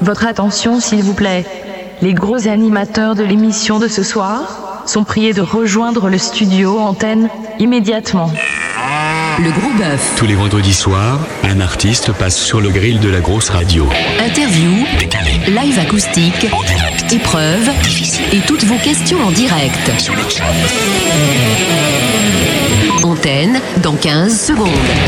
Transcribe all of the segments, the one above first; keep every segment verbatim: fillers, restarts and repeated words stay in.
Votre attention s'il vous plaît. Les gros animateurs de l'émission de ce soir sont priés de rejoindre le studio Antenne immédiatement. Le Gros Bœuf. Tous les vendredis soirs, un artiste passe sur le grill de la grosse radio. Interview, décalé, live acoustique, en direct, épreuve, difficile, et toutes vos questions en direct. sur le chat. Antenne dans quinze secondes.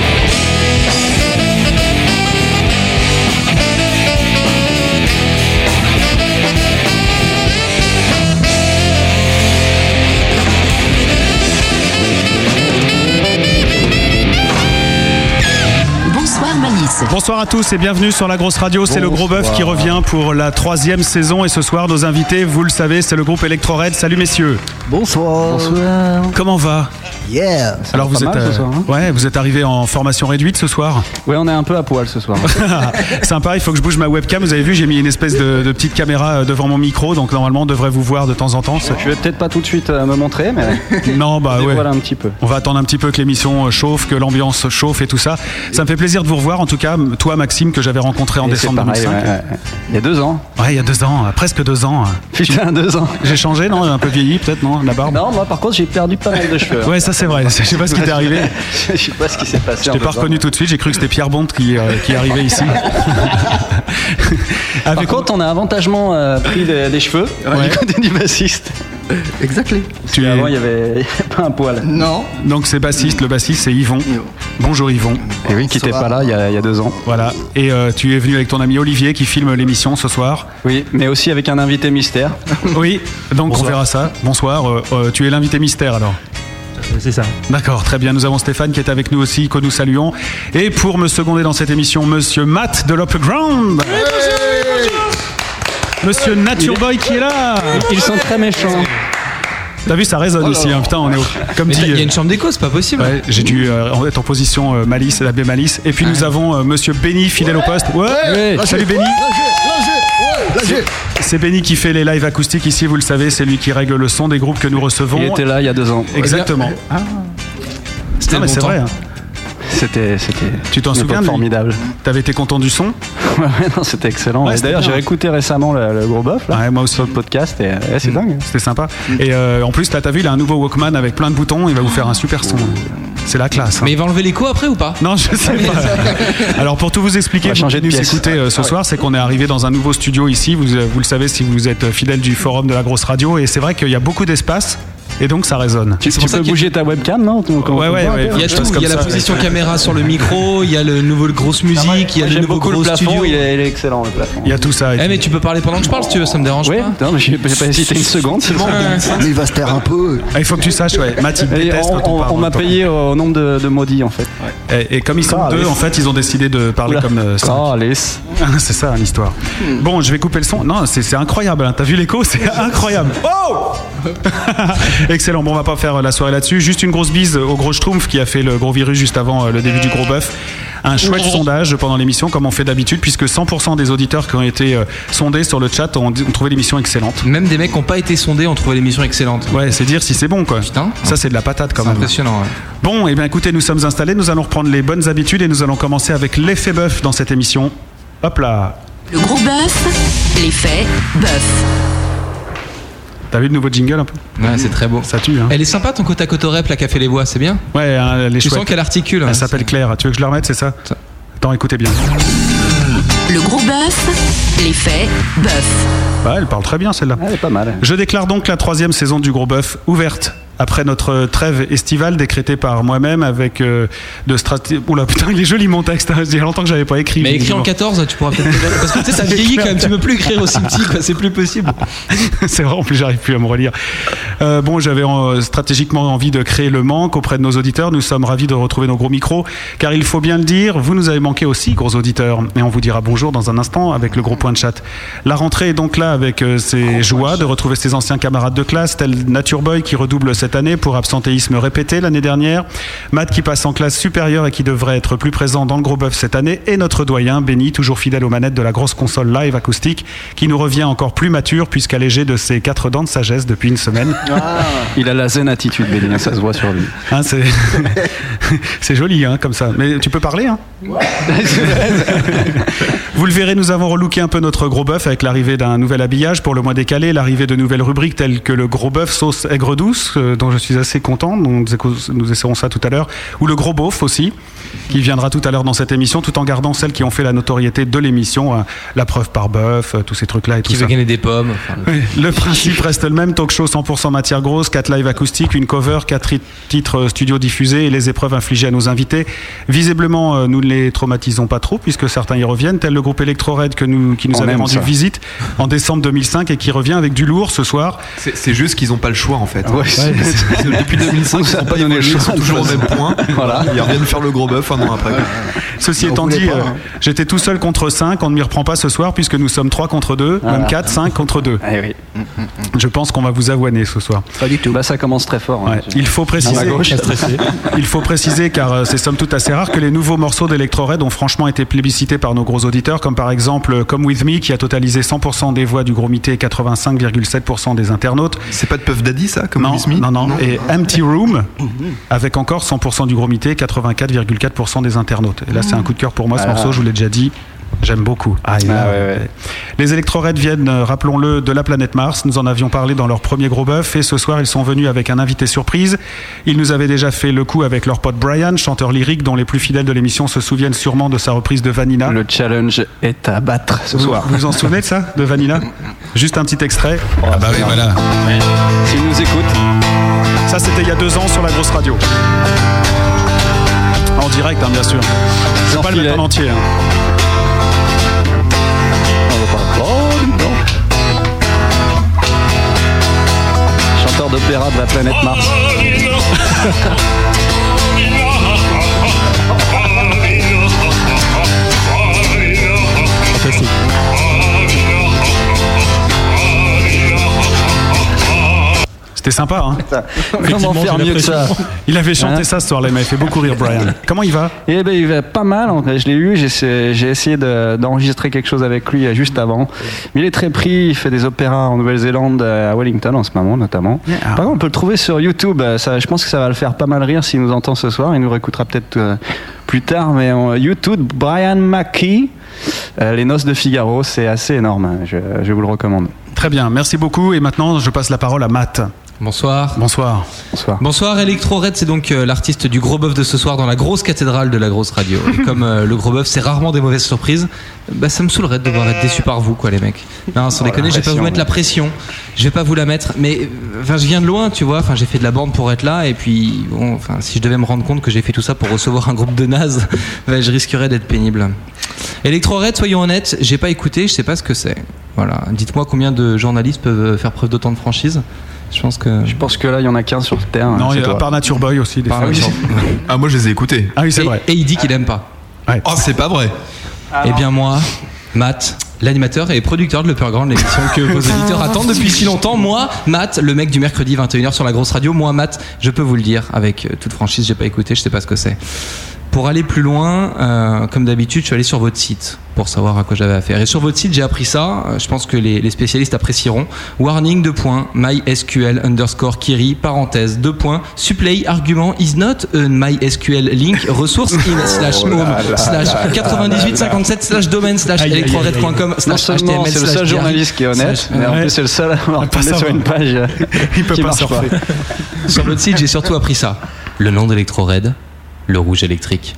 Bonsoir à tous et bienvenue sur la grosse radio, c'est le Gros Bœuf qui revient pour la troisième saison et ce soir nos invités, vous le savez, c'est le groupe Electro Red. Salut messieurs. Bonsoir. Bonsoir. Comment va? Yeah. Alors vous êtes, mal, euh, ce soir, hein. ouais, vous êtes arrivé en formation réduite ce soir. Ouais, on est un peu à poil ce soir. Sympa, il faut que je bouge ma webcam. Vous avez vu, j'ai mis une espèce de, de petite caméra devant mon micro, donc normalement on devrait vous voir de temps en temps. Je vais peut-être pas tout de suite euh, me montrer, mais Non, bah ouais. voilà un petit peu. On va attendre un petit peu que l'émission chauffe, que l'ambiance chauffe et tout ça. Ça me fait plaisir de vous revoir, en tout cas, toi Maxime, que j'avais rencontré en Et décembre c'est pareil, deux mille cinq. ouais, ouais. Il y a deux ans. Ouais, il y a deux ans, euh, presque deux ans. Putain, deux ans. J'ai changé, non? Un peu vieilli, peut-être, non? La barbe? Non, moi par contre, j'ai perdu pas mal de cheveux. Ouais, ça c'est vrai. Je sais pas ce qui t'est arrivé. Je sais pas ce qui s'est passé. Je t'ai pas reconnu tout de suite. J'ai cru que c'était Pierre Bond qui, euh, qui arrivait ici. Par Avec... contre, on a avantagement euh, pris des, des cheveux Ouais. du côté du bassiste. Exactly. tu es... Avant, il y avait pas un poil. Non. Donc c'est bassiste. Le bassiste c'est Yvon. Bonjour Yvon. Et oui, qui Ça n'était va. pas là il y, a, il y a deux ans. Voilà. Et euh, tu es venu avec ton ami Olivier qui filme l'émission ce soir. Oui, mais aussi avec un invité mystère. Oui. Donc Bonsoir. on verra ça. Bonsoir. Euh, euh, tu es l'invité mystère alors. C'est ça. D'accord, très bien. Nous avons Stéphane qui est avec nous aussi, que nous saluons. Et pour me seconder dans cette émission, Monsieur Matt de l'Upperground. Monsieur Nature Boy qui est là. Ils sont très méchants. T'as vu, ça résonne ici. Hein. Putain, on est au... comme Mais dit. il y a euh, une chambre d'écho, c'est pas possible. Ouais, j'ai dû euh, être en position euh, Malice, la baie Malice. Et puis nous avons euh, Monsieur Benny, fidèle au poste. Ouais, Ouais. salut Benny. Lâchez, lâchez. C'est Benny qui fait les lives acoustiques ici, vous le savez, c'est lui qui règle le son des groupes que nous recevons. Il était là il y a deux ans. Exactement. C'était Non, mais le bon c'est temps. vrai. Hein. C'était, c'était Tu t'en une souviens époque de lui formidable. T'avais été content du son? Ouais, non, c'était excellent. Ouais, Et c'était d'ailleurs, bien. j'ai écouté récemment le, le Gros Bœuf là, Ouais, moi aussi. sur le podcast et ouais, c'est dingue. C'était sympa. Et euh, en plus, là, t'as vu, il a un nouveau Walkman avec plein de boutons. Il va vous faire un super son. C'est la classe. hein. Mais il va enlever l'écho après ou pas? Non, je sais pas. Alors pour tout vous expliquer, On va vous changer qui de nous pièce. écoutez euh, ce soir, c'est qu'on est arrivé dans un nouveau studio ici. Vous, euh, vous le savez si vous êtes fidèle du forum de la grosse radio. Et c'est vrai qu'il y a beaucoup d'espace. Et donc ça résonne. Tu, C'est tu pour ça peux qu'il y a- bouger ta webcam, non? Tu- comment- Ouais, ouais, comment- ouais. Il y a Je tout, passe il y a comme la ça. position caméra sur le micro, il y a le nouveau grosse musique, il y a Moi, le j'aime nouveau beaucoup le gros plafond, studio. il est, il est excellent le plafond. Il y a tout ça. et Eh tout. mais tu peux parler pendant que je parle si tu veux, ça me dérange Oui, pas. non, mais j'ai j'ai pas hésité une seconde. c'est bon. Mais il va se taire un peu. Ah, il faut que tu saches, ouais. Math, il Et déteste on quand on on- parle on en m'a même temps. payé au nombre de, de maudits en fait. Et, et comme ils sont Ah, deux, Alice. en fait, ils ont décidé de parler Oula. comme euh, cinq. Oh, Alice. C'est ça l'histoire. Bon, je vais couper le son. Non, c'est c'est incroyable. Hein. T'as vu l'écho? C'est incroyable. Oh excellent. Bon, on va pas faire la soirée là-dessus. Juste une grosse bise au gros Schtroumpf qui a fait le gros virus juste avant euh, le début du Gros Bœuf. Un chouette sondage pendant l'émission, comme on fait d'habitude, puisque cent pour cent des auditeurs qui ont été euh, sondés sur le chat ont, ont trouvé l'émission excellente. Même des mecs qui n'ont pas été sondés ont trouvé l'émission excellente. Ouais, c'est dire si c'est bon, quoi. Putain. Ça, c'est de la patate quand C'est même. impressionnant. Ouais. Bon, et bien écoutez, nous sommes installés, nous allons reprendre les bonnes habitudes et nous allons commencer avec l'effet bœuf dans cette émission. Hop là. Le Gros Bœuf, l'effet bœuf. T'as vu le nouveau jingle un peu? Ouais, c'est très beau. Ça tue, hein? Elle est sympa ton côte à côte au rep là qui a fait les voix, c'est bien. Ouais, hein, les Tu chouettes. sens qu'elle articule. hein. Elle s'appelle Claire. Tu veux que je la remette, c'est ça? Ça. Attends, écoutez bien. Le Gros Bœuf, l'effet bœuf. Ouais, elle parle très bien celle-là. Elle est pas mal. Je déclare donc la troisième saison du Gros Bœuf ouverte. Après notre trêve estivale décrétée par moi-même avec euh, de stratégie. Oula putain, il est joli mon texte. Hein. Il y a longtemps que j'avais pas écrit. Mais écrit en quatorze, tu pourras peut-être. Parce que tu sais, ça vieillit quand même. Tu peux plus écrire aussi petit, quoi. C'est plus possible. C'est vrai, en plus, j'arrive plus à me relire. Euh, bon, j'avais euh, stratégiquement envie de créer le manque auprès de nos auditeurs. Nous sommes ravis de retrouver nos gros micros, car il faut bien le dire, vous nous avez manqué aussi, gros auditeurs. Et on vous dira bonjour dans un instant avec le gros point de chat. La rentrée est donc là avec euh, ses joies de retrouver ses anciens camarades de classe, tel Nature Boy qui redouble cette cette année pour absentéisme répété l'année dernière. Matt qui passe en classe supérieure et qui devrait être plus présent dans le Gros Bœuf cette année. Et notre doyen, Benny, toujours fidèle aux manettes de la grosse console live acoustique, qui nous revient encore plus mature puisqu'allégé de ses quatre dents de sagesse depuis une semaine. Ah. Il a la zen attitude, Benny, ça se voit sur lui. Hein, c'est... c'est joli hein, comme ça. Mais tu peux parler hein. Vous le verrez, nous avons relooké un peu notre Gros Bœuf avec l'arrivée d'un nouvel habillage pour le mois décalé, l'arrivée de nouvelles rubriques telles que le Gros Bœuf sauce aigre douce, euh, dont je suis assez content, dont nous essaierons ça tout à l'heure, ou le Gros Beauf aussi, qui viendra tout à l'heure dans cette émission, tout en gardant celles qui ont fait la notoriété de l'émission, hein, la preuve par bœuf, euh, tous ces trucs-là et tout Qui ça. veut gagner des pommes. Enfin, le... Oui, le principe reste le même, talk show cent pour cent matière grosse, quatre live acoustiques, une cover, quatre titres studio diffusés et les épreuves infligées à nos invités. Visiblement, euh, nous ne les traumatisons pas trop puisque certains y reviennent, tel le groupe Electro Red que nous, qui nous On avait aime rendu ça. visite en décembre deux mille cinq et qui revient avec du lourd ce soir. C'est, c'est juste qu'ils n'ont pas le choix en fait. Ouais, C'est- c'est- depuis deux mille cinq, ils Ça a n'ont pas pas donné évolué, le ils sont choix, toujours au de même toute point. Voilà. Ils reviennent faire le Gros Bœuf un an après. Ceci On étant voulait dit, pas, euh, hein. j'étais tout seul contre cinq, on ne m'y reprend pas ce soir puisque nous sommes trois contre deux, Voilà. même quatre, cinq contre deux. Ah, oui. Je pense qu'on va vous avoiner ce soir. Pas du tout. Bah, ça commence très fort. Ouais. hein. Il faut préciser, À ma gauche. il faut préciser, car euh, c'est somme toute assez rare, que les nouveaux morceaux d'Electro Red ont franchement été plébiscités par nos gros auditeurs, comme par exemple euh, Come With Me, qui a totalisé cent pour cent des voix du Gros Mité et quatre-vingt-cinq virgule sept pour cent des internautes. C'est pas de Puff Daddy ça, comme Non, Will Smith non, non, Et Empty Room, avec encore cent pour cent du Gros Mité, quatre-vingt-quatre virgule quatre pour cent des internautes. Et là, c'est un coup de cœur pour moi, ce Ah. morceau, je vous l'ai déjà dit. J'aime beaucoup. Ah, et là, Ah, ouais, ouais. Les Electro Red viennent, euh, rappelons-le, de la planète Mars. Nous en avions parlé dans leur premier Gros Bœuf. Et ce soir, ils sont venus avec un invité surprise. Ils nous avaient déjà fait le coup avec leur pote Brian, chanteur lyrique dont les plus fidèles de l'émission se souviennent sûrement de sa reprise de Vanilla. Le challenge est à battre ce Vous soir. vous vous en souvenez de ça, de Vanilla? Juste un petit extrait. Ah bah oui, voilà. S'il nous écoute, Ça, c'était il y a deux ans sur la grosse radio. En direct, hein, bien sûr. Je vais pas le mettre en entier. hein. on va pas. Oh, non. Chanteur d'opéra de la planète Mars. Fantastique. C'était sympa, hein. Comment Effectivement, faire j'ai mieux que ça? Il avait chanté Hein ça ce soir-là, il m'avait fait beaucoup rire, Brian. Comment il va? Eh ben, il va pas mal. en fait. Je l'ai eu. J'ai essayé, j'ai essayé de- d'enregistrer quelque chose avec lui euh, juste avant. Mais il est très pris. Il fait des opéras en Nouvelle-Zélande, euh, à Wellington en ce moment, notamment. Yeah. Par contre, on peut le trouver sur YouTube. Euh, Ça, je pense que ça va le faire pas mal rire s'il nous entend ce soir. Il nous réécoutera peut-être euh, plus tard. Mais on- YouTube, Brian McKee, euh, Les Noces de Figaro, c'est assez énorme. Je, je vous le recommande. Très bien, merci beaucoup. Et maintenant, je passe la parole à Matt. Bonsoir. Bonsoir. Bonsoir. Bonsoir, Electro Red, c'est donc euh, l'artiste du Gros Bœuf de ce soir dans la grosse cathédrale de la grosse radio. Et comme euh, le Gros Bœuf, c'est rarement des mauvaises surprises, bah ça me saoulerait de devoir être déçu par vous, quoi, les mecs. Non, sans Oh, déconner, la je vais pas vous pression, mettre la pression, je vais pas vous la mettre, mais euh, enfin, je viens de loin, tu vois, enfin, j'ai fait de la bande pour être là, et puis, bon, enfin, si je devais me rendre compte que j'ai fait tout ça pour recevoir un groupe de nazes, bah, je risquerais d'être pénible. Electro Red, soyons honnêtes, j'ai pas écouté, je sais pas ce que c'est. Voilà, dites-moi combien de journalistes peuvent faire preuve d'autant de franchise. Je pense que. Je pense que là, il y en a qu'un sur Terre. Non, c'est il y a toi. à part Nature Boy aussi. Des Par fois. exemple. Ah, moi je les ai écoutés. Ah oui, c'est et, vrai. et il dit qu'il aime pas. Oh, c'est pas vrai. Eh bien moi, Matt, l'animateur et producteur de l'Upperground, l'émission que vos auditeurs attendent depuis si longtemps. Moi, Matt, le mec du mercredi vingt et une heures sur la grosse radio. Moi, Matt, je peux vous le dire avec euh, toute franchise, j'ai pas écouté, je sais pas ce que c'est. Pour aller plus loin, euh, comme d'habitude, je suis allé sur votre site pour savoir à quoi j'avais affaire. Et sur votre site, j'ai appris ça. euh, Je pense que les, les spécialistes apprécieront. Warning, deux points, MySQL underscore query, parenthèse, deux points, supply argument is not a MySQL link, resource in slash home slash quatre-vingt-dix-huit cinquante-sept slash domaine slash Aïe, aïe, aïe, electrored point com Non slash seulement html c'est le slash seul diary. journaliste qui est honnête, slash- mais en Ouais. plus c'est le seul à avoir pas tombé sur savoir. une page euh, Il peut qui pas marche surfer. pas. Sur votre site, j'ai surtout appris ça. Le nom d'Electro-Red, le rouge électrique.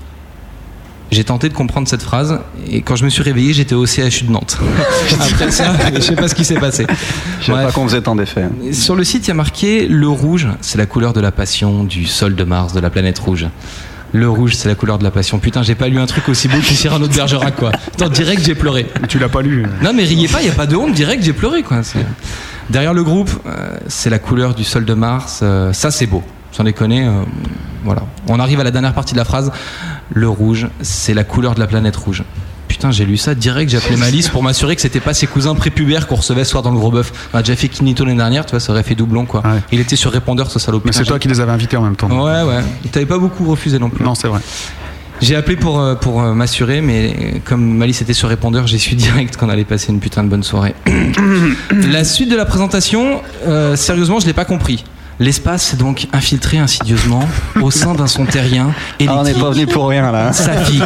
J'ai tenté de comprendre cette phrase et quand je me suis réveillé, j'étais au C H U de Nantes. Après ça, je sais pas ce qui s'est passé. Je sais Bref. pas qu'on faisait tant d'effets. Sur le site, il y a marqué le rouge, c'est la couleur de la passion du sol de Mars, de la planète rouge. Le rouge, c'est la couleur de la passion. Putain, j'ai pas lu un truc aussi beau que Cyrano de Bergerac, quoi. Attends, direct, j'ai pleuré. Tu l'as pas lu. Non, mais riez pas, il y a pas de honte, direct, j'ai pleuré, quoi. C'est- Derrière le groupe, euh, c'est la couleur du sol de Mars. euh, ça, c'est beau. Sans déconner, euh, voilà. On arrive à la dernière partie de la phrase. Le rouge, c'est la couleur de la planète rouge. putain, j'ai lu ça direct, j'ai appelé Malice pour m'assurer que c'était pas ses cousins prépubères qu'on recevait ce soir dans le Gros Bœuf. On a déjà fait Kinito l'année dernière, tu vois, ça aurait fait doublon quoi. Ouais. Il était sur répondeur, ce salopard. Mais c'est toi qui les avais invités en même temps. Ouais, ouais. T'avais pas beaucoup refusé non plus. Non, c'est vrai. J'ai appelé pour, euh, pour euh, m'assurer, mais comme Malice était sur répondeur, j'ai su direct qu'on allait passer une putain de bonne soirée. La suite de la présentation, euh, sérieusement, je l'ai pas compris. L'espace s'est donc infiltré insidieusement au sein d'un son terrien électrique. Ah, on n'est pas venu pour rien là. Saphique.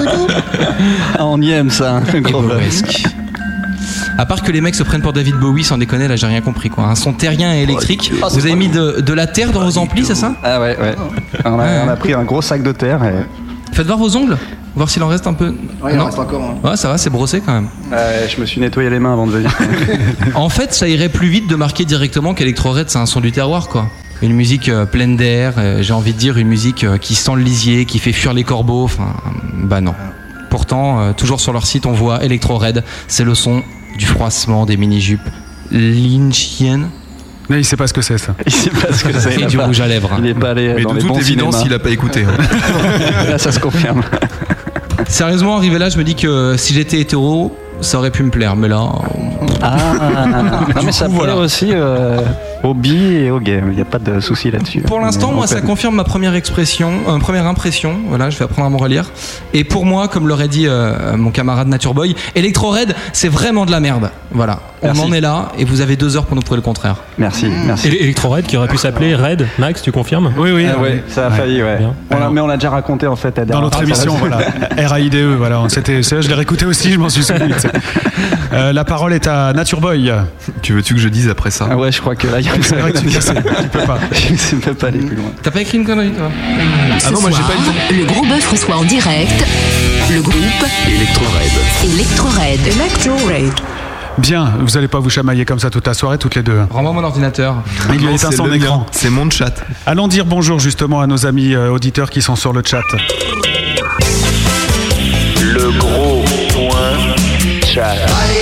Ah, on y aime ça. Hein, Et gros bœuf. burlesque. À part que les mecs se prennent pour David Bowie, sans déconner, là j'ai rien compris quoi. Un son terrien et électrique. Oh, Vous avez mis de, de la terre dans vos amplis, c'est ça? Ah ouais, ouais. On a, Ouais. on a pris un gros sac de terre et. Faites voir vos ongles, voir s'il en reste un peu. Ouais, il en Non reste encore. Hein. Ouais, ça va, c'est brossé quand même. Euh, je me suis nettoyé les mains avant de venir. En fait, ça irait plus vite de marquer directement qu'Electro-Red c'est un son du terroir quoi. Une musique euh, pleine d'air, euh, j'ai envie de dire une musique euh, qui sent le lisier, qui fait fuir les corbeaux, enfin, bah non. Pourtant, euh, toujours sur leur site, on voit Electro-Red, c'est le son du froissement des mini-jupes lynchiennes Mais il sait pas ce que c'est ça. Il sait pas ce que c'est. il et a du pas- rouge à lèvres. Il n'est pas allé Mais dans de les toute bons évidence, cinémas. il a pas écouté. hein. Là, ça se confirme. Sérieusement, arrivé là, je me dis que si j'étais hétéro, ça aurait pu me plaire, mais là, Ah, non, mais ça coup, plaît voilà. aussi euh, aux bi et aux gays. Il n'y a pas de souci là-dessus. pour l'instant, Mais moi, on ça peut- confirme ma première expression, euh, première impression. Voilà, je vais apprendre à me relire. Et pour moi, comme l'aurait dit euh, mon camarade Nature Boy, Electro-Red, c'est vraiment de la merde. Voilà, Merci. on en est là, et vous avez deux heures pour nous prouver le contraire. Merci, merci. Et Electro-Red qui aurait pu s'appeler Red. Max, tu confirmes? Oui, oui. Ah ouais, ça a Ouais. failli, ouais. Bien. On l'a- mais on l'a déjà raconté en fait. la Dans dernière notre fois. émission, voilà. R A I D E, voilà. C'était, ça, je l'ai réécouté aussi, je m'en suis souvenu. tu sais. Euh, la parole est à Nature Boy. Tu veux-tu que je dise après ça? Ah ouais, je crois que là, il y a C'est vrai que tu, tu peux pas. Je sais même pas aller plus loin. T'as pas écrit une connerie, toi? Ce Ah non, moi j'ai soir, pas eu le temps. le Gros Bœuf reçoit en direct le groupe Electro-Red. Electro-Red. Bien, vous allez pas vous chamailler comme ça toute la soirée, toutes les deux. Rends-moi mon ordinateur. Il lui a Non, éteint c'est son le écran. mien. C'est mon chat. Allons dire bonjour justement à nos amis euh, auditeurs qui sont sur le chat. Le gros point chat.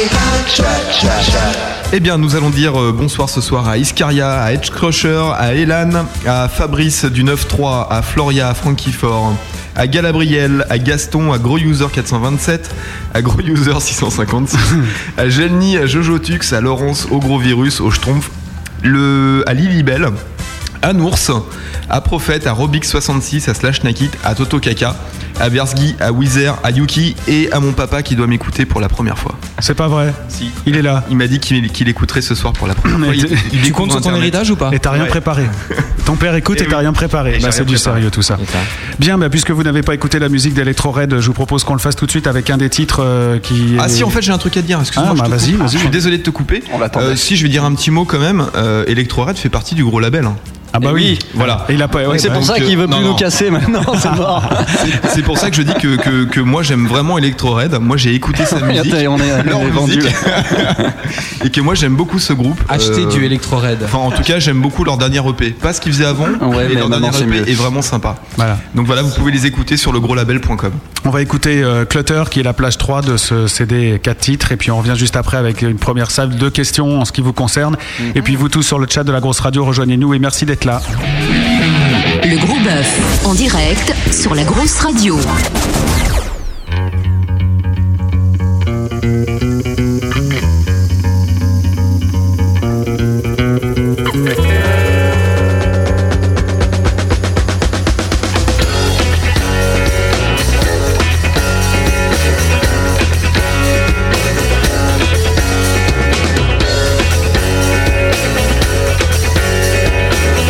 Eh bien, nous allons dire euh, bonsoir ce soir à Iscaria, à Edge Crusher, à Elan, à Fabrice du neuf trois, à Floria, à Frankie Fort, à Galabriel, à Gaston, à Gros User quatre cent vingt-sept, à Gros User six cent cinquante-six, à Gelny, à Jojo Tux, à Laurence, au Gros Virus, au Schtroumpf, le, à Lilibel, à Nours, à Prophète, à Robix soixante-six, à Slash Nakit, à Toto Kaka, à Bersgy, à Weezer, à Yuki et à mon papa qui doit m'écouter pour la première fois. C'est pas vrai. Si. Il est là. Il m'a dit qu'il qu'il écouterait ce soir pour la première fois. Mais Il- tu- il Tu découvre comptes sur ton Internet. héritage ou pas? Et t'as rien Ouais. préparé. Ton père écoute Eh et t'as oui. rien préparé. Et Bah, j'ai c'est rien du préparé. sérieux tout ça. C'est ça. Bien, bah, puisque vous n'avez pas écouté la musique d'Electro-Red, je vous propose qu'on le fasse tout de suite avec un des titres euh, qui. Ah est- si, en fait j'ai un truc à te dire, excuse-moi. Ah, je bah, te vas-y, coupe. vas-y. Je suis désolé de te couper. On l'attendait. Euh, si je vais dire un petit mot quand même, euh, Electro-Red fait partie du gros label. hein. Ah bah Et oui. oui. Voilà. Et il a pas. ouais, c'est bah, pour ça donc, qu'il veut euh, plus non, nous non. casser maintenant, c'est mort. C'est- C'est pour ça que je dis que, que, que moi j'aime vraiment Electro-Red. Moi j'ai écouté sa musique, Attends, on est, leur on est vendu musique, là. et que moi j'aime beaucoup ce groupe. Acheter Euh, du Electro-Red. Enfin en tout cas j'aime beaucoup leur dernier E P. Pas ce qu'ils faisaient avant, Ouais, mais mais leur dernier maintenant, c'est E P mieux. est vraiment sympa. Voilà. Donc voilà, vous pouvez les écouter sur le gros label point com. On va écouter euh, Clutter qui est la plage trois de ce C D quatre titres et puis on revient juste après avec une première salve de questions en ce qui vous concerne. Et puis vous tous sur le chat de la grosse radio, rejoignez-nous et merci d'être là. Le Gros Bœuf en direct sur la grosse radio.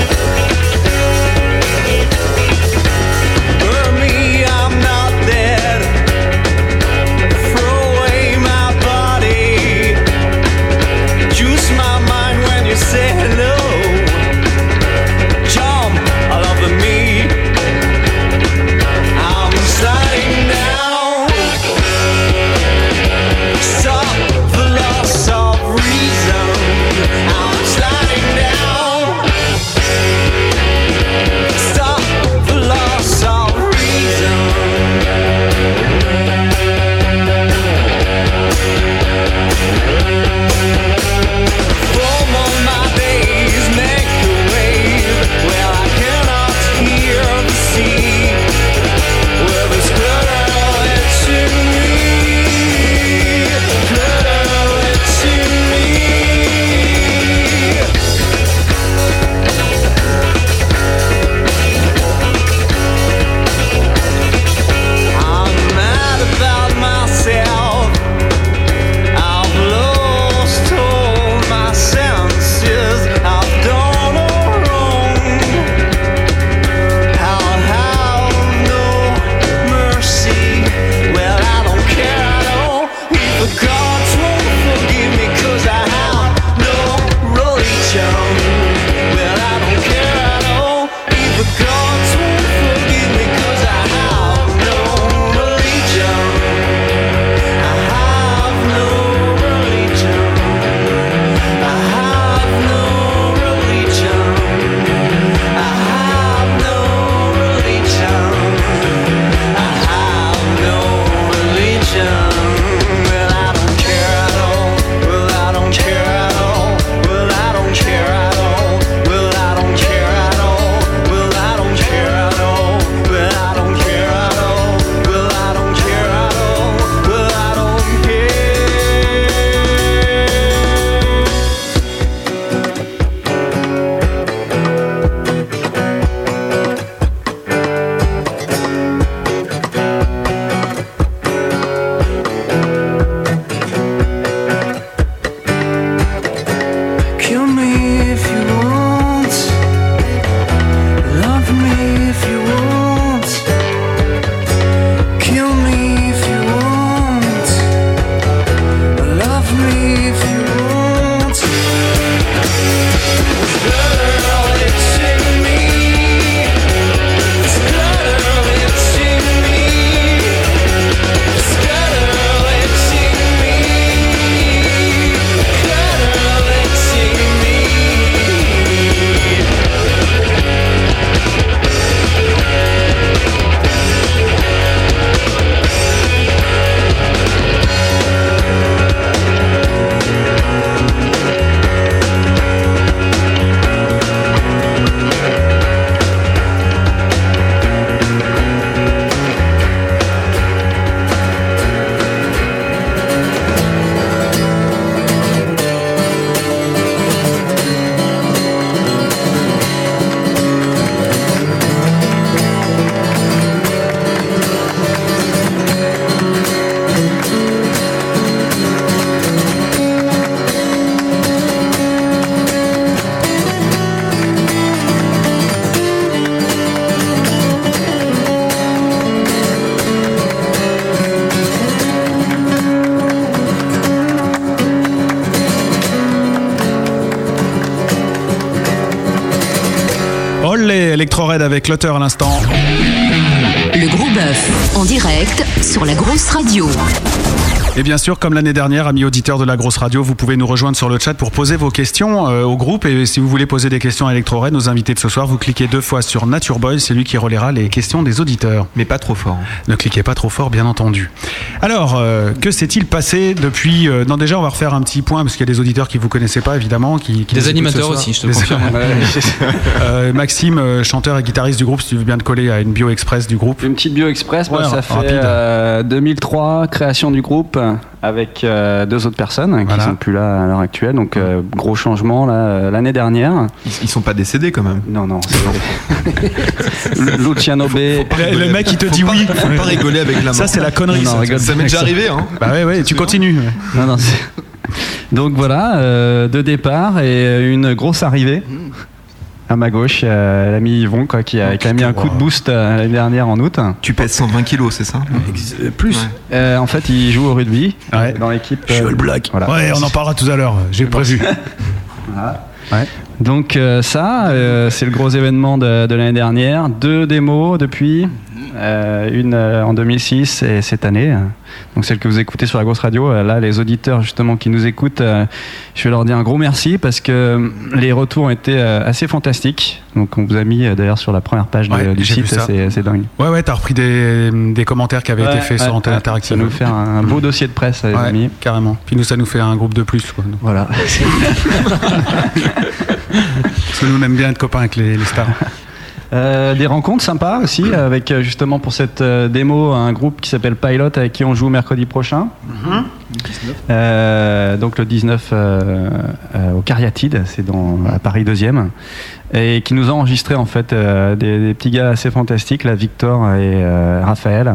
For me, I'm not there Electro-Red avec l'auteur à l'instant. Le gros bœuf, en direct sur la grosse radio. Et bien sûr, comme l'année dernière, amis auditeurs de la grosse radio, vous pouvez nous rejoindre sur le chat pour poser vos questions euh, au groupe. Et si vous voulez poser des questions à Electro-Red, nos invités de ce soir, vous cliquez deux fois sur Nature Boy, c'est lui qui relaiera les questions des auditeurs. Mais pas trop fort. Ne cliquez pas trop fort, bien entendu. Alors, euh, que s'est-il passé depuis... Euh, non, déjà, on va refaire un petit point, parce qu'il y a des auditeurs qui ne vous connaissaient pas, évidemment. Qui, qui des animateurs aussi, je te confirme. euh, Maxime, euh, chanteur et guitariste du groupe, si tu veux bien te coller à une bio express du groupe. Une petite bio express, ouais, bah, ça rapide. fait euh, deux mille trois, création du groupe, avec euh, deux autres personnes qui voilà. sont plus là à l'heure actuelle. Donc, euh, gros changement là, euh, l'année dernière. Ils, ils sont pas décédés quand même. Non, non. Luciano B. Le, le mec, il te faut dit pas, oui. Faut pas rigoler avec la mort. Ça, c'est la connerie. Non, non, ça, ça m'est déjà arrivé, hein. Bah ouais, ouais, tu continues. Non, non, c'est... Donc voilà, euh, deux départs et une grosse arrivée. À ma gauche, euh, l'ami Yvon quoi, qui, a, qui a mis un coup de boost euh, l'année dernière en août. Tu pèses cent vingt kilos, c'est ça? Plus. Ouais. Euh, en fait, il joue au rugby ouais. dans l'équipe. Je suis euh, le black. Voilà. Ouais, on en parlera tout à l'heure. J'ai prévu. Voilà. Ouais. Donc euh, ça, euh, c'est le gros événement de, de l'année dernière. Deux démos depuis, euh, une euh, en deux mille six et cette année. Donc celle que vous écoutez sur la grosse radio. Euh, là, les auditeurs justement qui nous écoutent, euh, je vais leur dire un gros merci parce que les retours ont été euh, assez fantastiques. Donc on vous a mis euh, d'ailleurs sur la première page de, ouais, du site, c'est, c'est dingue. Ouais, ouais, t'as repris des, des commentaires qui avaient ouais, été faits ouais, sur Antenne ouais, Interactive. Ça nous fait un, un beau mmh. dossier de presse, les ouais, amis. Carrément. Puis nous, ça nous fait un groupe de plus. Quoi. Voilà. Parce que nous, on aime bien être copains avec les, les stars. Euh, des rencontres sympas aussi, avec justement pour cette euh, démo un groupe qui s'appelle Pilot avec qui on joue mercredi prochain. Mm-hmm. dix-neuf. Euh, donc le dix-neuf euh, euh, au Cariatide, c'est dans, à Paris deuxième. Et qui nous a enregistré en fait euh, des, des petits gars assez fantastiques, là, Victor et euh, Raphaël.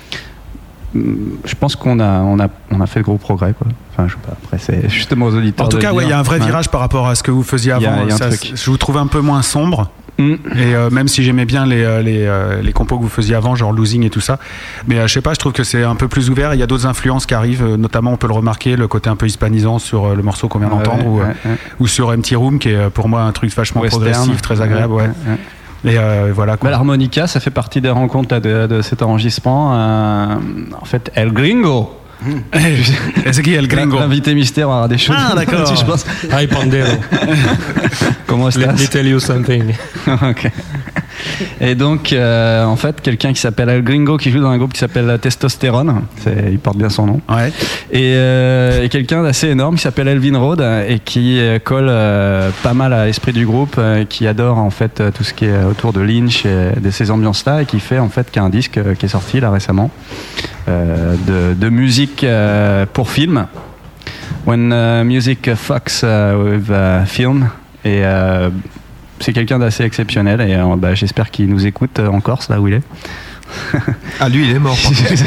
Je pense qu'on a, on a, on a fait de gros progrès, quoi. Enfin, je sais pas, après, c'est justement aux auditeurs. En tout cas, il ouais, y a un vrai ouais. virage par rapport à ce que vous faisiez avant. Y a, y a ça, je vous trouve un peu moins sombre. Mm. Et euh, même si j'aimais bien les, les, euh, les compos que vous faisiez avant, genre Losing et tout ça, mais euh, je sais pas, je trouve que c'est un peu plus ouvert. Il y a d'autres influences qui arrivent, euh, notamment on peut le remarquer, le côté un peu hispanisant sur euh, le morceau qu'on vient ouais, d'entendre, ouais, ou, ouais, ouais. ou sur Empty Room, qui est pour moi un truc vachement Western, progressif, très agréable. Ouais. Ouais, ouais. Et euh, voilà quoi. Bah, l'harmonica, ça fait partie des rencontres là, de, de cet enregistrement. Euh, en fait, El Gringo. C'est qui El Gringo? L'invité mystère aura des choses. Ah d'accord. Je pense. Hi Pandero. Comment est-ce que Let me tell you something. Ok. Et donc, euh, en fait, quelqu'un qui s'appelle El Gringo qui joue dans un groupe qui s'appelle Testostérone, c'est, il porte bien son nom. Ouais. Et, euh, et quelqu'un d'assez énorme qui s'appelle Elvin Road et qui euh, colle euh, pas mal à l'esprit du groupe, euh, qui adore en fait euh, tout ce qui est autour de Lynch et de ces ambiances-là, et qui fait en fait qui a un disque euh, qui est sorti là récemment euh, de, de musique euh, pour film. When uh, music fucks uh, with uh, film. Et euh, c'est quelqu'un d'assez exceptionnel et euh, bah, j'espère qu'il nous écoute en Corse, là où il est. Ah, lui, il est mort.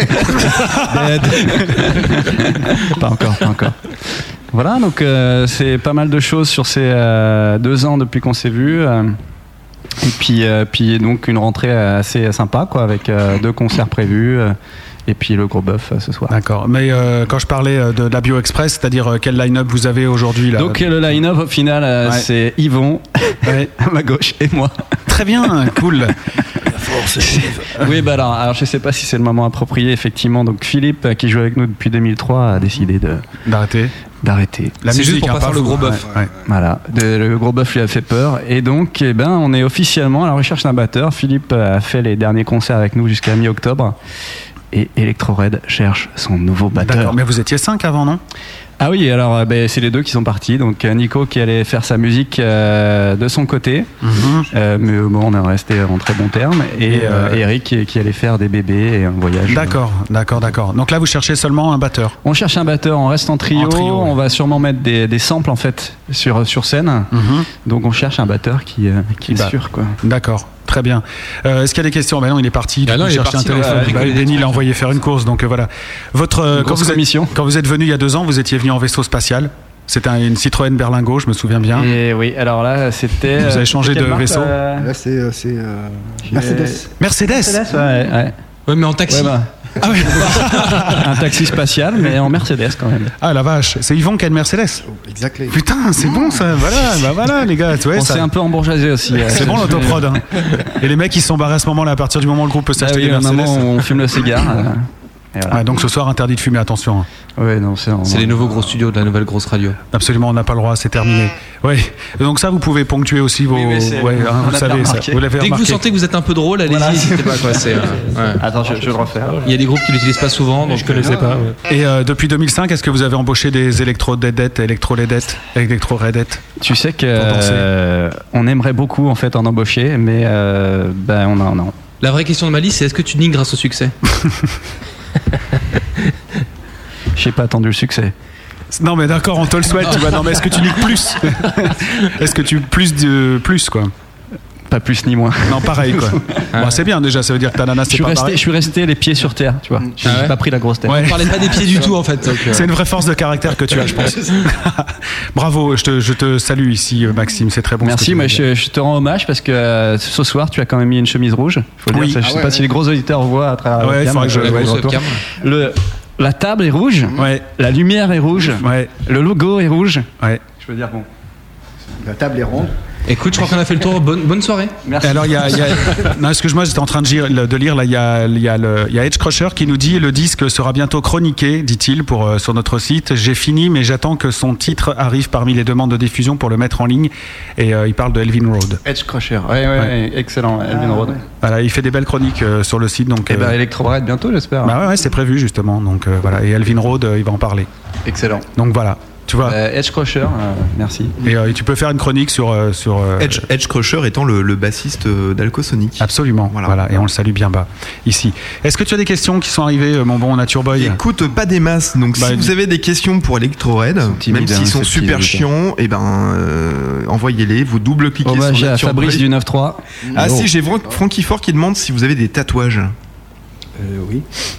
Pas encore, pas encore. Voilà, donc euh, c'est pas mal de choses sur ces euh, deux ans depuis qu'on s'est vus. Euh, et puis, euh, puis donc une rentrée assez sympa, quoi, avec euh, deux concerts prévus. Euh, et puis le gros bœuf euh, ce soir. D'accord. Mais euh, quand je parlais de, de la Bio Express, c'est-à-dire euh, quel line-up vous avez aujourd'hui là? Donc le line-up au final, euh, ouais. c'est Yvon ouais. à ma gauche et moi. Très bien, cool. La force est vive. Oui, bah alors, alors je sais pas si c'est le moment approprié effectivement. Donc Philippe qui joue avec nous depuis deux mille trois a décidé de d'arrêter. D'arrêter. La c'est musique, juste pour pas faire le gros bœuf. Ouais, ouais. Voilà, de, le gros bœuf lui a fait peur et donc eh ben on est officiellement à la recherche d'un batteur. Philippe a fait les derniers concerts avec nous jusqu'à mi-octobre. Et Electro-Red cherche son nouveau batteur. D'accord, mais vous étiez cinq avant, non? Ah oui, alors ben, c'est les deux qui sont partis. Donc Nico qui allait faire sa musique euh, de son côté, mm-hmm. euh, mais bon, on est resté en très bons termes. Et, et, euh, et Eric qui, qui allait faire des bébés et un voyage. D'accord, euh... d'accord, d'accord. Donc là, vous cherchez seulement un batteur? On cherche un batteur, on reste en trio. En trio ouais. On va sûrement mettre des, des samples en fait sur, sur scène. Mm-hmm. Donc on cherche un batteur qui, euh, qui est bah, sûr, quoi. D'accord. Très bien. Euh, est-ce qu'il y a des questions? Ben non, il est parti. Bah non, il est parti. Un téléphone. Bah, Denis l'a envoyé faire une course, donc euh, voilà. Votre euh, quand vous êtes quand vous êtes venu il y a deux ans, vous étiez venu en vaisseau spatial. C'était un, une Citroën Berlingo, je me souviens bien. Et oui, alors là, c'était. Vous avez changé de marque, vaisseau. Euh... Là, c'est, c'est euh, Mercedes. Mercedes. Mercedes, ouais, ouais. Ouais, mais en taxi. Ouais, bah. Ah ouais. Un taxi spatial, mais en Mercedes quand même. Ah la vache, c'est Yvon qui a une Mercedes. Exactement. Putain, c'est bon ça. Voilà, bah voilà les gars. Tu vois, On ça... s'est un peu embourgeoisé aussi. euh, C'est bon l'autoprod. Hein. Et les mecs ils se sont barrés à ce moment-là. À partir du moment où le groupe peut Ah s'acheter oui, des à un Mercedes. moment où on fume le cigare. euh, et voilà. Ouais, donc ce soir interdit de fumer, attention. hein. Ouais, non, c'est, C'est les nouveaux gros studios de la nouvelle grosse radio. Absolument, on n'a pas le droit, c'est terminé. Ouais. Donc ça, vous pouvez ponctuer aussi vos. Oui, oui, c'est- ouais, hein, on vous l'a savez, bien ça. remarqué. Vous l'avez Dès que vous remarqué. sentez que vous êtes un peu drôle, allez-y, Voilà. n'hésitez pas quoi. C'est, euh, ouais. Attends, je, je vais le refaire. Il y a des groupes qui l'utilisent pas souvent, donc Je connaissais pas. ouais. Et euh, depuis deux mille cinq, est-ce que vous avez embauché des électro-dedettes, électro-ledettes, électro-redettes? Tu sais que Pour danser. euh, on aimerait beaucoup en fait en embaucher, mais euh, ben on en a. La vraie question de Malice, c'est est-ce que tu nigues grâce au succès? J'ai pas attendu le succès. Non mais d'accord, on te le souhaite, tu vois. Non mais est-ce que tu niques plus? Est-ce que tu plus de plus quoi? Pas plus ni moins. Non pareil quoi. Bon, c'est bien déjà, ça veut dire que ta nana Je c'est suis pas resté, je pareil. suis resté les pieds sur terre, tu vois. J'ai Ah ouais pas pris la grosse tête. Ouais. On parlait pas des pieds du tout en fait. donc, euh, C'est une vraie force de caractère que tu as, je pense. Bravo, je te, je te salue ici, euh, Maxime, c'est très bon. ce que Merci, tu moi veux dire. je, je te rends hommage parce que euh, ce soir tu as quand même mis une chemise rouge. Faut le Oui. dire, ça, je Ah sais ouais, pas ouais. si les gros auditeurs voient à travers Ouais, la il faudrait que je- cam, la euh, grosse le retour. webcam. Le, la table est rouge, Ouais, la lumière est rouge, ouais, le logo est rouge. ouais. Je veux dire bon. La table est ronde. Écoute, je crois qu'on a fait le tour. Bonne, bonne soirée. Merci. Et alors, il y a. il y a- non, excuse-moi, j'étais en train de lire, de lire là, il y a, il y, a le- il y a Edge Crusher qui nous dit le disque sera bientôt chroniqué, dit-il, pour, euh, sur notre site. J'ai fini, mais j'attends que son titre arrive parmi les demandes de diffusion pour le mettre en ligne. Et euh, il parle de Elvin Road. Edge Crusher, ouais, ouais, Ouais. ouais, excellent, Elvin Road. Voilà, il fait des belles chroniques euh, sur le site. Donc, Et euh, ben Electrobride bientôt, j'espère. bah ouais, ouais, c'est prévu justement. Donc euh, voilà, et Elvin Road, euh, il va en parler. Excellent. Donc voilà, tu vois. Euh, Edge Crusher, euh, merci. Et euh, tu peux faire une chronique sur. euh, sur euh, Edge, Edge Crusher étant le, le bassiste euh, d'Alcosonic. Absolument, voilà. Voilà. Et on le salue bien bas, ici. Est-ce que tu as des questions qui sont arrivées, euh, mon bon Nature Boy? Écoute, pas des masses. Donc, Bah, si vous avez des questions pour Electro Red, timides, même s'ils hein, sont ces petits super auditeurs. chiants, et ben, euh, envoyez-les. Vous double-cliquez Hommage sur à Nature Fabrice Boy. du neuf trois. Ah, Oh. si, j'ai Fran- Francky Fort qui demande si vous avez des tatouages. Euh, oui.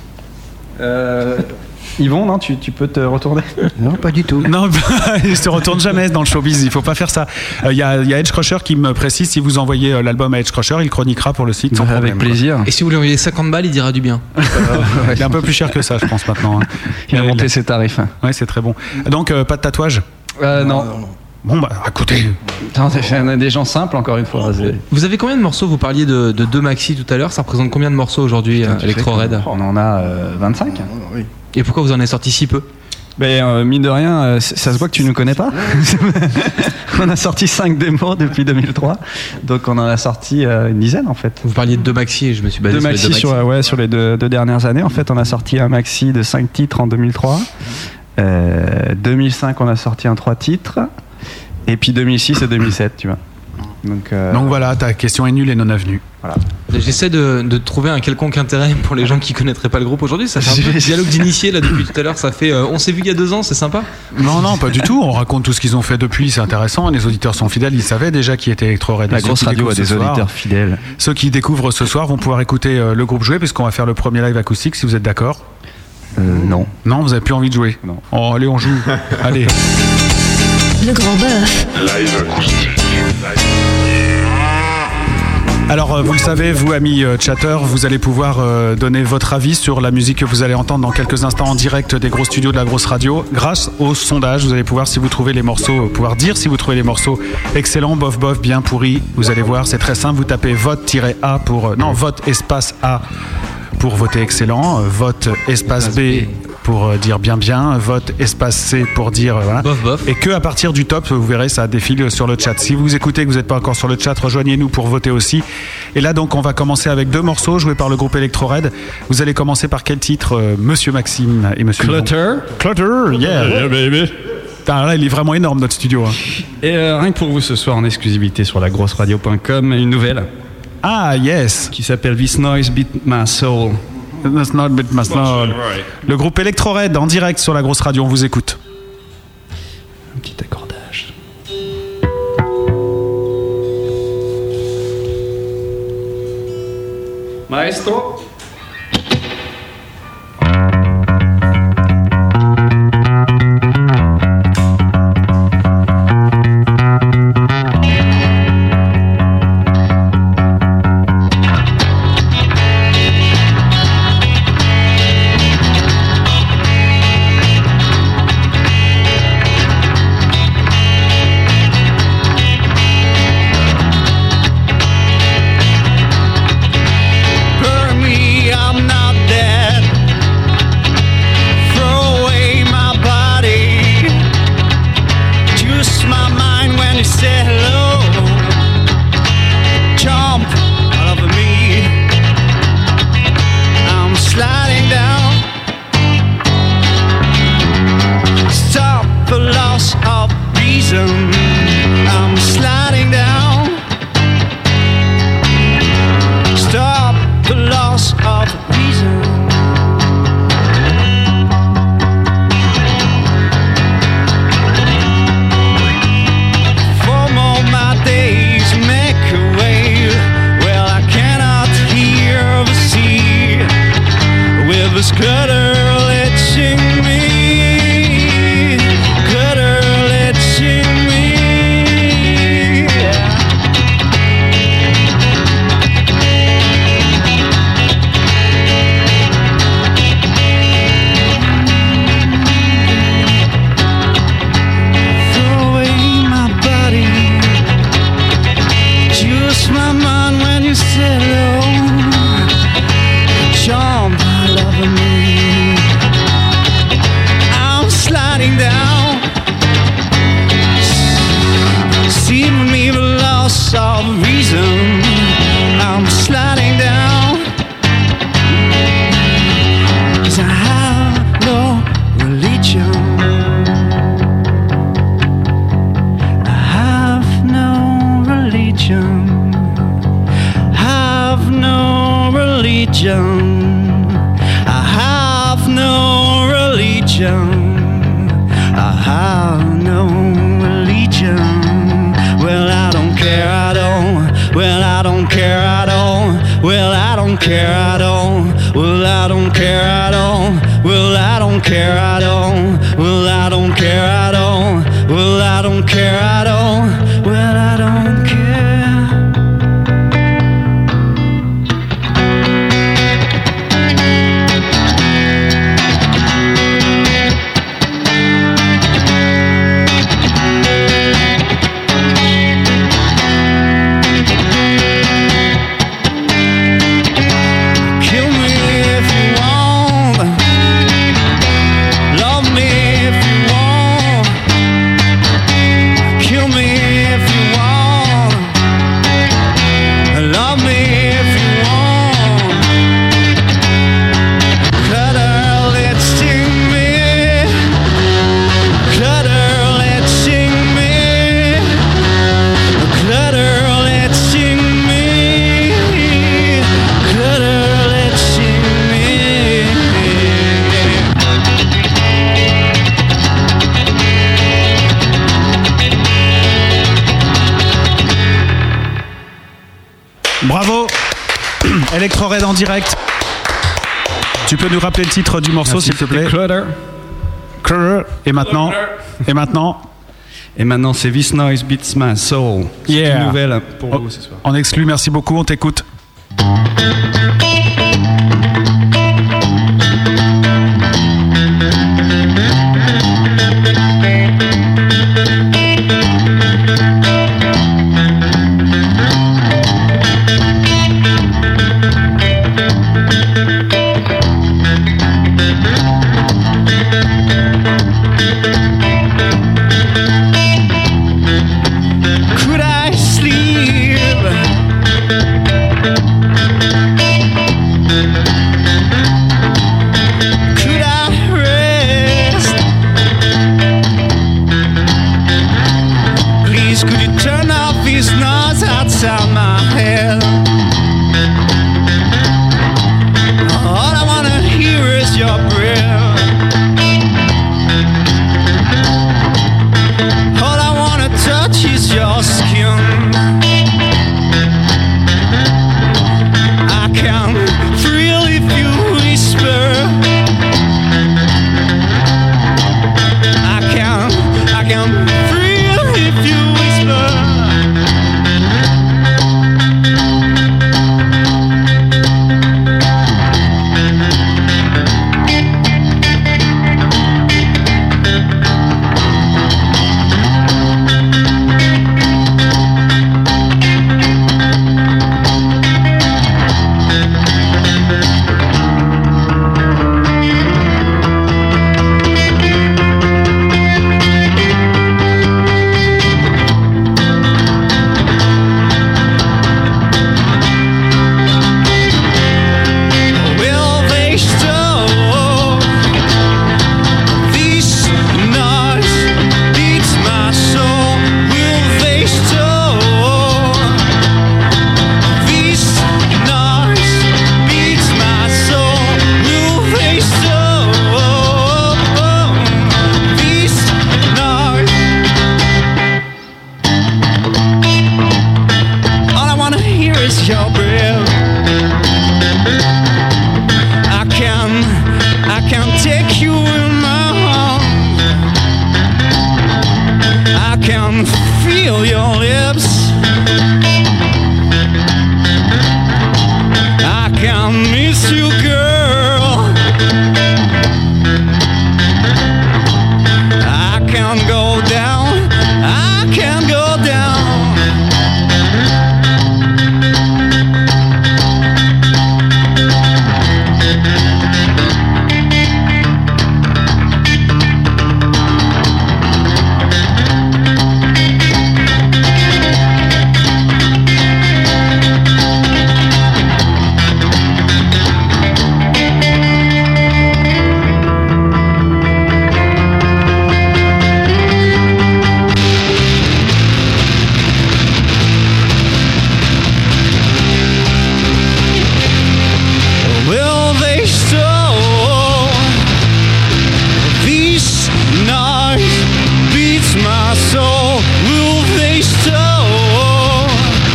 Euh, Yvon, non, tu, tu peux te retourner. Non, pas du tout. Non, il se retourne jamais dans le showbiz, il faut pas faire ça. Il y, a, y a Edge Crusher qui me précise, si vous envoyez euh, l'album à Edge Crusher, il chroniquera pour le site sans problème. Avec plaisir. Et si vous lui envoyez cinquante balles, il dira du bien. quoi. Il est un peu plus cher que ça, je pense, maintenant. hein. Il a monté ses tarifs. hein. Ouais, c'est très bon. Donc, euh, pas de tatouage? Euh, non. Bon, bah, écoutez. Attends, on a des gens simples, encore une fois. C'est- Vous avez combien de morceaux? Vous parliez de, de deux maxi tout à l'heure. Ça représente combien de morceaux aujourd'hui, euh, Tu sais Electro qu'on- Red? On en a euh, vingt-cinq. Oui. Et pourquoi vous en avez sorti si peu? Mais euh, mine de rien, euh, c- ça se voit que tu ne nous connais pas. On a sorti cinq démos depuis deux mille trois. Donc on en a sorti euh, une dizaine en fait. Vous parliez de deux maxi et je me suis basé Deux sur les maxi deux sur, maxi. euh, ouais, sur les deux, deux dernières années. En fait, on a sorti un maxi de cinq titres en deux mille trois. Euh, deux mille cinq, on a sorti un trois titres. Et puis deux mille six et deux mille sept, tu vois. Donc, euh, Donc voilà, ta question est nulle et non avenue. J'essaie de, de trouver un quelconque intérêt pour les gens qui connaîtraient pas le groupe aujourd'hui. Ça fait un peu dialogue d'initié là depuis tout à l'heure. Ça fait euh, on s'est vu il y a deux ans, c'est sympa. Non, non, pas du tout. On raconte tout ce qu'ils ont fait depuis, c'est intéressant. Les auditeurs sont fidèles, ils savaient déjà qui était Electro Red. la Et ceux grosse qui radio découvrent a des ce soir- auditeurs fidèles. Ceux qui découvrent ce soir vont pouvoir écouter euh, le groupe jouer, puisqu'on va faire le premier live acoustique, si vous êtes d'accord. Euh, non. Non, vous avez plus envie de jouer? Non. Oh, allez, on joue. Allez. Le grand bœuf. Alors, euh, vous le savez, vous, amis euh, chatteurs, vous allez pouvoir euh, donner votre avis sur la musique que vous allez entendre dans quelques instants en direct des gros studios de la grosse radio. Grâce au sondage, vous allez pouvoir, si vous trouvez les morceaux, euh, pouvoir dire si vous trouvez les morceaux excellents, bof, bof, bien pourris. Vous allez voir, c'est très simple. Vous tapez vote-A pour... euh, non, vote espace A pour voter excellent, euh, vote espace B pour euh, dire bien bien, vote espace C pour dire euh, voilà. Bof bof. Et que à partir du top, vous verrez, ça défile sur le chat. Si vous écoutez que vous n'êtes pas encore sur le chat, rejoignez-nous pour voter aussi. Et là, donc, on va commencer avec deux morceaux joués par le groupe Electro Red. Vous allez commencer par quel titre, euh, Monsieur Maxime et Monsieur Yvon? Clutter. Clutter, yeah. Yeah, baby. Putain, là, il est vraiment énorme notre studio. hein. Et euh, rien que pour vous ce soir en exclusivité sur la grosse radio point com, une nouvelle Ah, yes. qui s'appelle This Noise Beat My Soul. That's not bit my soul. Le groupe Electro Red en direct sur la grosse radio, on vous écoute. Un petit accordage. Maestro. Thank reason I'm sliding down. Stop the loss of reason. For all my days make a way. Well, I cannot hear the sea with this gutter letting me. Gutter letting me. Throw away my body, just my mind when you said hello. Charmed by loving me. I'm sliding down. See me the loss of reason. I'm sliding down. 'Cause I have no religion. I have no religion. Have no religion. I have no religion. I have no religion. Well, I don't care at all. Well, I don't care at all. Well, I don't care at all. Well, I don't care at all. Well, I don't care at all. Well, I don't care at all. Well, I don't care at all. Well, I don't care. Kill me if you want. Love me if you want. Kill me if you want. Love me if you want. Cutter, let's sting me. Cutter, let's sing me. Cutter, let's sing me. Cutter, let's sing me. Bravo. Electro Red en direct. Tu peux nous rappeler le titre du morceau, Merci, s'il te plaît? c'était Clutter. Clutter. Et maintenant Et maintenant Et maintenant, c'est This Noise Beats My Soul. C'est Yeah. une nouvelle pour Oh, vous ce soir. En exclu, merci beaucoup, on t'écoute. Could I sleep? smell your lips. I can't miss you, girl. I can't go down. I can't go down. Will they stole this night beats my soul? Will they stole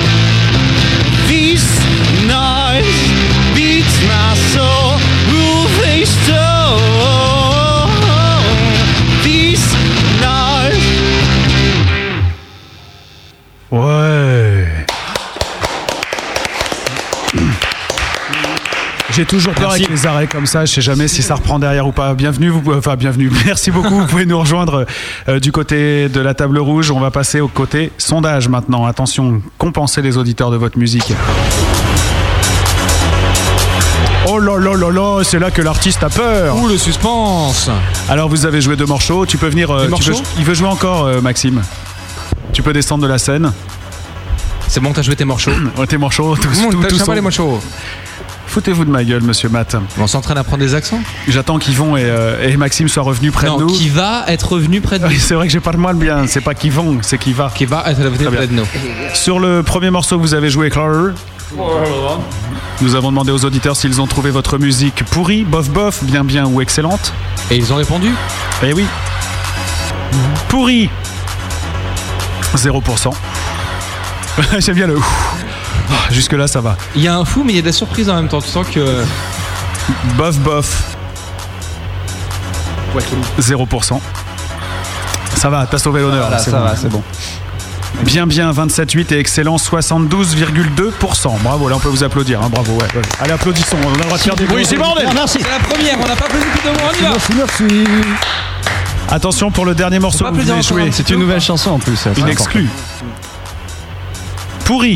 this night beats my soul? Will they stole this night? Ouais. J'ai toujours peur Merci. avec les arrêts comme ça, je sais jamais si ça reprend derrière ou pas. Bienvenue, vous, enfin bienvenue, merci beaucoup. Vous pouvez nous rejoindre euh, du côté de la table rouge. On va passer au côté sondage maintenant. Attention, compensez les auditeurs de votre musique. Oh là là là là, c'est là que l'artiste a peur. Ouh, le suspense. Alors vous avez joué deux morceaux, tu peux venir. euh, Deux tu veux- morceaux il veut jouer encore, euh, Maxime. Tu peux descendre de la scène. C'est bon, t'as joué tes morceaux. Ouais, tes morceaux, tous, Mmh, tous, t'as tous pas sont- les morceaux. Foutez-vous de ma gueule, monsieur Matt. On s'entraîne à prendre des accents. J'attends qu'Yvon et, euh, et Maxime soient revenus près Non, de nous. qui va être revenu près de nous. Oui, c'est vrai que j'ai pas le mal bien. C'est pas qui vont, c'est qui va. Qui va être revenu Très près de bien. nous. Sur le premier morceau que vous avez joué, Clara, nous avons demandé aux auditeurs s'ils ont trouvé votre musique pourrie, bof bof, bien bien ou excellente. Et ils ont répondu. Eh oui. Pourri. zéro pour cent. J'aime bien le ouf. Ah, jusque-là, ça va. Il y a un fou, mais il y a des surprises en même temps. Tu sens que. Bof bof. zéro pour cent. Ça va, t'as sauvé l'honneur. Voilà, là, c'est ça bon. va, c'est bon. Bien bien vingt-sept virgule huit et excellent soixante-douze virgule deux pour cent. Bravo, là on peut vous applaudir. Hein, bravo, ouais, ouais. Allez, applaudissons. On a le droit de faire des bruits, c'est le bordel. Merci. C'est la première, on n'a pas applaudi plus de mots, on y va. Merci, merci. Attention pour le dernier morceau pas que vous applaudir avez encore joué. un C'est une nouvelle chanson en plus. ça, c'est Une important. exclue. Pourri.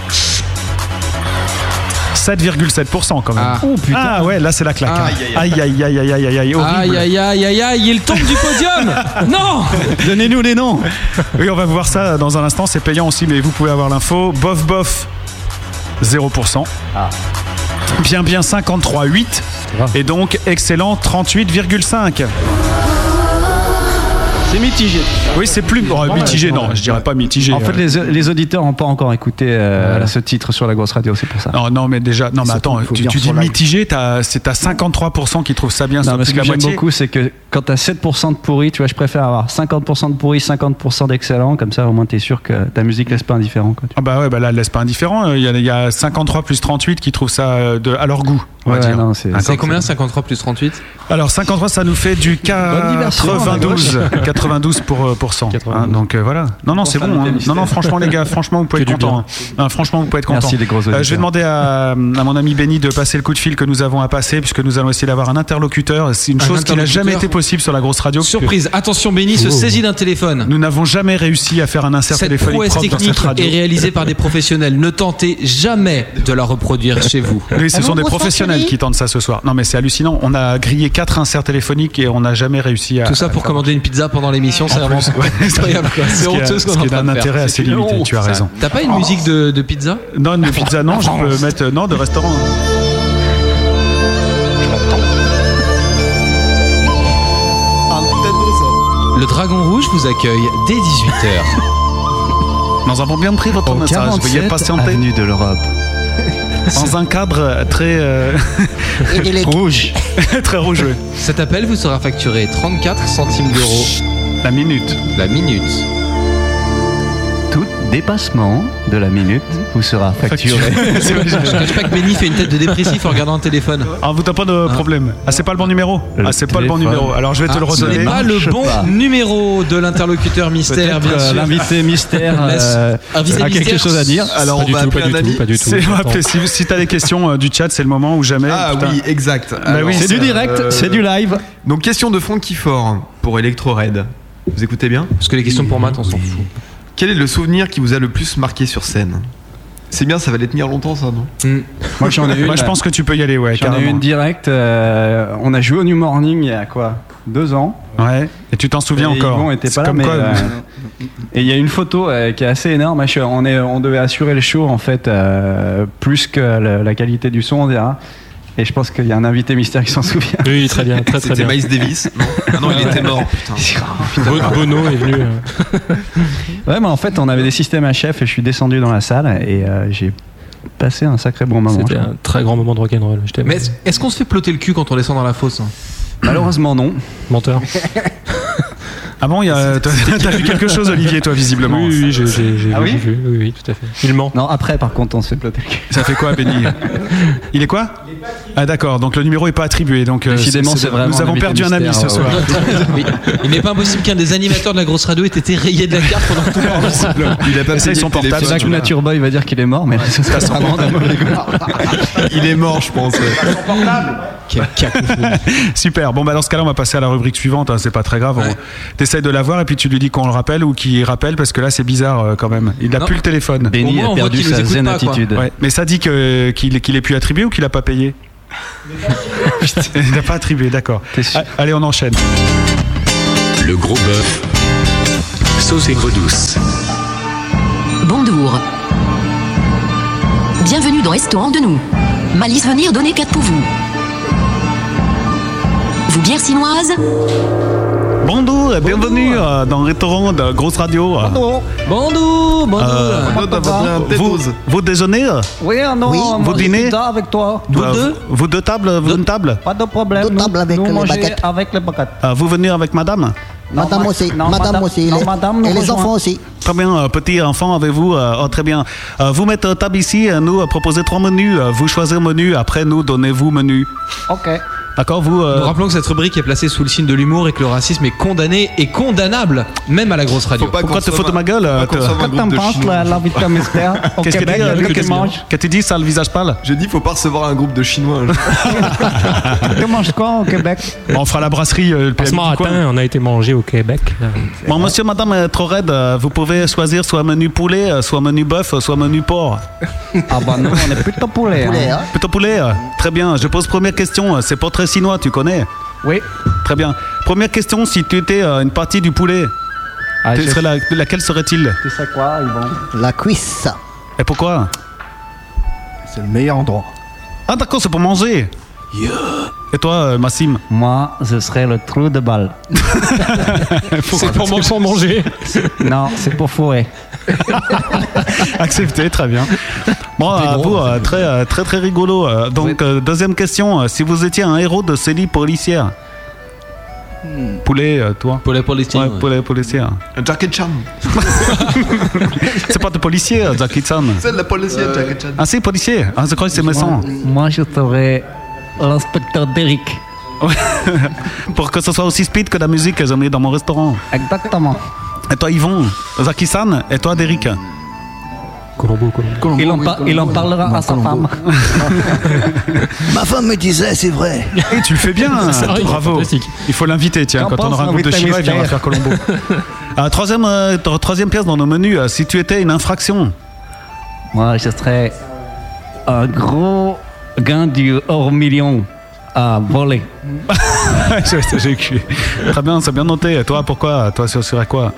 sept virgule sept pour cent quand même. Ah. Oh putain. Ah ouais, là c'est la claque. Ah. hein. Aïe aïe aïe aïe aïe aïe aïe, horrible. Aïe aïe aïe aïe aïe, il tombe du podium. Non. Donnez-nous les noms. Oui, on va voir ça dans un instant, c'est payant aussi, mais vous pouvez avoir l'info. Bof bof, zéro pour cent. Ah. Bien bien cinquante-trois virgule huit. Et donc excellent trente-huit virgule cinq. C'est mitigé. Oui, c'est plus oh, mitigé, non, je dirais pas mitigé. En fait, euh. les, les auditeurs n'ont pas encore écouté euh, Voilà. ce titre sur la grosse radio, c'est pour ça. Non, non, mais déjà, non, mais Surtout, attends, il faut tu, venir tu dis sur live. mitigé, t'as, c'est à cinquante-trois pour cent qui trouvent ça bien, Non, sur mais ce plus de que la j'aime moitié. beaucoup, c'est que quand tu as sept pour cent de pourri, tu vois, je préfère avoir cinquante pour cent de pourri, cinquante pour cent d'excellent, comme ça au moins tu es sûr que ta musique laisse pas indifférent. Quoi, tu Ah bah ouais, bah là, laisse pas indifférent. Il y a, il y a cinquante-trois plus trente-huit qui trouvent ça euh, de, à leur goût, on va Ouais, dire. non, c'est- D'accord. C'est combien cinquante-trois plus trente-huit? Alors cinquante-trois, ça nous fait du quatre-vingt-douze, quatre-vingt-douze pour, euh, pour cent. Hein, donc euh, voilà. Non, non, c'est ça, bon. le hein. pianiste. Non, non, franchement, les gars, franchement, vous pouvez Que être du contents. hein. Non, franchement, vous pouvez être contents. Merci, les gros Euh, je vais auditeurs. demander à, à mon ami Benny de passer le coup de fil que nous avons à passer, puisque nous allons essayer d'avoir un interlocuteur. C'est une Un chose qui n'a interlocuteur. jamais été possible sur la grosse radio. puisque Surprise, attention, Benny se saisit d'un téléphone. Nous n'avons jamais réussi à faire un insert Cette téléphonique prouesse propre dans technique cette radio. est réalisée par des professionnels. Ne tentez jamais de la reproduire chez vous. Oui, ce sont des professionnels qui tentent ça ce soir. Non, mais c'est hallucinant. On a grillé quatre inserts téléphoniques et on n'a jamais réussi à. Tout ça pour commander une pizza pendant l'émission, c'est En vraiment plus, ouais. incroyable. quoi. C'est Ce qui a- honteux ce qu'on est ce en qui a train un de faire. intérêt assez limité, tu as Ça- raison. T'as pas une musique de, de pizza? Non, de pizza, non, je peux mettre. Non, de restaurant. Le Dragon Rouge vous accueille dès dix-huit heures. Nous avons bien pris votre Au message. Veuillez quarante-sept patienter. avenue de l'Europe. Dans un cadre très. euh, Rouge. très rouge, oui. Cet appel vous sera facturé trente-quatre centimes d'euros La minute. la minute. Tout dépassement de la minute vous sera facturé. Je ne cache pas que Benny fait une tête de dépressif en regardant le téléphone. Ah, vous t'as pas de problème. Ah, c'est pas le bon numéro. Ah, c'est pas le bon numéro. Alors je vais te Ah, le ce redonner. n'est pas le bon pas. numéro de l'interlocuteur mystère, Peut-être, bien euh, sûr. L'invité mystère Laisse- euh, invité a quelque mystère. chose à dire. Alors Pas on du va tout, appeler pas un du ami. tout, pas du tout. C'est on va Attends. appeler- si, si t'as des questions euh, du chat, c'est le moment ou jamais. Ah Putain. oui, exact. Bah oui, C'est du direct, euh, c'est du live. Donc question de Frankie Fort pour Electro Red. Vous écoutez bien? Parce que les questions pour Matt, on s'en fout. Quel est le souvenir qui vous a le plus marqué sur scène? C'est bien, ça va les tenir longtemps ça, non? Moi j'en ai une. Moi, je pense que tu peux y aller, ouais, J'en ai carrément. une directe. euh, on a joué au New Morning il y a quoi Deux ans. Ouais. Et tu t'en souviens Et encore Yvon était C'est pas là, comme mais, quoi, euh, Et il y a une photo euh, qui est assez énorme. Je- On, est, on devait assurer le show en fait, euh, plus que le- la qualité du son, on dira. Et je pense qu'il y a un invité mystère qui s'en souvient. Oui, très bien, très très C'était bien. Miles Davis. Non, ah non, il était mort. Putain. Bo- Bono est venu. euh, Ouais, mais en fait, on avait des systèmes à chef et je suis descendu dans la salle et euh, j'ai passé un sacré bon moment. C'était je crois. un très grand moment de rock'n'roll. Je t'aime. Mais est-ce, est-ce qu'on se fait plotter le cul quand on descend dans la fosse? Malheureusement, non. Menteur. Ah bon, il y a- t'as t'as vu quelque chose, Olivier, toi, visiblement. Oui, oui, j'ai j'ai- j'ai Ah vu, oui j'ai vu. Oui, oui, tout à fait. Il ment. Non, après, par contre, on se fait ploter le cul. Ça fait quoi, Benny? Il est quoi? Ah d'accord, donc le numéro est pas attribué. Donc euh, Décidément, c'est vraiment nous un avons invité perdu un ami mystère, ce ouais. soir. Oui. Il n'est pas impossible qu'un des animateurs de la grosse radio ait été rayé de la carte pendant tout le temps. Il a pas Ça, ils payé sont le téléphone. portables. C'est là que tu vois. Nature Boy va dire qu'il est mort, mais ça serait vraiment d'un mauvais goût. Il est mort, je pense. Quelle cacophonie. Super. Bon bah dans ce cas-là, on va passer à la rubrique suivante. Hein, c'est pas très grave. Ouais. On... T'essayes de l'avoir et puis tu lui dis qu'on le rappelle ou qu'il rappelle parce que là c'est bizarre euh, quand même. Il n'a Non. plus le téléphone. Au Benny moins, on a voit perdu qu'il nous sa écoute zen pas, quoi. attitude. Ouais. Mais ça dit que qu'il qu'il est plus attribué ou qu'il a pas payé. Il n'a pas attribué, d'accord. T'es sûr? Ah, allez, on enchaîne. Le gros bœuf. Sauce aigre douce. Bonjour. Bienvenue dans Restaurant de nous. Malice venir donner quatre pour vous. Vous bière chinoise? Bonjour et bienvenue euh, dans le restaurant de Grosse Radio. Bonjour, bonjour. Euh, Vous, vous déjeunez euh, Oui, non, Oui. moi, Vous je dînez suis là avec toi. Vous euh, deux Vous deux tables, vous une table Pas de problème. Deux Nous- tables avec nous les manger baguettes. avec les baguettes. Euh, Vous venez avec madame? Madame ma- aussi, non, madame madame- aussi, non, les- madame nous et les rejoint. enfants aussi. Très bien, euh, petit enfant avec vous. euh, oh, très bien. Euh, vous mettez table ici, euh, nous euh, proposez trois menus. euh, vous choisissez menu, après nous donnez-vous menu. Ok. D'accord, vous. euh, Nous rappelons que cette rubrique est placée sous le signe de l'humour et que le racisme est condamné et condamnable, même à la grosse radio. Faut pas Pourquoi qu'on te soit fous de ma gueule euh, pas qu'on te- soit un Qu'est-ce que groupe t'en de penses, Chinois. la- l'invité mystère au Qu'est-ce que Québec, tu dis, qu'est-ce que qu'est-ce tu manges que tu dis, ça le visage pâle? J'ai dit, faut pas recevoir un groupe de Chinois. Tu manges quoi au Québec? On fera la brasserie. euh, le P M Ce du coin. matin, on a été mangé au Québec. là. Bon, monsieur, madame, euh, trop raide, euh, vous pouvez choisir soit menu poulet, euh, soit menu bœuf, euh, soit menu porc. Ah bah nous, on est plutôt poulet. Poulet, hein. hein. Plutôt poulet, euh, très bien. Je pose première question. euh, C'est portrait chinois, tu connais? Oui. Très bien. Première question, si tu étais euh, une partie du poulet, Ah, tu je- serais la- laquelle serait-il? Tu sais quoi, Yvon? La cuisse. Et pourquoi? C'est le meilleur endroit. Ah d'accord, c'est pour manger. Et toi, euh, Massim? Moi, ce serait le trou de balle. C'est pour manger. Pour manger. Non, c'est pour fourrer. Accepté, très bien. Bon, à bon, vous, euh, très, euh, très très rigolo. Euh, Donc, euh, deuxième question. euh, Si vous étiez un héros de série policière, poulet, euh, toi? Pour les policiers. Ouais, ouais. poulet policière. Jackie Chan. C'est pas de policier, euh, Jackie Chan. C'est de la policière, Jackie Chan. Ah, c'est policier. Ah, je crois que c'est méchant. Moi, je serais l'inspecteur Derrick. Pour que ce soit aussi speed que la musique que j'ai mis dans mon restaurant. Exactement. Et toi, Yvon, Jackie-san, et toi, Derrick? Colombo, Colombo. Il en, par- il en parlera à sa femme. Ma femme me disait, c'est vrai. Et tu le fais bien, C'est vrai, bravo. fantastique. Il faut l'inviter, tiens, Qu'en quand on pense aura un groupe de l'invité Chinois, il viendra mystère faire Colombo. Ah, troisième, euh, tro- troisième pièce dans nos menus, euh, si tu étais une infraction. Moi, je serais un gros gain du hors million à voler. J'ai j'ai cru. Très bien, c'est bien noté. Et toi, pourquoi? Toi, ce serait quoi?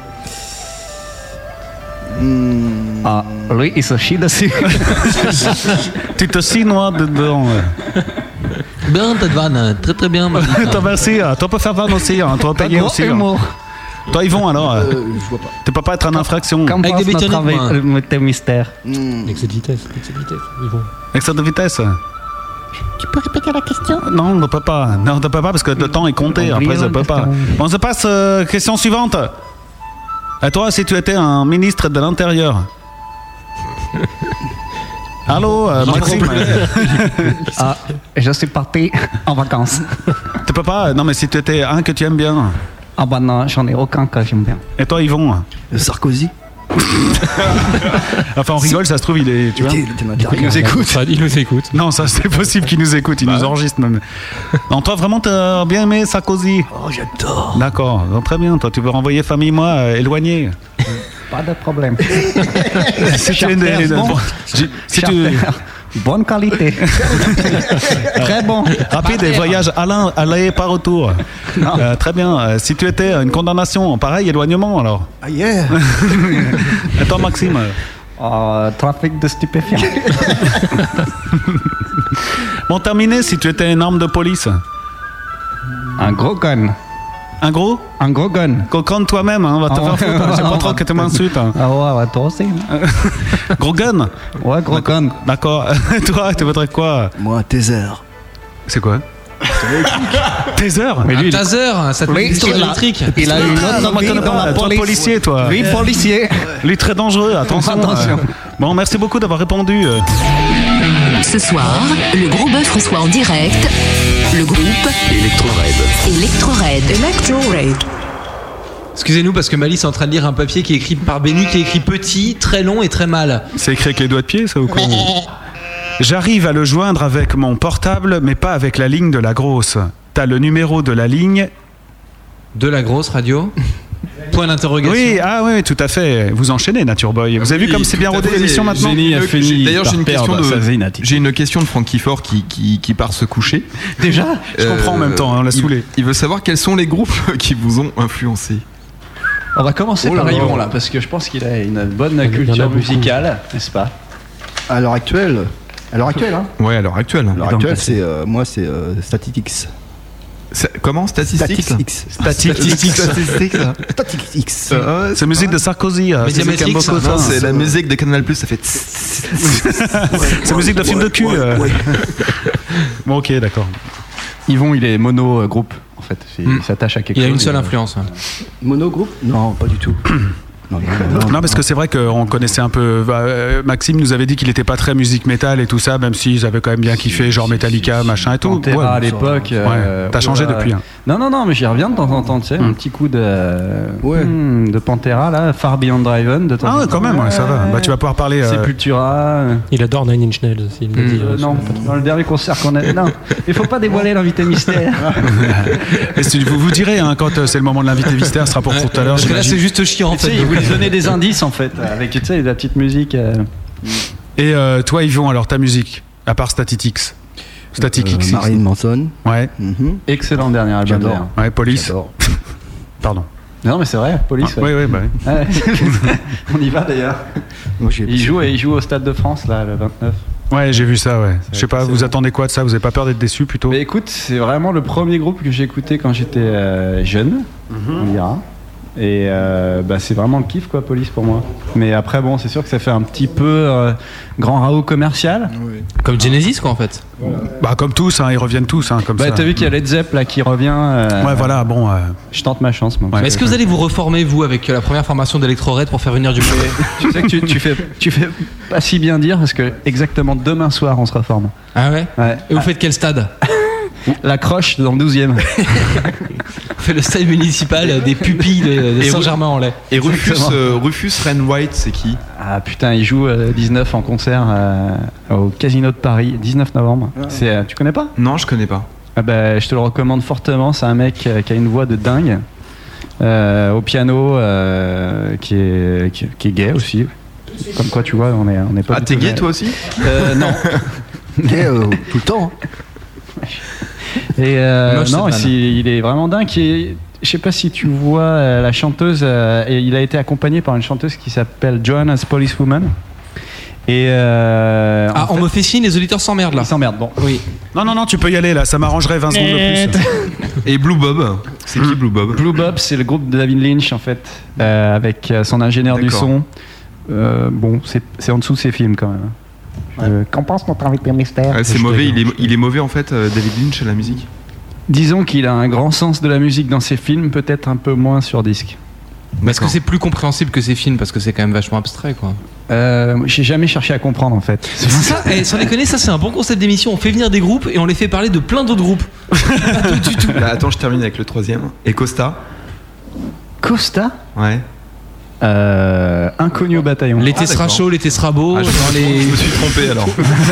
Ah, lui, il se chie dessus. Tu te scies noir dedans. ouais. Bien, t'as de vanne. Très très bien. Marita. Toi, merci. euh, Toi, peut faire vanne aussi. hein, Toi, payer Gros aussi. hein. humour. Toi, Yvon, alors. euh, Je vois pas. Tu peux pas être en infraction. Qu'en Avec pense des notre bétonniques, moi. invité mystère? Excès de vitesse. Excès de vitesse. Ils vont. Excès de vitesse. Tu peux répéter la question? Non, on ne peut pas. Non, on ne peut pas parce que le temps est compté. Après, je ne peux pas. Bon, on se passe. euh, question suivante. Et toi, si tu étais un ministre de l'Intérieur? Allô, euh, Maxime. Ah, je suis parti en vacances. Tu peux pas. Non, mais si tu étais un que tu aimes bien. Ah bah non, j'en ai aucun que j'aime bien. Et toi, Yvon? Sarkozy. Enfin, on rigole, ça se trouve, il est. Tu vois, Il nous écoute. Il nous écoute. Non, ça c'est possible qu'il nous écoute, il nous enregistre même. Non, toi vraiment t'as bien aimé Sarkozy. Oh, j'adore. D'accord, donc, très bien. Toi, tu veux renvoyer famille, moi, euh, éloigné. Pas de problème. Si tu es une- une- bon. bon, si- si tu Bonne qualité. Très bon. rapide et voyage Alain, aller pas retour. Euh, très bien. Euh, si tu étais une condamnation, pareil, éloignement alors. Ah yeah. Et toi, Maxime? Euh, trafic de stupéfiants. Bon, terminé. Si tu étais une arme de police. Un gros gun. Un gros? Un gros gun. Coconne toi-même, hein, on va te Ah faire ouais. foutre. J'aime pas trop que tu m'insultes. hein. Ah ouais, ouais, toi aussi. hein. Gros gun? Ouais, gros gun. D'accord. Toi, tu voudrais quoi? Moi, taser. C'est quoi? Taser? Mais lui, Un taser, ça te met Lui, une pistolet il a- électrique. il a une autre vie dans la Toi, police. policier, toi. Oui, policier. Lui, très dangereux, attention. Attention. Euh, Bon, merci beaucoup d'avoir répondu. euh. Ce soir, le gros bœuf reçoit en direct le groupe Electro-Red. Electro-Red. Electro-Red. Excusez-nous parce que Malice est en train de lire un papier qui est écrit par Benny, qui est écrit petit, très long et très mal. C'est écrit avec les doigts de pied, ça ou quoi? J'arrive à le joindre avec mon portable, mais pas avec la ligne de la grosse. T'as le numéro de la ligne. De la grosse radio. Point d'interrogation. Oui, ah oui, tout à fait. Vous enchaînez, Nature Boy. Vous avez vu Oui, comme c'est bien tout à rodé fait. l'émission maintenant? Génie a J'ai- fini D'ailleurs, par j'ai une question perdre sa de zénité. j'ai une question de Francky Fort qui, qui, qui part se coucher. Déjà Je comprends en même temps, hein, on l'a il- saoulé. Il veut savoir quels sont les groupes qui vous ont influencé. On va commencer Oh là par là. Yvon là, parce que je pense qu'il a une bonne y en a culture beaucoup. musicale, n'est-ce pas? À l'heure actuelle. À l'heure actuelle, hein. Ouais, à l'heure actuelle. À l'heure dans le actuelle, passé. c'est euh, moi, c'est euh, Statix. C'est- Comment Statistics Statix. Statistics. Statistics. Statix. Ah ouais, C'est musique de Sarkozy. euh, c'est ceux qui aiment Médiamétrix, beaucoup ça, Non, ça. c'est la musique de Canal+, ça fait. C'est musique de film de cul. euh. Bon, ok, d'accord. Yvon, il est mono euh, groupe en fait. Il Hmm. s'attache à quelque Il a chose. une seule et, euh, influence. ouais. Monogroupe? Non, pas du tout. Non, non, non, non. Non, parce que c'est vrai qu'on connaissait un peu. bah, euh, Maxime nous avait dit qu'il était pas très musique métal et tout ça, même s'ils avaient quand même bien kiffé, genre Metallica, machin et tout. Pantera Ouais, à l'époque. ouais. euh, T'as changé ouais. depuis. hein. Non, non, non, mais j'y reviens de temps en temps, tu sais, un petit coup de, Ouais. hmm, de Pantera, là, Far Beyond Driven. De temps Ah en ouais, temps. quand même, ouais, ça va. Bah, tu vas pouvoir parler. euh, Sepultura. Il adore Nine Inch Nails aussi. Il me dit, Euh, euh, non, sur- dans le dernier concert qu'on a. Non, il faut pas dévoiler l'invité mystère. et si- vous vous direz hein, quand euh, c'est le moment de l'invité mystère, ce sera pour Ouais, tout à l'heure. Parce que là, j'imagine. c'est juste chiant en Tu sais, fait. il voulait donner des indices en fait, avec tu sais, la petite musique. euh. Et euh, toi, Yvon, alors ta musique, à part Statix Static Euh, X. Marilyn Manson. Ouais. Mhm. Excellent dernier album. J'adore. d'ailleurs. Ouais, Police. J'adore. Pardon. Non, mais c'est vrai, Police. Ah, ouais. oui, oui, bah oui. Ouais. On y va d'ailleurs. Moi, j'ai- Il joue, il joue au Stade de France là, le vingt-neuf. Ouais, j'ai vu ça, ouais. Je sais pas, c'est vous bon. attendez quoi de ça? Vous avez pas peur d'être déçu plutôt? Mais écoute, c'est vraiment le premier groupe que j'ai écouté quand j'étais euh, jeune, on dira. Et euh, bah, c'est vraiment le kiff, quoi, Police pour moi. Mais après, bon, c'est sûr que ça fait un petit peu euh, grand Raoult commercial. Comme Genesis, quoi, en fait. Bah, comme tous, hein, ils reviennent tous, hein, comme Bah, ça. t'as vu qu'il y a Led Zepp là qui revient. euh, Ouais, voilà, bon. euh, Je tente ma chance, moi. Ouais. Mais est-ce que vous allez vous reformer, vous, avec la première formation d'Electro-Red pour faire venir du monde? Tu sais que tu, tu fais, tu fais pas si bien dire parce que exactement demain soir on se reforme. Ah ouais? Ouais. Et vous faites quel stade? La Croche dans le douzième. On fait le stade municipal des pupilles de, de Et Saint-Germain-en-Laye. Et Rufus, Exactement. euh, Rufus Ren White, c'est qui? Ah putain, il joue euh, dix-neuf en concert euh, au Casino de Paris, dix-neuf novembre. C'est, euh, tu connais pas? Non, je connais pas. Ah bah, je te le recommande fortement. C'est un mec euh, qui a une voix de dingue. Euh, au piano, euh, qui, est, qui, qui est gay aussi. Comme quoi, tu vois, on est, on est pas. Ah, du t'es tout- gay toi aussi? euh, Non. Mais, euh, tout le temps. hein. Et euh, Moche, non, cette c'est- il est vraiment dingue. Et je sais pas si tu vois euh, la chanteuse. euh, et il a été accompagné par une chanteuse qui s'appelle Joanna's Policewoman. Et euh, en Ah, on fait, me fait signe, les auditeurs s'emmerdent là. il s'emmerde. Bon, Oui. Non, non, non, tu peux y aller là, ça m'arrangerait vingt secondes de plus. Et Blue Bob, c'est qui Blue Bob? Blue Bob, c'est le groupe de David Lynch en fait, euh, avec euh, son ingénieur du D'accord. son. Euh, bon, c'est c'est en dessous de ses films quand même. Euh, Qu'en pense notre invité mystère? Ouais, c'est mauvais, il est, il est mauvais en fait, euh, David Lynch à la musique. Disons qu'il a un grand sens de la musique dans ses films, peut-être un peu moins sur disque. Mais est-ce que c'est plus compréhensible que ces films? Parce que c'est quand même vachement abstrait, quoi. Euh, j'ai jamais cherché à comprendre en fait. C'est ça, et sans déconner, ça c'est un bon concept d'émission. On fait venir des groupes et on les fait parler de plein d'autres groupes. Pas du tout. Bah, attends, je termine avec le troisième. Et Costa. Costa Ouais. Euh, inconnu au bataillon. L'été Ah, sera d'accord. chaud, l'été sera beau. Ah, je, dans les... je me suis trompé alors.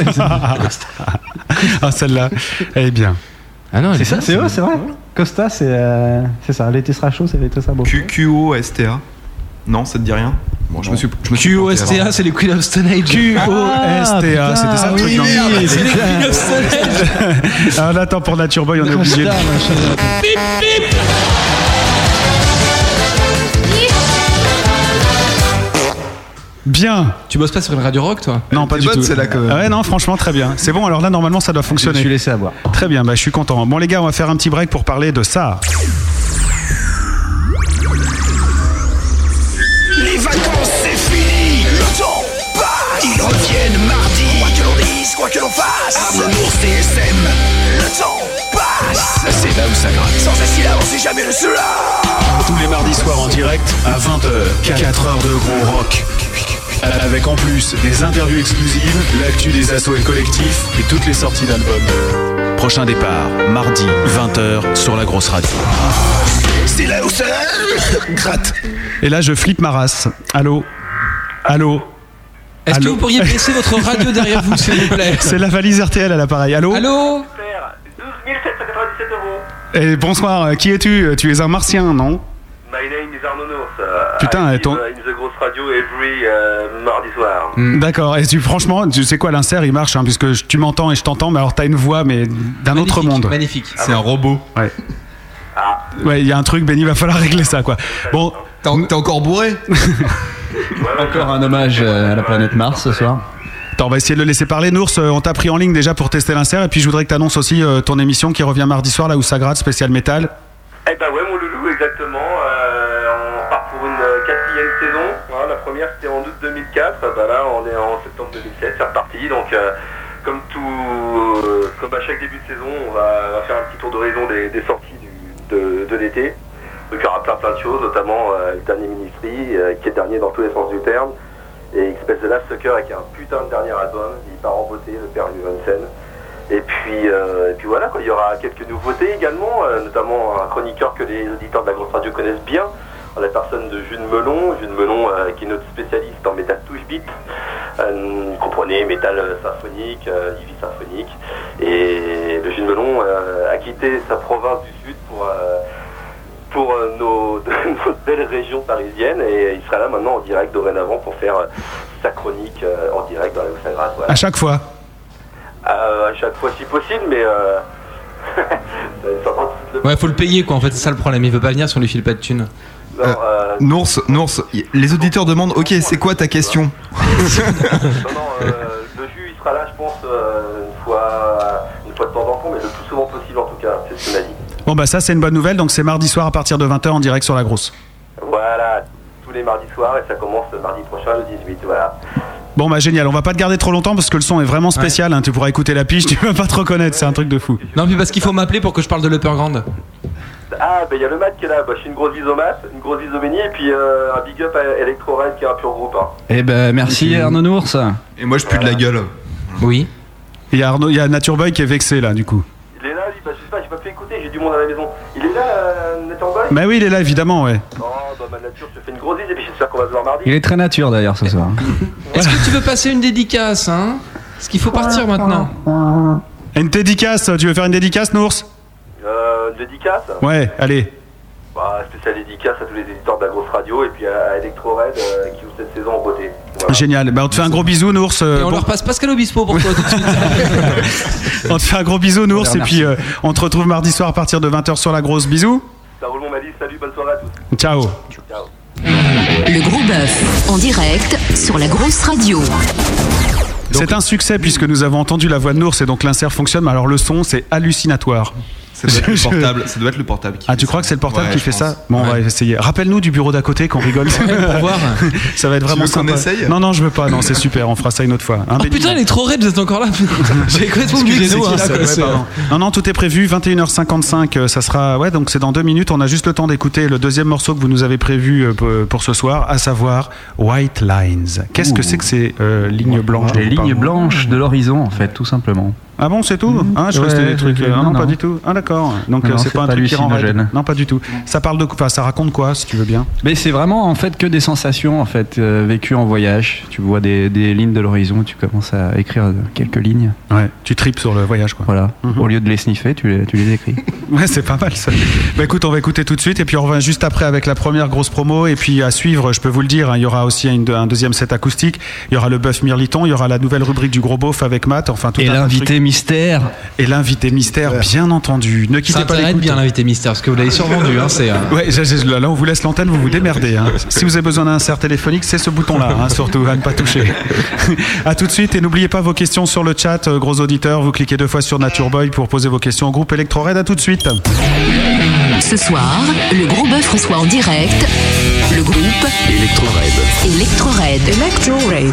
Ah, celle-là, elle est bien. Ah non, elle C'est est ça, bien, c'est vrai, c'est vrai. Costa, c'est euh, c'est ça. L'été sera chaud, c'est l'été sera beau. Q Q O S T A. Non, ça te dit rien? Bon, je me suis. Je me suis Q O planté, S T A, alors. c'est les Queen of Stone Age. Q O S T A, c'était ça le truc, non? C'est les Queen of Stone Age. Alors là, attends, pour Nature Boy, on est obligé de... Bip, bip. Bien. Tu bosses pas sur une radio rock, toi? Non, pas C'est du bonne, tout. celle-là, quand même. Ah ouais, non, franchement, très bien. C'est bon, alors là, normalement, ça doit Je me fonctionner. suis laissé avoir. Très bien, bah, je suis content. Bon, les gars, on va faire un petit break pour parler de ça. Les vacances, c'est fini. Le temps passe. Ils reviennent mardi. Quoi que l'on dise, quoi que l'on fasse. Amour, C S M. Le temps passe. C'est là où ça gratte. Sans assis là, on sait jamais le cela. Tous les mardis soirs en direct à vingt heures. quatre heures de gros rock. Avec en plus des interviews exclusives, l'actu des assos et collectifs et toutes les sorties d'albums. Prochain départ, mardi, vingt heures sur la grosse radio. C'est là où ça gratte. Et là, je flippe ma race. Allô? Allô? Est-ce que Allô. vous pourriez baisser votre radio derrière vous, s'il vous plaît? C'est la valise R T L à l'appareil. Allô? Allô? douze mille sept cent quatre-vingt-dix-sept euros. Et bonsoir, qui es-tu? Tu es un martien, non? My name is Arnaud Nours. Uh, Putain, I et ton- live, uh, in the grosse radio every uh, mardi soir. D'accord, et tu, franchement, tu sais quoi, l'insert il marche, hein, puisque je- tu m'entends et je t'entends, mais alors t'as une voix, mais d'un autre monde. Magnifique. C'est un robot. Ouais. Ah. Ouais, il y a un truc, Benny, va falloir régler ça, quoi. Bon. T'es en- t'es encore bourré? Encore un hommage euh, à la planète Mars ce soir. Attends, on va essayer de le laisser parler. Nours, euh, on t'a pris en ligne déjà pour tester l'insert, et puis je voudrais que t'annonces aussi euh, ton émission qui revient mardi soir, là où ça gratte, spécial métal. Eh ben ouais, mon loulou, exactement. Euh, on part pour une euh, quatrième saison. Voilà, la première c'était en août deux mille quatre. Bah là, on est en septembre deux mille sept, c'est reparti. Donc, euh, comme tout, euh, comme à chaque début de saison, on va, on va faire un petit tour d'horizon des, des sorties du, de, de l'été. Donc, il y aura plein plein de choses, notamment euh, le dernier Ministry, euh, qui est le dernier dans tous les sens du terme. Et Express the Last Sucker, qui est un putain de dernier album. Il part en beauté, le père Vivensen. Et puis, euh, et puis voilà, quoi. Il y aura quelques nouveautés également, euh, notamment un chroniqueur que les auditeurs de la grosse radio connaissent bien, en la personne de Jules Melon, Jules Melon euh, qui est notre spécialiste en métal touch beat, euh, vous comprenez, métal symphonique, euh, heavy symphonique, et le Jules Melon euh, a quitté sa province du sud pour, euh, pour euh, nos, nos belles régions parisiennes, et il sera là maintenant en direct dorénavant pour faire euh, sa chronique euh, en direct dans la Sagrade. Voilà. À chaque fois. Euh, à chaque fois si possible, mais euh... Ouais, faut le payer, quoi. En fait, c'est ça le problème. Il veut pas venir si on lui file pas de thunes. Non, euh... Nours, Nours, y- les auditeurs demandent, ok, c'est quoi ta question? non, non, euh, le jus il sera là, je pense, euh, une fois, une fois de temps en temps, mais le plus souvent possible en tout cas, c'est ce qu'il m'a dit. Bon, bah ça, c'est une bonne nouvelle, donc c'est mardi soir à partir de vingt heures en direct sur la grosse. Voilà, tous les mardis soirs, et ça commence mardi prochain, le dix-huit, voilà. Bon, bah génial, on va pas te garder trop longtemps parce que le son est vraiment spécial, hein, tu pourras écouter la pige, tu vas pas te reconnaître, c'est un truc de fou. Non, puis parce qu'il faut m'appeler pour que je parle de l'Upperground. Ah, bah il y a le Matt qui est là, bah, je suis une grosse bise au Matt, une grosse bise au Benny, et puis euh, un big up à Electro Red qui est un pur groupe. Hein. Eh ben merci Arnaud Nours. Et moi je pue de la gueule. Oui. Il y a Arnaud, il y a Nature Boy qui est vexé là, du coup. Il est là, lui, bah, je sais pas, j'ai pas pu écouter, j'ai du monde à la maison. Il est là, euh, Nathan Boy? Bah oui, il est là, évidemment, ouais. Oh, bah ma nature, je te fais une grosse bise, et puis j'espère qu'on va se voir mardi. Il est très nature d'ailleurs ce soir. Est-ce que tu veux passer une dédicace, hein? Parce qu'il faut partir maintenant. Une dédicace, tu veux faire une dédicace, Nours? Euh, une dédicace? Ouais, allez. Bah, spécial dédicace à tous les éditeurs de la grosse radio et puis à Electro Red euh, qui ouvre cette saison en beauté. Voilà. Génial, bah on te fait un gros bisou, Nours. euh, Et on bon- leur passe Pascal Obispo pour toi tout de suite. On te fait un gros bisou, Nours, les et puis euh, on te retrouve mardi soir à partir de vingt heures sur la grosse. Bisous. Ça roule mon Malice, salut, bonne soirée à tous. Ciao. Ciao. Le Gros Bœuf, en direct sur la grosse radio. C'est un succès puisque nous avons entendu la voix de Nours et donc l'insert fonctionne, mais alors le son c'est hallucinatoire. Ça doit être le portable. Ça doit être le portable qui Ah, fait tu ça. crois que c'est le portable Ouais, qui je fait pense. ça? Bon, on va Ouais. essayer. Rappelle-nous du bureau d'à côté qu'on rigole. pour voir. Ça va être Tu vraiment veux qu'on sympa. essaye Non, non, je veux pas. Non, c'est super. On fera ça une autre fois. Hein, Oh Benny putain, elle est trop raide, vous êtes encore là. J'ai complètement Excusez, oublié c'est nous. qui, hein, ça quoi, Ouais, c'est- pardon. Non, non, tout est prévu. vingt et une heures cinquante-cinq, euh, ça sera. Ouais, donc c'est dans deux minutes. On a juste le temps d'écouter le deuxième morceau que vous nous avez prévu euh, pour- pour ce soir, à savoir White Lines. Qu'est-ce que Ouh. c'est que ces euh, lignes blanches dont Les vous lignes parlez blanches de l'horizon, en fait, tout simplement. Ah bon, c'est tout Ah, je crois que c'était Ouais, des trucs. je- euh, non, non, pas non. du tout. Ah, d'accord. Donc Non, euh, non, c'est c'est pas un pas truc qui rend raide. hallucinogène. Non, pas du tout. Ça parle de. Enfin, ça raconte quoi, si tu veux bien? Mais c'est vraiment en fait que des sensations en fait euh, vécues en voyage. Tu vois des, des lignes de l'horizon, tu commences à écrire quelques lignes. Ouais, tu tripes sur le voyage, quoi. Voilà. Mhm. Au lieu de les sniffer, tu les, tu les écris. Ouais, c'est pas mal ça. Bah écoute, on va écouter tout de suite et puis on revient juste après avec la première grosse promo. Et puis à suivre, je peux vous le dire, hein, il y aura aussi une- un deuxième set acoustique. Il y aura le bœuf Mirliton, il y aura la nouvelle rubrique du gros beauf avec Matt. Enfin, tout Et un tas de l'invité trucs. mystère. Et l'invité mystère, bien entendu. Ne Ça quittez pas intéresse l'écoute. bien l'invité mystère parce que vous l'avez survendu. Hein, c'est, euh, Ouais, j'ai- j'ai- là on vous laisse l'antenne, vous vous démerdez. Hein. Si vous avez besoin d'un insert téléphonique, c'est ce bouton-là, hein, surtout, à ne pas toucher. À tout de suite et n'oubliez pas vos questions sur le chat, euh, gros auditeurs. Vous cliquez deux fois sur Nature Boy pour poser vos questions au groupe Electro Red. À tout de suite. Ce soir, le gros bœuf reçoit en direct le groupe Electro Red. Electro Red. Electro Red.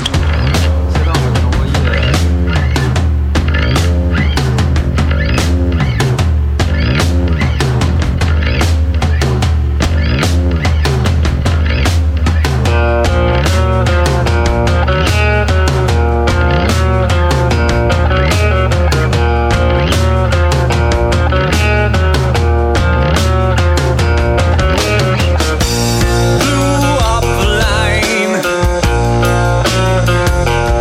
Blew up the line.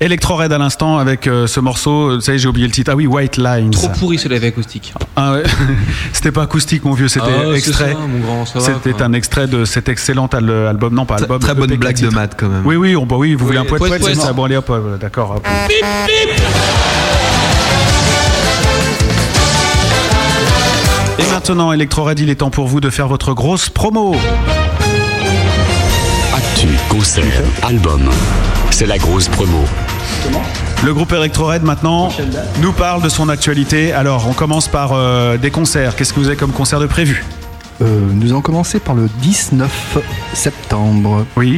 Electro Red à l'instant avec euh, ce morceau, vous savez, j'ai oublié le titre. Ah oui, White Lines. Trop pourri ce live acoustique. Ah ouais. C'était pas acoustique, mon vieux, c'était Ah, extrait. c'est ça, mon grand, ça va, C'était quoi. un extrait de cet excellent al- album, non pas album. Très E P bonne blague de titre. Matt quand même. Oui, oui, on, bah oui, vous Oui, voulez un poète poète, poète, poète, c'est ça. non. Bon, allez hop, hop, d'accord. hop. Et maintenant, Electro Red, il est temps pour vous de faire votre grosse promo. Actu, concert, album. C'est la grosse promo. Le groupe Electro Red maintenant nous parle de son actualité. Alors, on commence par euh, des concerts. Qu'est-ce que vous avez comme concert de prévu? Euh, nous allons commencer par le dix-neuf septembre. Oui.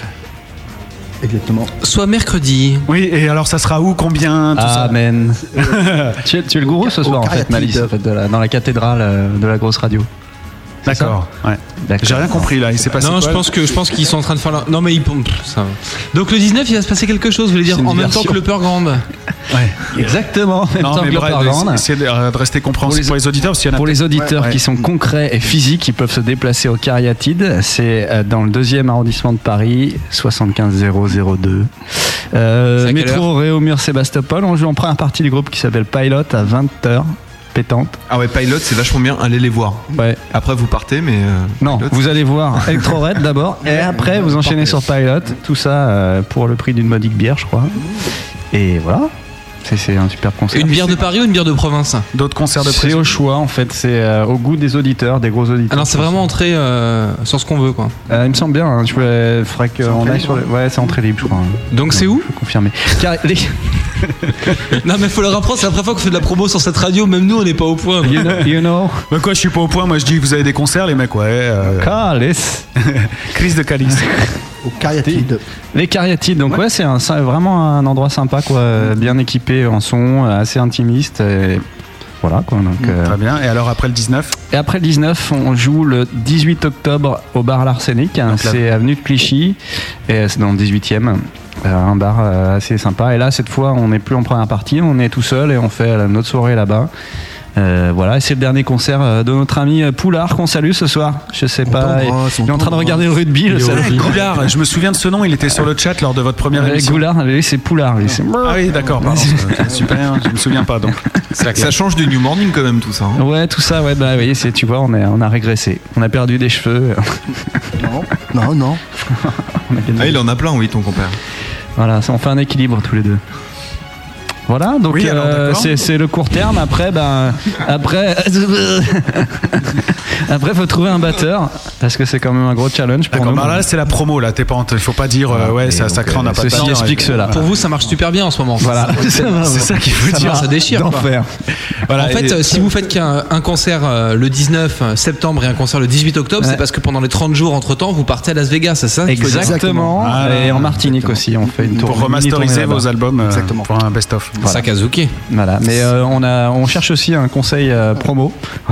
Exactement. Soit mercredi. Oui, et alors ça sera où, combien, tout ça? Amen. tu, es, tu es le gourou ce soir en fait, Malice, en fait, de la- dans la cathédrale euh, de la grosse radio. C'est D'accord. Ouais. D'accord. J'ai rien compris là. Il s'est passé Non, quoi je pense que je pense qu'ils sont en train de faire. La... Non, mais ils. pff, ça... Donc le dix-neuf, il va se passer quelque chose. Vous voulez dire C'est une en même temps diversion. que le Peur Grande. Ouais. Exactement. En même Non, temps mais que le bref, Pargrande. essayez de de rester compréhensible pour les auditeurs. Parce qu'il y en a Pour les peut-être- auditeurs Ouais, ouais. qui sont concrets et physiques, ils peuvent se déplacer au Cariatide. C'est euh, dans le deuxième arrondissement de Paris, soixante-quinze zéro zéro deux. Euh, C'est à quelle métro Réaumur Sébastopol. On joue en première partie du groupe qui s'appelle Pilot à vingt heures. Pétante. Ah ouais, Pilot, c'est vachement bien. Allez les voir. Ouais. Après, vous partez, mais. euh, Non, Pilot, vous allez voir Electro Red d'abord et après vous enchaînez sur Pilot. Tout ça euh, pour le prix d'une modique bière, je crois. Et voilà. C'est- C'est un super concert. Une bière de Paris ou une bière de province? D'autres concerts de C'est prévu. au choix en fait, c'est euh, au goût des auditeurs, des gros auditeurs. Alors c'est vraiment entrée euh, sur ce qu'on veut, quoi. Euh, il me semble bien, hein, je voulais- faudrait qu'on aille sur le... Ouais, c'est entrée libre, je crois. Donc c'est où? Je peux confirmer. Car... les- Non, mais faut leur apprendre. C'est la première fois qu'on fait de la promo sur cette radio. Même nous, on n'est pas au point. you know, you know. Bah quoi, je suis pas au point. Moi, je dis que vous avez des concerts, les mecs. Ouais. Euh... Calice. Crise de calice. Au Cariatide. Les Cariatides, donc ouais, c'est un- c'est vraiment un endroit sympa, quoi, bien équipé en son, assez intimiste. Et voilà, quoi. Donc, euh, Très bien. Et alors après le dix-neuf? Et après le dix-neuf, on joue le dix-huit octobre au bar L'Arsenic. hein, Donc là- C'est avenue de Clichy, et c'est dans le dix-huitième. euh, Un bar euh, assez sympa. Et là, cette fois, on n'est plus en première partie, on est tout seul et on fait euh, notre soirée là-bas. Euh, voilà, et c'est le dernier concert euh, de notre ami euh, Poulard qu'on salue ce soir. Je sais On pas, t'embrasse, il on est en train de regarder le rugby, le Ouais, salaud. Goulard, je me souviens de ce nom, il était sur le chat lors de votre première Ouais, émission. Goulard, lui, c'est Poulard, lui. c'est- Ah oui, d'accord, pardon. Ok, super, je me souviens pas donc. Ça change du New Morning quand même, tout ça. hein. Ouais, tout ça, ouais, bah oui, c'est, tu vois, on, est, on a régressé. On a perdu des cheveux. Non, non, non. On a gagné. Ah, il en a plein, oui, ton compère. Voilà, ça, on fait un équilibre tous les deux. Voilà, donc Oui, alors, euh, d'accord. c'est, c'est le court terme. Après, ben, après, après, faut trouver un batteur parce que c'est quand même un gros challenge pour D'accord, nous. bah là c'est la promo là, t'es pas, en- il faut pas dire euh, ouais, ça, ça crée, on n'a pas de ceci batteur. explique cela. Pour vous, ça marche super bien en ce moment. Voilà, C'est ça qu'il faut Ça dire. marche, ça déchire. quoi. d'enfer. Voilà, En fait, et- euh, si vous faites qu'un un concert euh, le dix-neuf septembre et un concert le dix-huit octobre, Ouais. c'est parce que pendant les trente jours entre temps, vous partez à Las Vegas, c'est ça qu'il faut dire Exactement. Voilà. Et en Martinique aussi, on fait une tour. pour remasteriser vos albums euh, Exactement. pour un best-of. C'est ça, Kazuki. Voilà, mais euh, on, a, on cherche aussi un conseil euh, promo.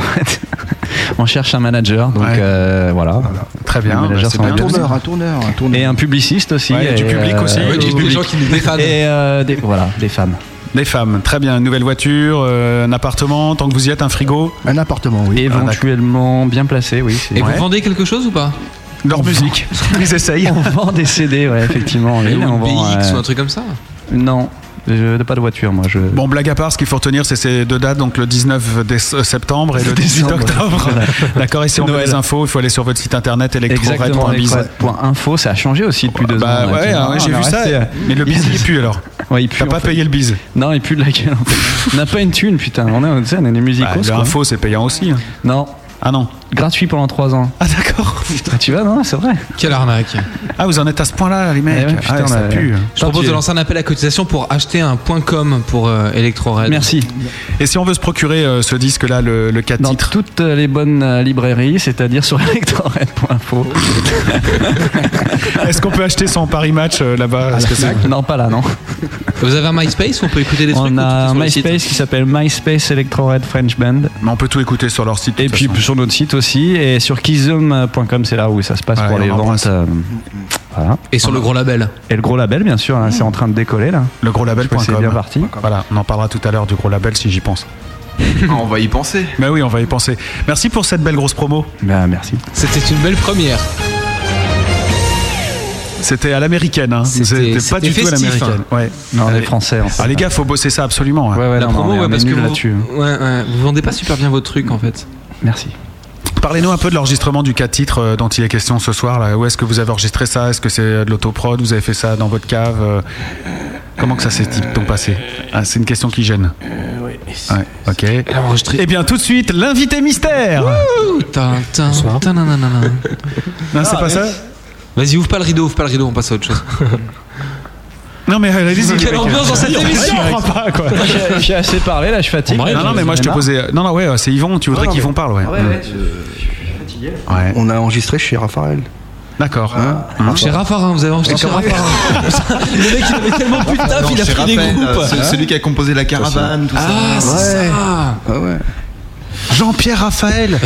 On cherche un manager, donc Ouais. euh, voilà. Très bien, Le manager c'est s'en bien. Un va bien. tourneur, un tourneur, un tourneur. Et un publiciste aussi. Ouais, du et, public aussi. Ouais, du des public. gens qui nous défendent. Et euh, des, voilà, des femmes. Des femmes, très bien. Une nouvelle voiture, euh, un appartement, tant que vous y êtes, un frigo. Un appartement, oui. Éventuellement bien placé, oui. c'est- Et Ouais. vous vendez quelque chose ou pas? Leur musique. Ils essayent. On vend des C D, ouais, effectivement. Et oui, ou on une B vend, X euh, ou un truc comme ça? Non, je n'ai pas de voiture, moi. Je... Bon, blague à part, ce qu'il faut retenir, c'est ces deux dates, donc le dix-neuf dé- septembre et le dix-huit Décembre. octobre. D'accord, et si C'est on veut Noël. les infos, il faut aller sur votre site internet electrored Exactement, point biz. point info, ça a changé aussi depuis deux Bah ans. ouais, là, hein, tu j'ai vois, vu on ça. a resté- Mais le bise, il pue alors. Ouais, il pue, T'as en pas fait. payé le bise. Non, il pue de la gueule. En fait. On n'a pas une thune, putain. On est, tu sais, on est des musicos. Bah, quoi. L'info, c'est payant aussi. hein. Non, Ah non. gratuit pendant trois ans. Ah d'accord. Ah, tu vois, non, c'est vrai. Quelle arnaque. Ah, vous en êtes à ce point-là, les mecs. Eh ouais, putain, ah, ça on a- pue. Je propose de lancer un appel à cotisation pour acheter un .com pour euh, Electro-Red. Merci. Et si on veut se procurer euh, ce disque-là, le, le quatre Dans titres, toutes les bonnes euh, librairies, c'est-à-dire sur electrored point info. est-ce qu'on peut acheter son Paris Match euh, là-bas Est-ce que c'est- Non, pas là, non. Vous avez un MySpace où on peut écouter des trucs? On ou tout a est un sur le site MySpace qui s'appelle MySpace Electrored French Band. Mais on peut tout écouter sur leur site. de Et toute puis façon. sur notre site aussi. Et sur kizom point com, c'est là où ça se passe Ouais, pour on les embrasse. ventes. euh, voilà. Et sur le gros label. Et le gros label, bien sûr, hein, c'est en train de décoller là. Le gros label point com. C'est bien parti. Voilà, on en parlera tout à l'heure du gros label si j'y pense. Ah, on va y penser. Mais oui, on va y penser. Merci pour cette belle grosse promo. Bah, merci. C'était une belle première. C'était à l'américaine, hein. C'était pas c'était du tout à festif, l'américaine. hein. Ouais. Non, les Français. En fait. Ah les gars, faut bosser ça absolument. hein. Ouais, ouais, La non, promo, non, on est- ouais, on est parce que nuls vous, là-dessus. ouais, ouais, vous vendez pas super bien votre truc en fait. Merci. Parlez-nous un peu de l'enregistrement du quatre titres euh, dont il est question ce soir. Là. Où est-ce que vous avez enregistré ça? Est-ce que c'est de l'autoprod? Vous avez fait ça dans votre cave? euh, Comment que ça s'est donc passé? Ah, c'est une question qui gêne. Euh, oui. Ouais, ok. Enregistré. Eh bien, tout de suite, l'invité mystère. Ouh, tin, tin, tin, nan, nan, nan, nan. Non, c'est pas ça. Vas-y, ouvre pas le rideau, ouvre pas le rideau, on passe à autre chose. Non mais allez-y. Quelle ambiance dans cette émission. pas, quoi. J'ai- J'ai assez parlé là, je fatigue. Non, non, mais moi je te posais. Non, non, ouais, c'est Yvon. Tu voudrais Non, non, qu'Yvon mais- parle, ouais. Ouais, Mm. ouais, je je suis fatigué. Ouais. On a enregistré chez Raphaël. D'accord. Hein Chez Raffarin, vous avez enregistré chez Raffarin. Le mec, il avait tellement plus de taf, Non, il a chez pris des Raphaël, groupes. euh, c'est celui qui a composé la caravane, tout ça. Ah, c'est Ouais. ça. Ah ouais. Jean-Pierre Raphaël.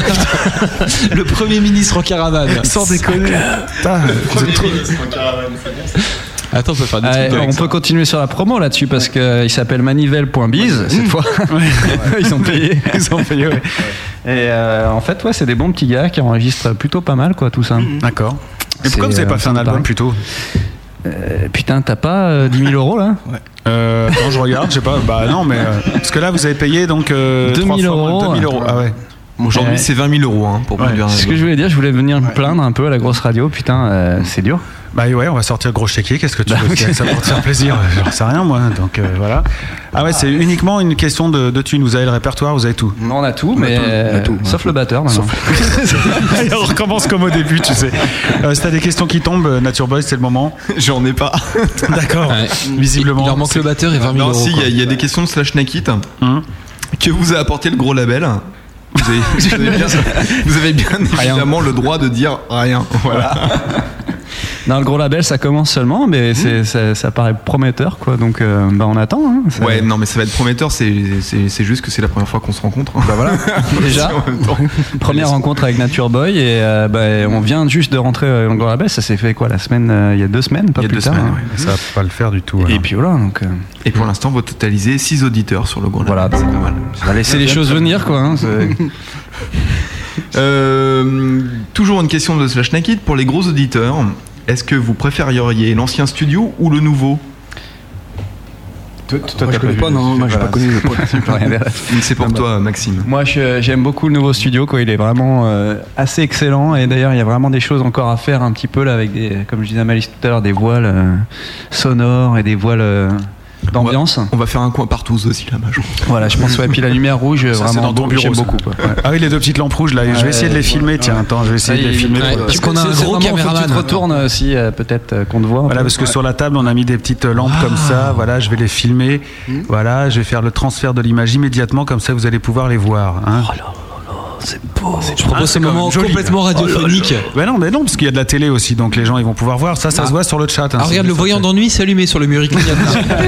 Le premier ministre en caravane. Sans déconner. Putain, vous êtes trop- Attends, on peut faire des Ah, trucs avec on ça. peut continuer sur la promo là-dessus parce qu'il s'appelle manivelle point biz cette fois. Ils ont payé. Ils ont payé, ouais. Et euh, en fait, ouais, c'est des bons petits gars qui enregistrent plutôt pas mal, quoi, tout ça. D'accord. Et pourquoi C'est, vous avez pas euh, fait un ça me album paraît. plutôt? Euh, putain, t'as pas euh, dix mille euros là? Euh, non, je regarde, je sais pas. Bah non, mais euh, parce que là, vous avez payé donc euh, deux mille trois fois moins, euros. deux mille euros. Ah ouais. Aujourd'hui, Ouais. c'est vingt mille euros hein, pour Ouais. produire un C'est ce que album. je voulais dire, je voulais venir me plaindre un peu à la grosse radio, putain, euh, c'est dur. Bah ouais, on va sortir le gros chéquier. Qu'est-ce que tu Bah, veux ok. faire ça pour te faire plaisir? J'en sais rien moi. Donc euh, voilà. Ah ouais, c'est uniquement une question de, de thunes. Vous avez le répertoire, vous avez tout. Non, on a tout, On a mais tout, on a euh, tout, on a sauf tout. le batteur maintenant. Et on recommence comme au début, tu sais. Euh, si t'as des questions qui tombent, euh, Nature Boy, c'est le moment. J'en ai pas. D'accord. Ouais. Visiblement. Il leur manque le batteur et vingt mille Non, euros. si, il y, quoi. a- il y a des questions de Slash Nakit. Hum. Que vous a apporté le gros label? Vous avez, vous avez bien, vous avez bien évidemment le droit de dire rien. Voilà. Dans le gros label, ça commence seulement, mais c'est, ça, ça paraît prometteur, quoi. Donc, euh, bah, on attend. Hein. Ça- Ouais, non, mais ça va être prometteur. C'est, c'est, c'est juste que c'est la première fois qu'on se rencontre. Bah voilà. Déjà, En même temps. première rencontre avec Nature Boy et euh, bah, on vient juste de rentrer dans le gros label. Ça s'est fait quoi la semaine euh, Il y a deux semaines, pas Il y a plus deux tard. semaines, hein. ouais. Ça va pas le faire du tout. Et alors. puis voilà, donc euh, Et pour l'instant, vous totalisez six auditeurs sur le gros label. voilà. C'est pas mal. On va laisser les choses venir, quoi. Hein, c'est- Euh, toujours une question de Slash Naked pour les gros auditeurs. Est-ce que vous préféreriez l'ancien studio ou le nouveau? Toi, Moi, je connais pas, non, moi, j'ai pas connu. C'est pour toi, Maxime. Moi, je- j'aime beaucoup le nouveau studio, quoi. Il est vraiment euh, assez excellent. Et d'ailleurs, il y a vraiment des choses encore à faire un petit peu là, avec des, comme je disais à Malice tout à l'heure, des voiles euh, sonores et des voiles euh, d'ambiance. On va faire un coin partout aussi là-bas. je pense. Voilà, je pense. Ouais, puis la lumière rouge, Ça, c'est vraiment, dans ton beau, bureau, j'aime ça. beaucoup. Quoi. Ouais. Ah oui, les deux petites lampes rouges là. Je vais essayer de les filmer. Tiens, attends, je vais essayer de les filmer. Ouais, pour- parce qu'on a un C'est- c'est gros vraiment, faut que caméraman. Tu te retournes aussi, euh, peut-être euh, qu'on te voit. un Voilà, peu. parce que sur la table, on a mis des petites lampes comme ça. Voilà, je vais les filmer. Voilà, je vais faire le transfert de l'image immédiatement, comme ça vous allez pouvoir les voir. Hein. c'est beau. Je propose ce moment complètement radiophonique. Ben non, mais non, parce qu'il y a de la télé aussi, donc les gens ils vont pouvoir voir. Ça, ça Ah. se voit sur le chat. hein, Alors c'est- regarde, le ça, voyant ça- d'ennui s'est allumé sur le mur. Il clignote.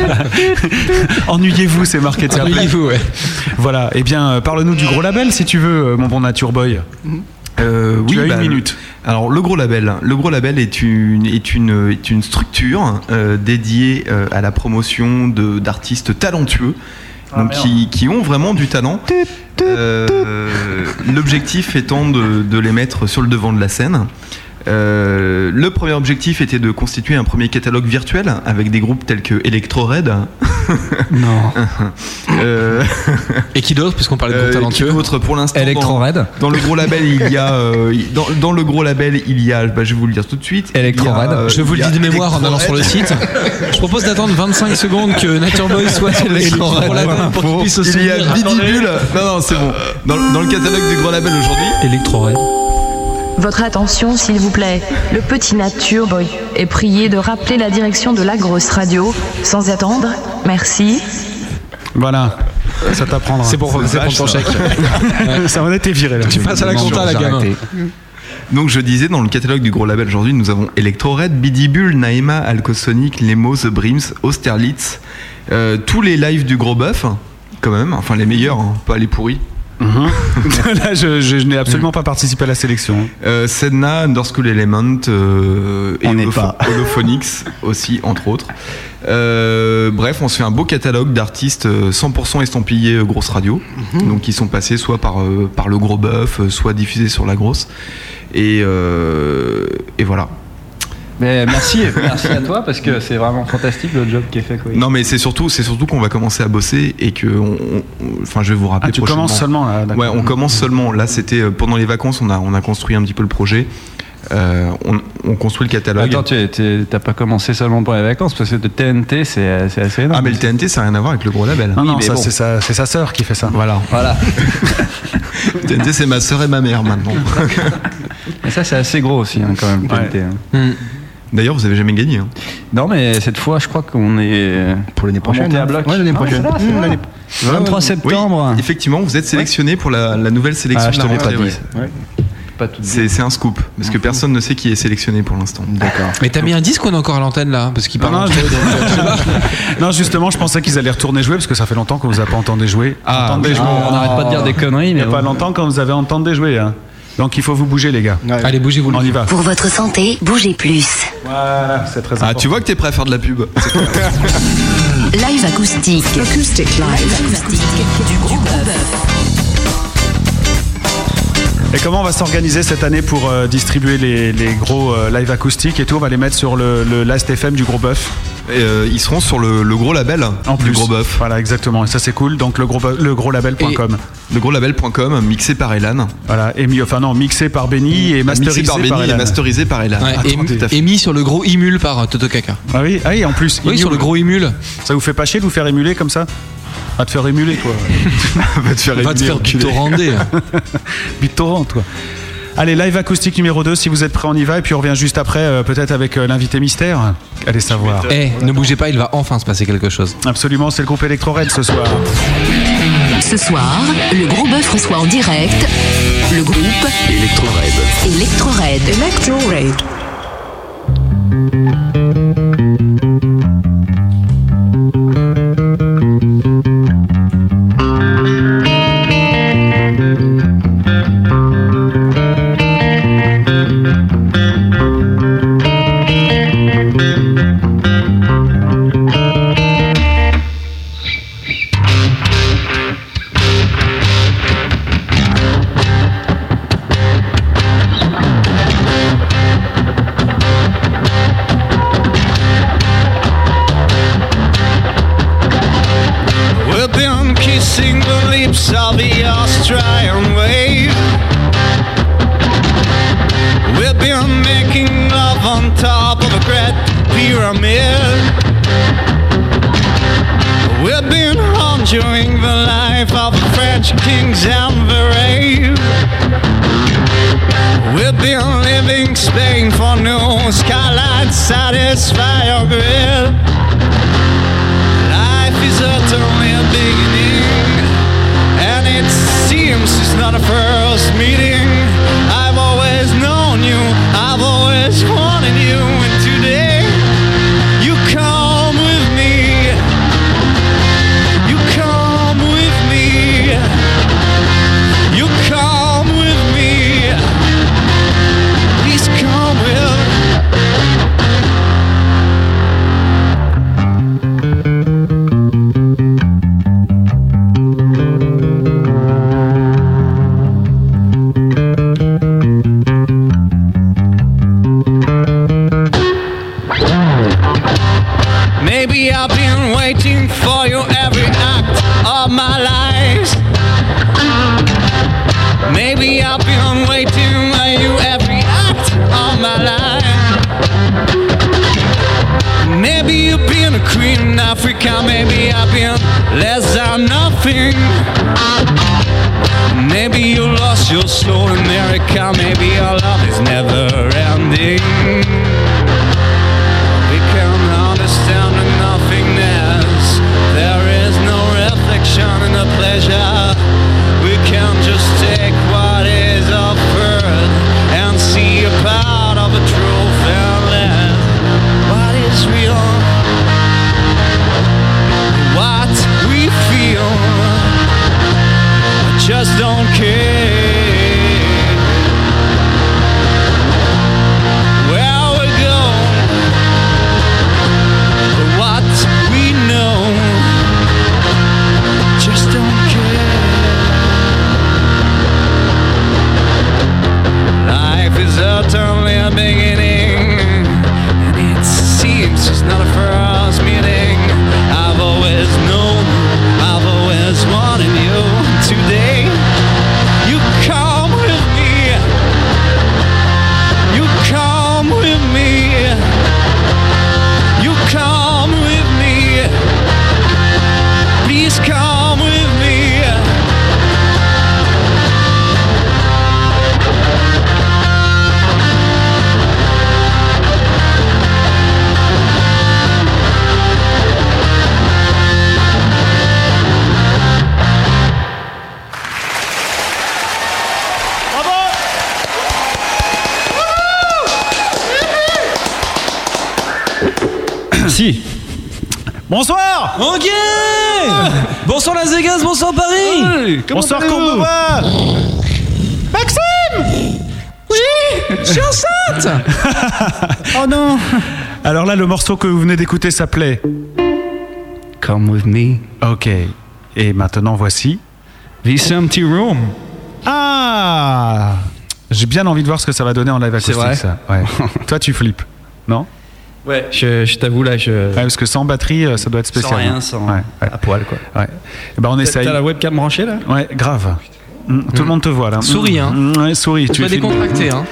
Ennuyez-vous, c'est marqué. tiens, Ennuyez-vous, ouais. Voilà. Eh bien, euh, parle-nous du gros label si tu veux, euh, mon bon Nature Boy. Euh, Tu oui, as une bah, minute. Alors le gros label, le gros label est une est une est une structure euh, dédiée euh, à la promotion de d'artistes talentueux, donc qui, qui ont vraiment du talent. Euh, L'objectif étant de, de les mettre sur le devant de la scène. Euh, le premier objectif était de constituer un premier catalogue virtuel avec des groupes tels que Electro Red. Non. Euh, Et qui d'autre, puisqu'on parlait de euh, groupes talentueux qui d'autre pour l'instant Electro dans- Red. Dans le gros label, il y a euh, dans, dans le gros label, il y a, bah, je vais vous le dire tout de suite. Electro il y a, Red. euh, Je vous le il y a dis de mémoire en Electro allant sur le Red. site. Je propose d'attendre vingt-cinq secondes que Nature Boy soit sur le site Electro Red, pour, la voilà. pour qu'il puisse se Il y a souvenir. Bidibule. Non, non, c'est bon. Dans, dans le catalogue du gros label aujourd'hui. Electro Red. Votre attention, s'il vous plaît. Le petit Nature Boy est prié de rappeler la direction de la grosse radio. Sans attendre, merci. Voilà. Ça t'apprendra. C'est pour, c'est pour ton chèque. Ça en a été viré là. Tu passes à la compta, la gamin. Donc je disais, dans le catalogue du gros label aujourd'hui, nous avons Electro Red, Bidibule, Naema, Alcosonic, Lemo, The Brims, Austerlitz, euh, tous les lives du gros bœuf, quand même, enfin les meilleurs, hein, pas les pourris. Mhm. Là, je, je- je n'ai absolument pas participé à la sélection. Euh, Sedna, Underschool Element euh, et On n'est Holoph- pas. Holophonics aussi, entre autres. Euh, bref, on se fait un beau catalogue d'artistes euh, cent pour cent estampillés euh, grosse radio, donc qui sont passés soit par, euh, par le gros bœuf, euh, soit diffusés sur la grosse. Et, euh, et voilà. Mais merci, merci à toi parce que c'est vraiment fantastique le job qui est fait. Quoi. Non, mais c'est surtout, c'est surtout qu'on va commencer à bosser et que, on, on, enfin, je vais vous rappeler. Ah, tu prochainement. commences seulement là. D'accord. Ouais, on commence seulement. Là, c'était euh, pendant les vacances, on a, on a construit un petit peu le projet. Euh, on, on construit le catalogue. Attends, tu es- t'as pas commencé seulement pour les vacances parce que le T N T c'est c'est assez énorme. Ah, mais le T N T, ça n'a rien à voir avec le gros label. Non, Oui, non, mais ça bon. c'est sa, c'est sa sœur qui fait ça. Voilà. Voilà. Le T N T, c'est ma sœur et ma mère maintenant. Et ça c'est assez gros aussi hein, quand même. le T N T, hein. Hmm. D'ailleurs, vous avez jamais gagné. Hein. Non mais cette fois je crois qu'on est Pour l'année prochaine. remonté à bloc. Ouais, l'année Ah, prochaine. c'est là, c'est Mmh, là. l'année- vingt-trois septembre. Oui, effectivement, vous êtes sélectionné pour la, la nouvelle sélection Ah, je de te la l'ai pas rentrée, dit. ouais. Ouais. Pas tout dit. C'est c'est un scoop, parce que personne ne sait qui est sélectionné pour l'instant. D'accord. Mais t'as mis un disque ou on est encore à l'antenne là? Parce qu'il parle. Non, non, entre eux, donc, euh, je sais pas. Non, justement, je pensais qu'ils allaient retourner jouer parce que ça fait longtemps qu'on vous a pas entendu jouer. Ah, Entendez oui. jouer. On n'arrête pas de dire des conneries Il mais n'y a pas bon. longtemps qu'on vous avait entendu jouer. Hein. Donc il faut vous bouger, les gars. Ouais. Allez, bougez-vous. On y va. Pour votre santé, bougez plus. Voilà, c'est très important. Ah, tu vois que t'es prêt à faire de la pub. Live acoustique. Acoustic live. Acoustique du gros bœuf. Et comment on va s'organiser cette année pour euh, distribuer les, les gros euh, live acoustiques et tout? On va les mettre sur le, le Last F M du Gros Bœuf. Et, euh, ils seront sur le, le gros label En du plus. gros bœuf. Voilà, exactement. Et ça, c'est cool. Donc, le gros, bœuf- le gros label point com. Le gros label point com, mixé par Elan. Voilà. Et mis, enfin, non, mixé par Benny et masterisé Mixé par Benny et Elan. masterisé par Elan. Ouais, Ah, et, tout à fait. et mis sur le gros Imul par euh, Toto Kaka. Ah oui, ah oui, en plus. Oui, Emule. sur le gros Imul. Ça vous fait pas chier de vous faire émuler comme ça? Va te faire émuler, toi. Va te faire Va te émuler, faire enculé. torrender. BitTorrent, toi. Allez, live acoustique numéro deux, si vous êtes prêts, on y va. Et puis on revient juste après, euh, peut-être avec euh, l'invité mystère. Allez savoir. Eh, ne bougez pas, il va enfin se passer quelque chose. Absolument, c'est le groupe Electro Red ce soir. Ce soir, le gros bœuf reçoit en direct le groupe Electro Red. Electro Red. Electro Red. We've been kissing the lips of the Australian wave. We've been making love on top of a great pyramid. We've been enjoying the life of the French kings and the rave. We've been living Spain for no skyline satisfy your grid. Life is certainly a beginning, and it seems it's not a first meeting. I've always known you, I've always wanted you, and today you come with me. You come with me. You come with me. Please come with. Maybe I've been waiting for you every act of my life. Maybe I've been waiting for you every act of my life. Maybe you've been a queen in Africa. Maybe I've been less than nothing. Maybe you lost your soul in America. Maybe your love is never ending. We can understand the nothingness. There is no reflection in the pleasure. We can just take what is offered and see a part of the truth and let what is real, what we feel. I just don't care where we go. Merci. Bonsoir. Ok. Bonsoir Las Vegas, bonsoir Paris. Hey, Bonsoir Courbevoie. Maxime. Oui, je suis enceinte. Oh non. Alors là, le morceau que vous venez d'écouter s'appelait Come with me. Ok. Et maintenant, voici This Empty Room. Ah. J'ai bien envie de voir ce que ça va donner en live acoustique. C'est vrai Ça. Ouais. Toi, tu flippes, non? Ouais, je, je t'avoue là, je. Ouais, parce que sans batterie, ça doit être spécial. Sans rien, sans. Ouais, ouais. À poil quoi. Ouais. Et ben on essaye. T'as la webcam branchée là? Ouais, grave. Mmh, tout le monde te voit là. Souris, hein. Mmh, ouais, souris. Tu vas décontracter, hein.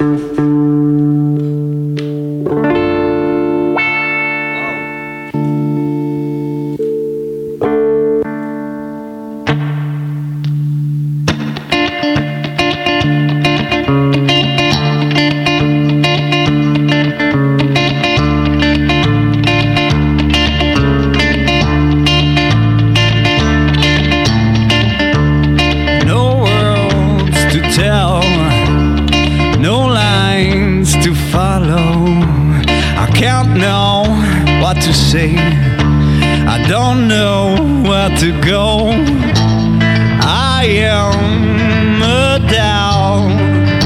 I don't know where to go. I am a doubt.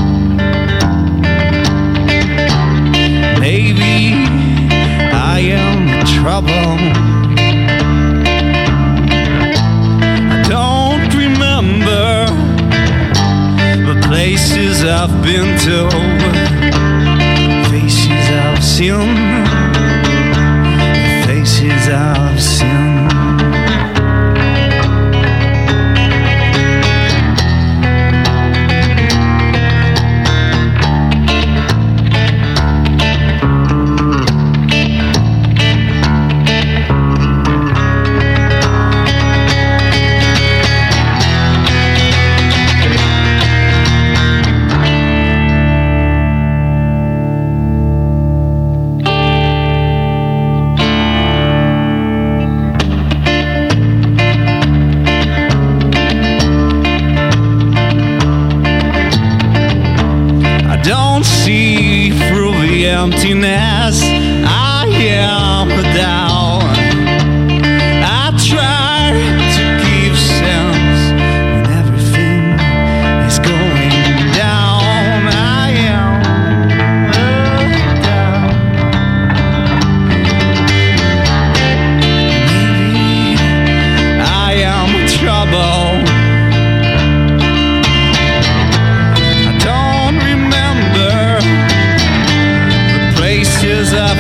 Maybe I am trouble. I don't remember the places I've been to, faces I've seen. Faces I've seen. Emptiness, I am down. I try to give sense when everything is going down. I am down. Maybe I am trouble. I don't remember places I've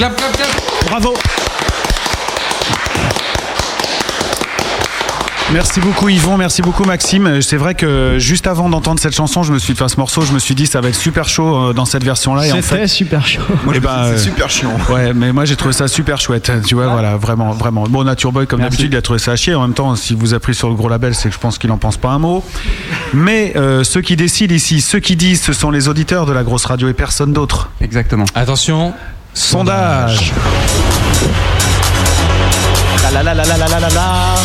Clap, clap, clap. Bravo. Merci beaucoup Yvon, merci beaucoup Maxime. C'est vrai que juste avant d'entendre cette chanson, je me suis, enfin ce morceau, je me suis dit ça va être super chaud dans cette version-là. C'était en fait, super chaud. Moi, et ben, c'est super chiant. Ouais, mais moi j'ai trouvé ça super chouette. Tu vois, ah. voilà, vraiment, vraiment. Bon, Nature Boy, comme d'habitude, il a trouvé ça à chier. En même temps, s'il vous a pris sur le gros label, c'est que je pense qu'il en pense pas un mot. Mais euh, ceux qui décident ici, ceux qui disent, ce sont les auditeurs de la grosse radio et personne d'autre. Exactement. Attention, sondage. La la la la la la la la.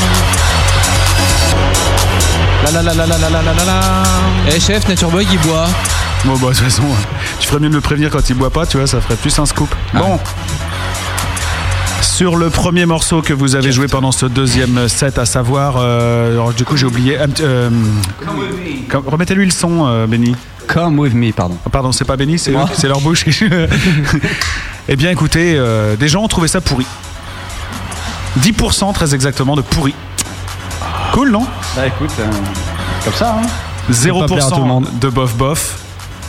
La la la la la la la la la. Eh chef, Nature Boy qui boit. Bon bah de toute façon, tu ferais mieux de me prévenir quand il boit pas, tu vois, ça ferait plus un scoop. Ah. Bon. Sur le premier morceau que vous avez joué pendant ce deuxième set, à savoir, euh, alors du coup j'ai oublié. Euh, Come with me. Remettez-lui le son, euh, Benny. Come with me, pardon. Oh, pardon, c'est pas Benny, c'est, c'est leur bouche. Eh bien écoutez, euh, des gens ont trouvé ça pourri. dix pour cent très exactement de pourri. Cool, non? Bah écoute, euh, comme ça, hein. zéro pour cent de bof-bof.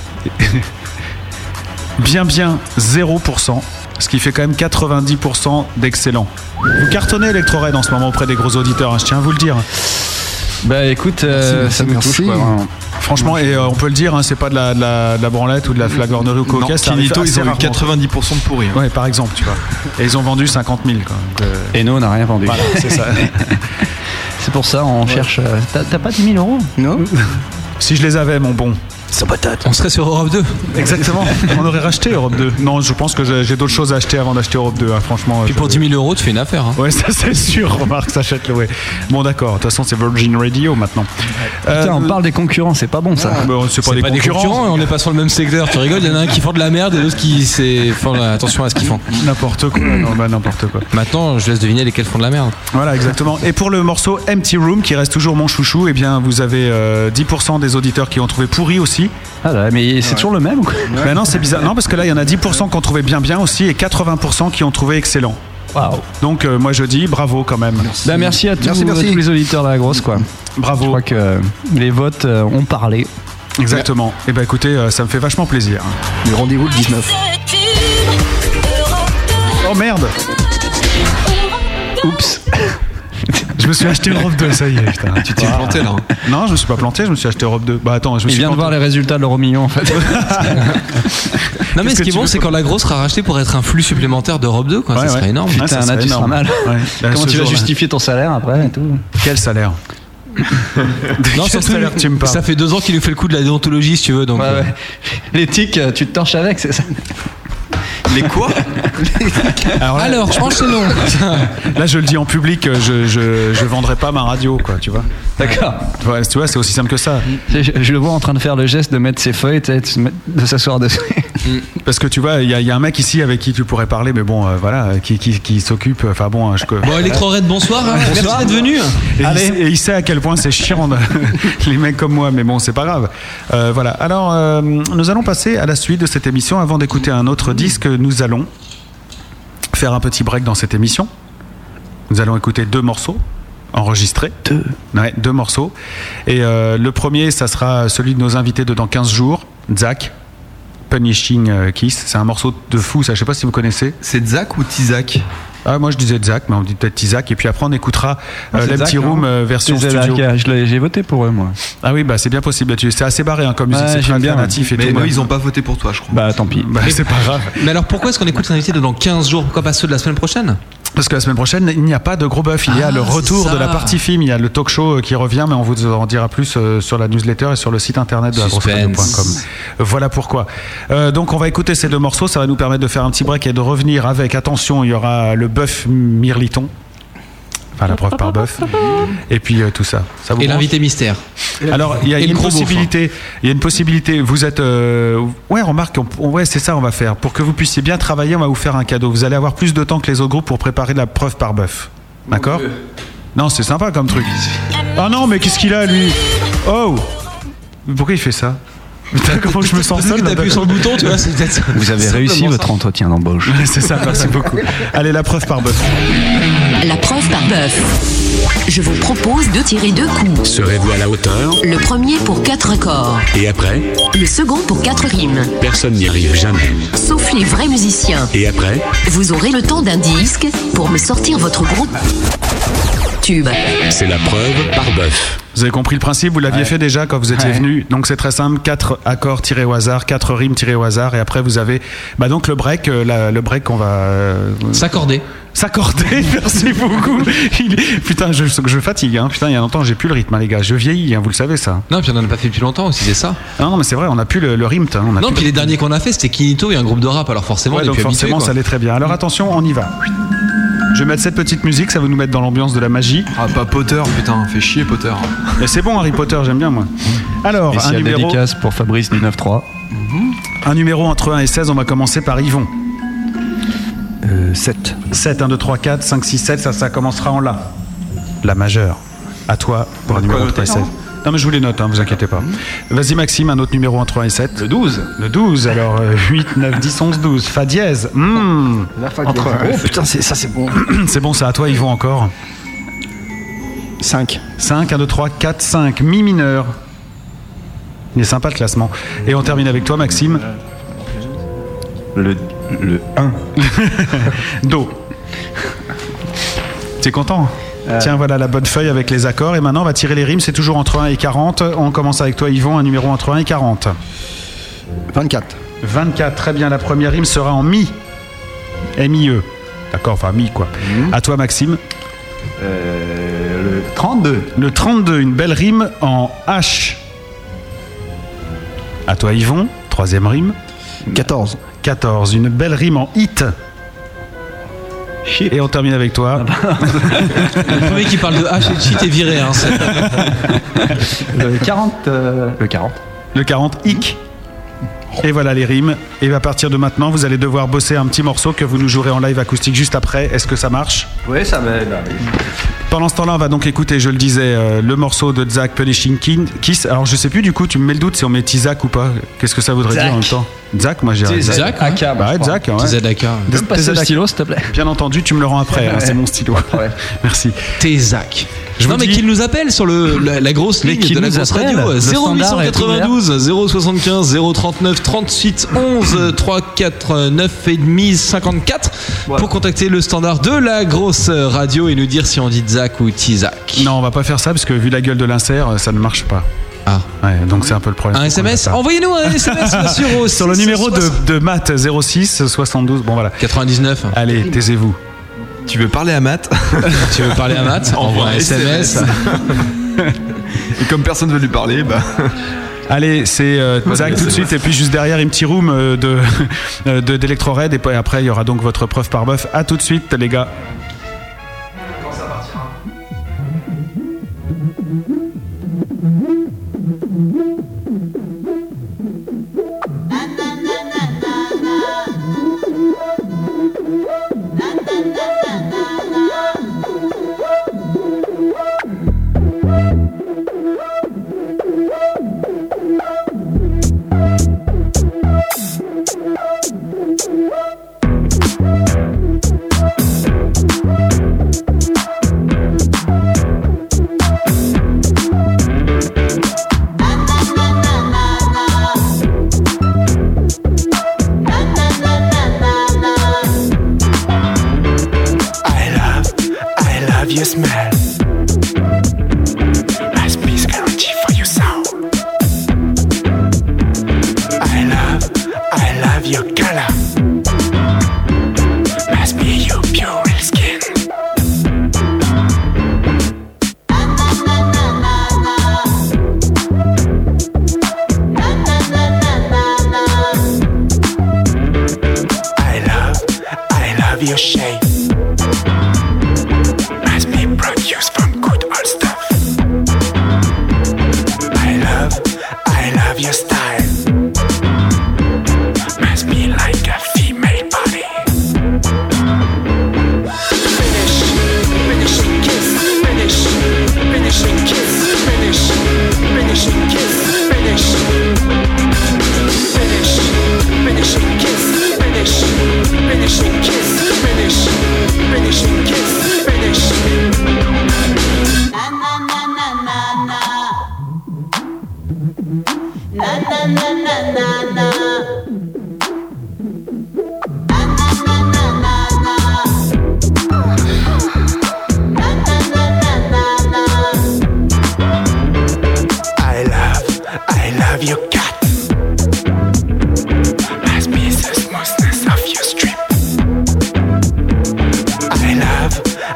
Bien, bien, zéro pour cent. Ce qui fait quand même quatre-vingt-dix pour cent d'excellent. Vous cartonnez Electro-Red en ce moment auprès des gros auditeurs, hein, je tiens à vous le dire. Bah écoute, euh, merci, ça me touche, quoi. Franchement, et euh, on peut le dire, hein, c'est pas de la, de, la, de la branlette ou de la flagornerie ou cocasse. Kinito, ils ont eu quatre-vingt-dix pour cent de pourri. Hein. Ouais, par exemple, tu vois. Et ils ont vendu cinquante mille. Quoi. Donc, euh... Et nous, on n'a rien vendu. Voilà, c'est ça. C'est pour ça, on ouais. cherche. Euh, t'as, t'as pas dix mille euros? Non. Si je les avais, mon bon. Sans patate. On serait sur Europe deux. Exactement. On aurait racheté Europe deux. Non, je pense que j'ai, j'ai d'autres choses à acheter avant d'acheter Europe deux, hein, franchement. Puis pour dix mille euros, tu fais une affaire. Hein. Ouais, ça c'est sûr, remarque, ça achète le ouais. Bon, d'accord. De toute façon, c'est Virgin Radio maintenant. Putain, euh, on parle des concurrents, c'est pas bon ça. Ah, bah, c'est pas, c'est des, pas concurrents. des concurrents, on n'est pas sur le même secteur. Tu rigoles, il y en a un qui font de la merde et l'autre qui c'est... font attention à ce qu'ils font. N'importe quoi. Non, bah, n'importe quoi. Maintenant, je laisse deviner lesquels font de la merde. Voilà, exactement. Et pour le morceau Empty Room, qui reste toujours mon chouchou, eh bien, vous avez euh, dix pour cent des auditeurs qui ont trouvé pourri aussi. Ah là, mais c'est ouais. toujours le même ou quoi? Ben non, c'est bizarre. Non, parce que là, il y en a dix pour cent qui ont trouvé bien bien aussi et quatre-vingts pour cent qui ont trouvé excellent. Waouh. Donc, euh, moi, je dis bravo quand même. Merci, ben, merci à tous, merci, merci. tous les auditeurs de la grosse, quoi. Bravo. Je crois que euh, les votes euh, ont parlé. Exactement. Et ben écoutez, euh, ça me fait vachement plaisir. Le rendez-vous le dix-neuf. Oh merde. Oups. Je me suis acheté Europe deux, ça y est. Putain. Tu t'es ah. planté là. Hein. Non, je me suis pas planté, je me suis acheté Europe deux. Bah attends, je me Il suis vient planté. de voir les résultats de l'euro million en fait. Non mais ce qui est bon, c'est quand la grosse sera rachetée pour être un flux supplémentaire d'Europe deux, quoi. Ouais, ça ouais. serait énorme. Putain, ouais, ça là, tu seras mal. Ouais. Là, Comment tu vas jour, justifier ton salaire après et tout? Quel salaire? Non, surtout, salaire tu me parles. Ça fait deux ans qu'il nous fait le coup de la déontologie, si tu veux. Donc, ouais, euh... ouais. Les tics, tu te torches avec, c'est ça? Les quoi? Alors, là, Alors enchaînons. Là, je le dis en public, je, je, je vendrai pas ma radio, quoi, tu vois. D'accord. Ouais, tu vois, c'est aussi simple que ça. Je, je le vois en train de faire le geste de mettre ses feuilles, de s'asseoir dessus. Parce que tu vois, il y, y a un mec ici avec qui tu pourrais parler, mais bon, euh, voilà, qui, qui, qui s'occupe. Enfin bon, je. Bon, Electro-Red, bonsoir. Hein. Bonsoir d'être venu. Et, Allez. Il, et il sait à quel point c'est chiant, les mecs comme moi, mais bon, c'est pas grave. Euh, voilà. Alors, euh, nous allons passer à la suite de cette émission. Avant d'écouter un autre disque, nous allons faire un petit break dans cette émission. Nous allons écouter deux morceaux enregistrés. Deux. Ouais, deux morceaux. Et euh, le premier, ça sera celui de nos invités de dans quinze jours, Zach. Punishing Kiss, c'est un morceau de fou, ça, je sais pas si vous connaissez. C'est Zach ou Tizak? Ah, moi je disais Zach, mais on dit peut-être Tizak. Et puis après on écoutera euh, ah, l'Empty Room euh, version c'est studio. Zach, je j'ai voté pour eux, moi. Ah oui, bah c'est bien possible. C'est assez barré hein, comme musique, ouais, c'est très alternatif et mais tout. Mais même. ils ont pas voté pour toi, je crois. Bah tant pis. Bah, c'est pas grave. Mais alors pourquoi est-ce qu'on écoute les invités de dans quinze jours? Pourquoi pas ceux de la semaine prochaine? Parce que la semaine prochaine, il n'y a pas de gros bœuf. Il y a ah, le retour de la partie film. Il y a le talk show qui revient, mais on vous en dira plus euh, sur la newsletter et sur le site internet de la grosse radio point com. Voilà pourquoi. Euh, donc, on va écouter ces deux morceaux. Ça va nous permettre de faire un petit break et de revenir avec, attention, il y aura le bœuf Mirliton. Enfin, la preuve par bœuf. Et puis euh, tout ça. ça vous et l'invité mystère. Alors, il y a une possibilité. Il y a une possibilité. Vous êtes. Euh, ouais, remarque. On, ouais, c'est ça, on va faire. Pour que vous puissiez bien travailler, on va vous faire un cadeau. Vous allez avoir plus de temps que les autres groupes pour préparer la preuve par bœuf. D'accord? Non, c'est sympa comme truc. Ah non, mais qu'est-ce qu'il a, lui? Oh! Pourquoi il fait ça? Putain, comment je me sens seul. T'as appuyé sur le bouton, tu vois, c'est peut-être ça. Vous avez réussi Simplement votre ça. entretien d'embauche. C'est ça, merci beaucoup. Allez, la preuve par bœuf. La preuve par bœuf. Je vous propose de tirer deux coups. Serez-vous à la hauteur? Le premier pour quatre accords. Et après? Le second pour quatre rimes. Personne n'y arrive jamais. Sauf les vrais musiciens. Et après? Vous aurez le temps d'un disque pour me sortir votre groupe tube. C'est la preuve par bœuf. Vous avez compris le principe, vous l'aviez Ouais. fait déjà quand vous étiez Ouais. venu. Donc c'est très simple, quatre accords tirés au hasard, quatre rimes tirées au hasard, et après vous avez bah donc le break, euh, la- le break qu'on va euh, S'accorder. s'accorder. Merci beaucoup. Il est- Putain, je, je fatigue. Hein. Putain, il y a longtemps, j'ai plus le rythme, hein, les gars. Je vieillis, hein, vous le savez ça. Non, puis on en a pas fait depuis longtemps aussi, c'est ça. Non, non, mais c'est vrai, on n'a plus le, le rythme. hein, on a Non, plus puis le- les derniers qu'on a fait, c'était Kinito et un groupe de rap, alors forcément, Ouais, on est donc plus habitué. forcément, ça allait très bien. Alors attention, on y va. Je vais mettre cette petite musique, ça va nous mettre dans l'ambiance de la magie. Ah, pas Potter, putain, fait chier Potter. Mais c'est bon, Harry Potter, j'aime bien moi. Alors, un Spécial numéro, dédicace pour Fabrice du neuf trois. un numéro entre un et seize, on va commencer par Yvon. Euh, sept. sept, un, deux, trois, quatre, cinq, six, sept, ça, ça commencera en La. La majeure. À toi pour un numéro entre un et seize. Non mais je vous les note, hein, vous inquiétez pas. Vas-y Maxime, un autre numéro entre un et sept. Le douze. Le douze, alors euh, huit, neuf, dix, onze, douze. Fa dièse. Mmh. La fa Entre un- Oh putain, c'est- ça c'est bon. C'est bon ça, à toi Yvon encore. cinq. cinq, un, deux, trois, quatre, cinq. Mi mineur. Il est sympa le classement. Et on termine avec toi Maxime. Le, le un. Do. T'es content? Tiens, voilà la bonne feuille avec les accords. Et maintenant, on va tirer les rimes. C'est toujours entre un et quarante. On commence avec toi, Yvon, un numéro entre un et quarante. vingt-quatre. vingt-quatre, très bien. La première rime sera en mi. M I E. D'accord, enfin mi, quoi. À toi, Maxime. Euh, le trente-deux. Le trente-deux, une belle rime en H. À toi, Yvon. Troisième rime. quatorze. quatorze, une belle rime en hit. Et on termine avec toi. Le premier qui parle de H et de shit est viré. Hein, c'est- Le quarante. euh, le quarante. Le quarante, hic. Et voilà les rimes. Et à partir de maintenant, vous allez devoir bosser un petit morceau que vous nous jouerez en live acoustique juste après. Est-ce que ça marche? Oui, ça m'aide. Pendant ce temps-là, on va donc écouter, je le disais, euh, le morceau de Zach Punishing Kin- Kiss. Alors je sais plus du coup, tu me mets le doute si on met Tizak ou pas. Qu'est-ce que ça voudrait Zach. dire en même temps? Zach, moi je dirais Zach, Zach. ouais. Aka, Bah ouais, Zach, ouais. T Z A K. Des- Tu peux passer des le Zach. stylo, s'il te plaît. Bien entendu, tu me le rends après, hein, c'est mon stylo. Merci. T-Zac. Je Non vous mais dis- qu'il nous appelle sur le, la, la grosse Mais ligne qu'il de la nous grosse appelle. radio Le zéro huit standard est quatre-vingt-douze zéro soixante-quinze zéro trente-neuf trente-huit onze trois quatre-neuf et demi cinquante-quatre pour contacter le standard de la grosse radio et nous dire si on dit Zach ou Tizak. Non, on va pas faire ça parce que vu la gueule de l'insert, ça ne marche pas. Ah. Ouais, donc c'est un peu le problème. Un S M S. Envoyez-nous un S M S bien sûr au Sur le six numéro de, soixante- de Matt zéro six soixante-douze. Bon voilà. quatre-vingt-dix-neuf. Allez, taisez-vous. Tu veux parler à Matt? Tu veux parler à Matt? Envoie un S M S. Et comme personne ne veut lui parler, bah. Allez, c'est euh, Zach tout de suite, et puis juste derrière, une petite room euh, de, euh, de, d'Electro Red, et puis après, il y aura donc votre preuve par bœuf. À tout de suite, les gars. Quand ça partira? I love, I love your smell. My space guarantee for your soul. I love, I love your color. Must be your pure skin. I love, I love your shape. Must be produced from good old stuff. I love, I love your style. Must be like a female body. Finish, finishing kiss, finish, finishing kiss, finish, finishing kiss, finish.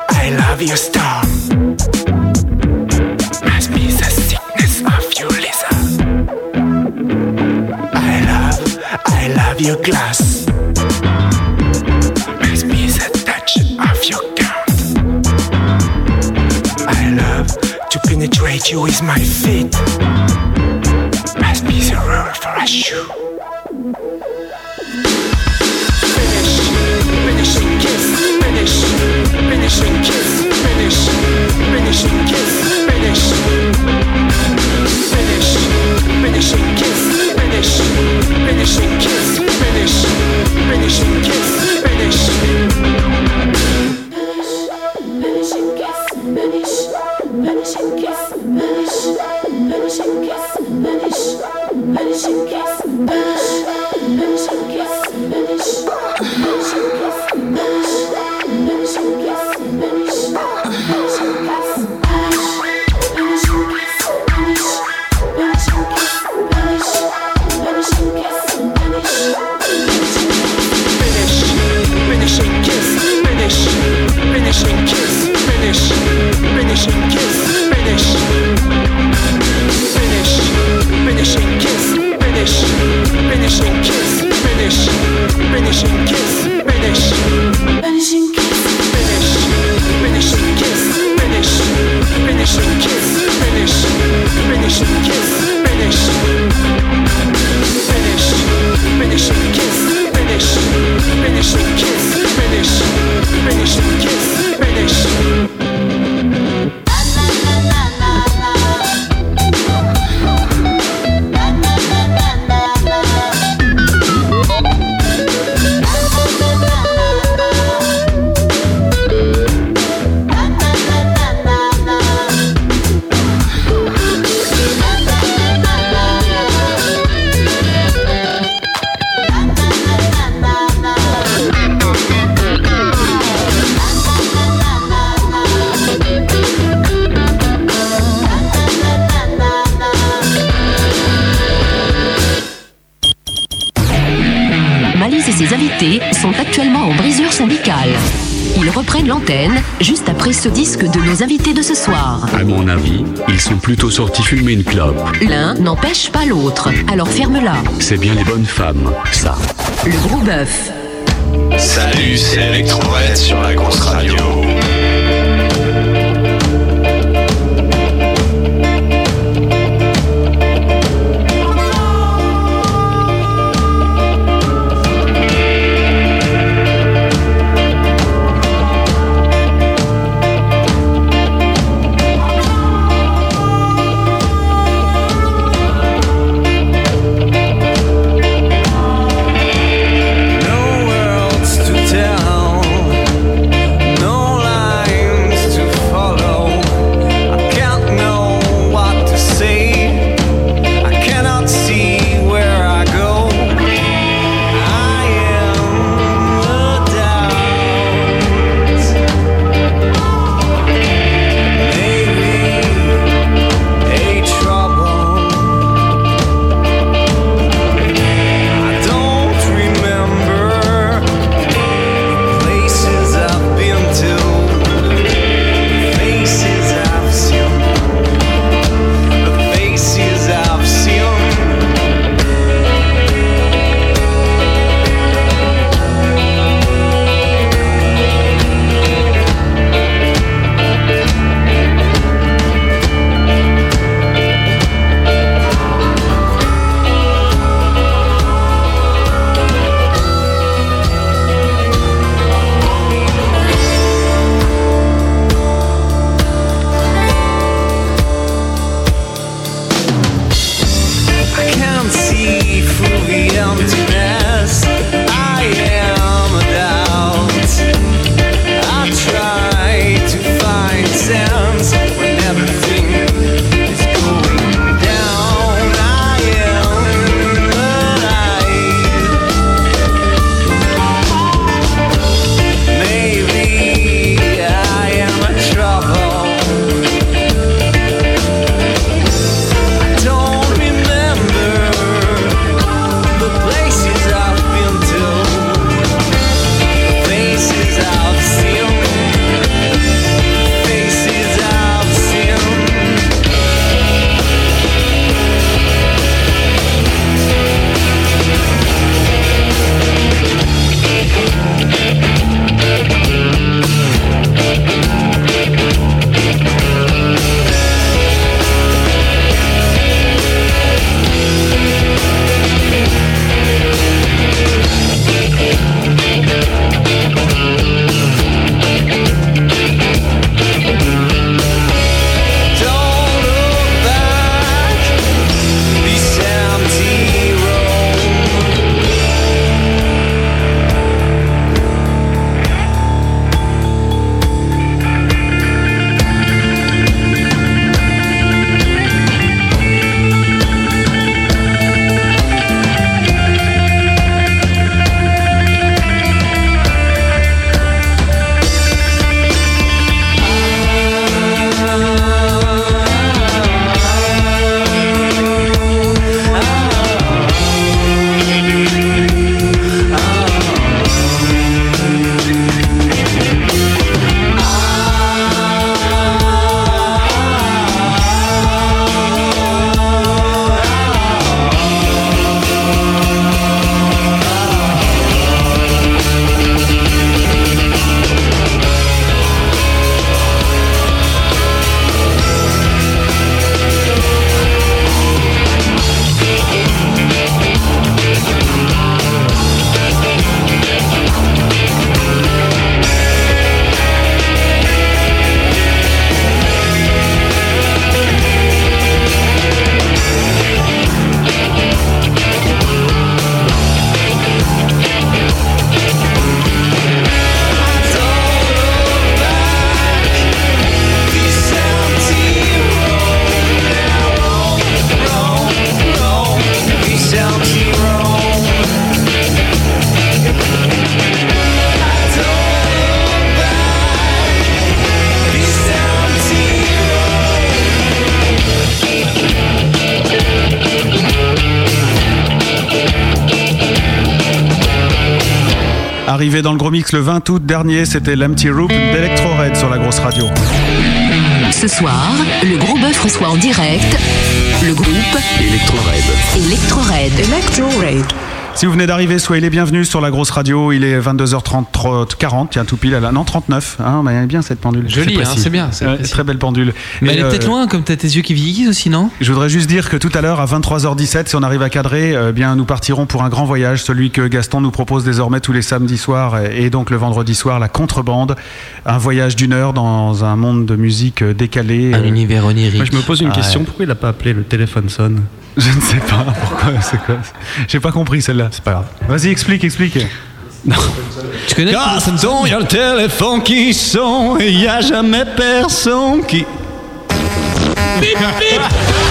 I love your star. Must be the sickness of your laser. I love, I love your glass. Must be the touch of your count. I love to penetrate you with my feet. Must be the rule for a shoe. Finish, finishing kiss, finish, finishing kiss, finish, finishing kiss, finish, finish, finishing kiss, finish, finishing kiss, finish, finishing kiss, finish. Finishing kiss, finish, finishing kiss, finish, finishing kiss, finish, finishing kiss, finish, finishing kiss, finish, finishing kiss, finish, finishing kiss, finish, finishing kiss, finishing kiss, finish, finishing kiss, finish, finishing kiss, finish, finishing kiss, finish, finishing kiss, finish, finishing kiss, finish, finish, finishing kiss, finish, finishing kiss, finish, finishing kiss, finish, finishing kiss, finish, finishing kiss, finish, finishing kiss, finish, finishing kiss, finish, finish, finishing kiss, finish, finishing kiss, finish, finishing kiss, finish. Malice et ses invités sont actuellement en brisure syndicale. Ils reprennent l'antenne juste après ce disque de nos invités de ce soir. À mon avis, ils sont plutôt sortis fumer une clope. L'un n'empêche pas l'autre, alors ferme-la. C'est bien les bonnes femmes, ça. Le gros bœuf. Salut, c'est Electro-Red sur la grosse radio. No words to tell, no Arrivé dans le gros mix le vingt août dernier, c'était l'Empty Room d'Electro Red sur la grosse radio. Ce soir, le Gros Bœuf reçoit en direct le groupe Electro Red. Electro Red. Electro Red. Si vous venez d'arriver, soyez les bienvenus sur la grosse radio. Il est vingt-deux heures trente, quarante, tiens, tout pile à la... Non, trente-neuf. Hein, bah, elle est bien cette pendule. Jolie, c'est, hein, c'est bien. C'est ouais, très belle pendule. Mais Et elle est euh, peut-être loin, comme t'as tes yeux qui vieillissent aussi, non? Je voudrais juste dire que tout à l'heure, à vingt-trois heures dix-sept, si on arrive à cadrer, euh, bien, nous partirons pour un grand voyage, celui que Gaston nous propose désormais tous les samedis soirs et donc le vendredi soir, la contrebande. Un voyage d'une heure dans un monde de musique décalé. Un euh... univers onirique. Moi, je me pose une ah, question. Ouais. Pourquoi il n'a pas appelé le téléphone sonne? Je ne sais pas pourquoi, c'est quoi. J'ai pas compris celle-là. C'est pas grave. Vas-y, explique, explique. Non. Tu connais Gaston, il y a le téléphone qui sonne et il n'y a jamais personne qui... Bip, bip.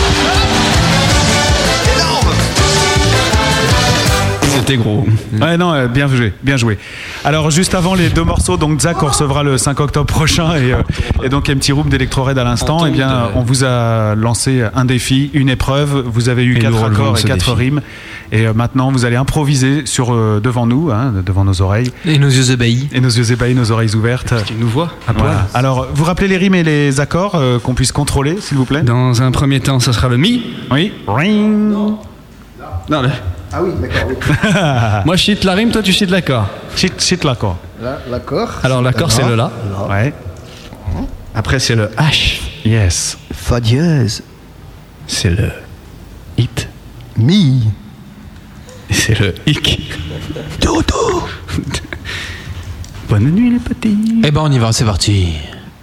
C'était gros. Ouais, non, euh, bien joué, bien joué. Alors, juste avant les deux morceaux, donc Zach, on recevra le cinq octobre prochain et, euh, et donc Empty Room d'Electro Red à l'instant. Eh bien, on vous a lancé un défi, une épreuve. Vous avez eu et quatre accords et quatre défi. rimes. Et euh, maintenant, vous allez improviser sur, euh, devant nous, hein, devant nos oreilles. Et nos yeux ébahis. Et nos yeux ébahis, nos oreilles ouvertes. Tu nous vois à voilà. Alors, vous rappelez les rimes et les accords euh, qu'on puisse contrôler, s'il vous plaît? Dans un premier temps, ça sera le mi. Oui. Ring. Non. Non, le... Ah oui, d'accord. Oui. Moi, je cite la rime, toi, tu cites l'accord. Cite, cite l'accord. Là, l'accord. Alors, l'accord, c'est le la. la. Ouais. Après, c'est le H. Yes. Fa dièse. C'est le it. Mi. Et c'est le hic. Dodo. Bonne nuit, les petits. Eh ben, on y va, c'est parti.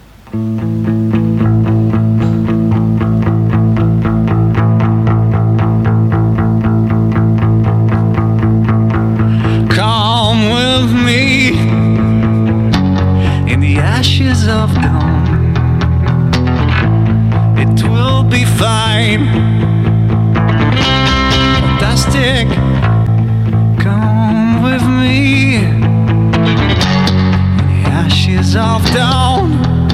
Come with me in the ashes of dawn. It will be fine. Fantastic. Come with me in the ashes of dawn.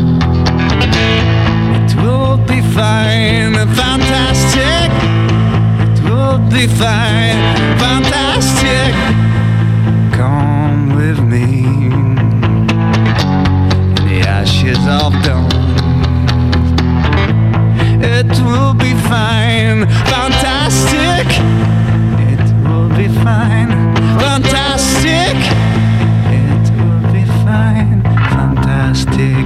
It will be fine. Fantastic. It will be fine. Fantastic. Come with me in the ashes of dawn. It will be fine, fantastic. It will be fine, fantastic. It will be fine, fantastic.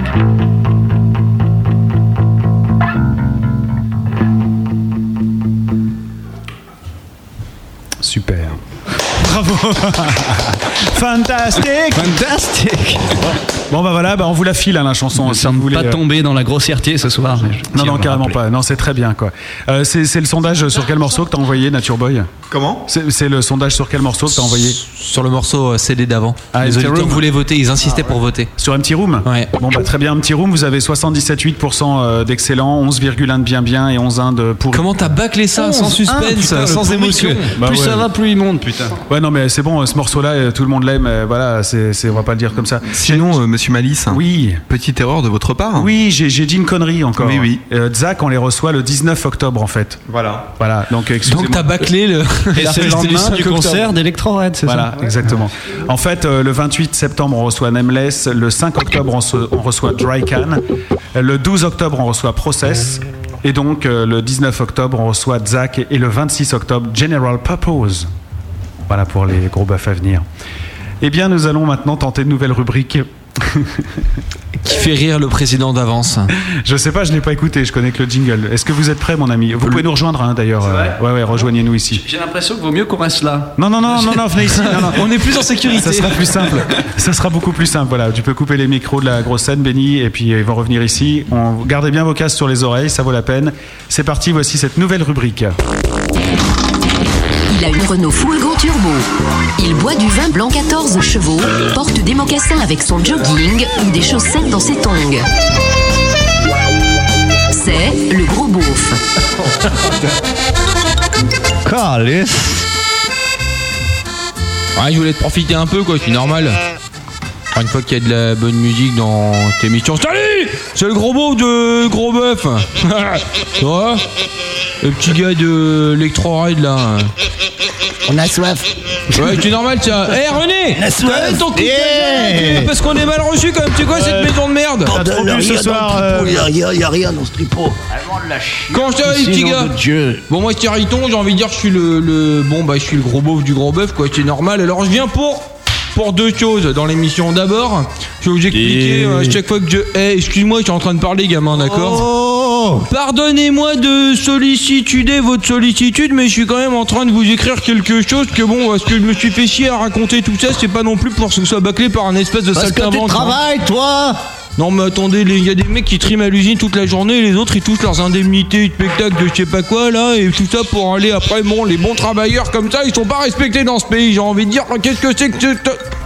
Super. Bravo. Fantastique. Fantastique. Bon bah voilà, bah on vous la file hein, la chanson. Nous ne si sommes vous voulez, pas euh... tombés dans la grossièreté ce soir. Non non carrément pas. Non c'est très bien quoi. Euh, c'est, c'est le sondage sur quel morceau que t'as envoyé Nature Boy? Comment? c'est, c'est le sondage sur quel morceau que t'as envoyé? Sur le morceau C D d'avant. Ah, les auditeurs Room. voulaient voter, ils insistaient ah, ouais. pour voter. Sur Empty Room? Ouais. Bon bah très bien, Empty Room, vous avez soixante-dix-sept virgule huit pour cent d'excellent, onze virgule un de bien bien et onze virgule un de pourri. Comment t'as bâclé ça? Sans suspense, putain, sans émotion. Bah, plus ouais. ça va, plus il monte, putain. Ouais non mais c'est bon, ce morceau-là, tout le monde l'aime, voilà, c'est, c'est, on va pas le dire comme ça. Sinon, euh, monsieur Malice, oui. Petite erreur de votre part. Oui, j'ai, j'ai dit une connerie encore. Oui, oui. Euh, Zach, on les reçoit le dix-neuf octobre en fait. Voilà. Voilà, donc excusez-moi. Donc t'as bâclé le. Et c'est le lendemain du concert d'Electro Red, c'est voilà, ça? Voilà, exactement. En fait, euh, le vingt-huit septembre, on reçoit Nameless. Le cinq octobre, on, se, on reçoit Dry Can. Le douze octobre, on reçoit Process. Et donc, euh, le dix-neuf octobre, on reçoit Zach. Et le vingt-six octobre, General Purpose. Voilà pour les gros buffs à venir. Eh bien, nous allons maintenant tenter de nouvelles rubriques. Qui fait rire le président d'avance. Je sais pas, je l'ai pas écouté, je connais que le jingle. Est-ce que vous êtes prêts, mon ami? Vous le... pouvez nous rejoindre hein, d'ailleurs. Euh, ouais, ouais, rejoignez-nous ici. J'ai l'impression qu'il vaut mieux qu'on reste là. Non, non, non, non, non, venez ici. Non, non. On est plus en sécurité. Ça sera plus simple. Ça sera beaucoup plus simple. Voilà, tu peux couper les micros de la grosse scène, Benny, et puis ils vont revenir ici. On... Gardez bien vos casques sur les oreilles, ça vaut la peine. C'est parti, voici cette nouvelle rubrique. Il a une Renault Fuego Turbo. Il boit du vin blanc quatorze chevaux, porte des mocassins avec son jogging ou des chaussettes dans ses tongs. C'est le gros beauf. Calice. Ouais, je voulais te profiter un peu, quoi, c'est normal. Enfin, une fois qu'il y a de la bonne musique dans tes émissions. Salut, c'est le gros beau de Gros Bœuf. Tu vois, le petit gars de Electro-Ride là. On a soif. Ouais, c'est normal ça. Hé hey, René, on a soif. Arrête ton coup de gueule, parce qu'on est mal reçu quand même. Tu sais quoi, cette maison de merde. T'as trop bu ce soir. Il y a rien, il y a rien dans ce tripot. Vraiment de la chier. Quand je t'arrive, petit gars. Bon, moi, c'est Riton, j'ai envie de dire que je suis le, le. Bon, bah, je suis le gros beauf du Gros Bœuf, quoi. C'est normal. Alors, je viens pour. Pour deux choses dans l'émission. D'abord, je vais vous expliquer. Et... euh, chaque fois que je. Eh, hey, excuse-moi, je suis en train de parler, gamin, d'accord? Oh. Pardonnez-moi de sollicituder votre sollicitude, mais je suis quand même en train de vous écrire quelque chose que bon, parce que je me suis fait chier à raconter tout ça, c'est pas non plus pour que ce soit bâclé par un espèce de saltimbanque. Parce que tu travailles, toi. Non mais attendez, il y a des mecs qui triment à l'usine toute la journée et les autres ils touchent leurs indemnités de spectacle de je sais pas quoi là et tout ça pour aller après, bon, les bons travailleurs comme ça ils sont pas respectés dans ce pays, j'ai envie de dire, qu'est-ce que c'est que ce...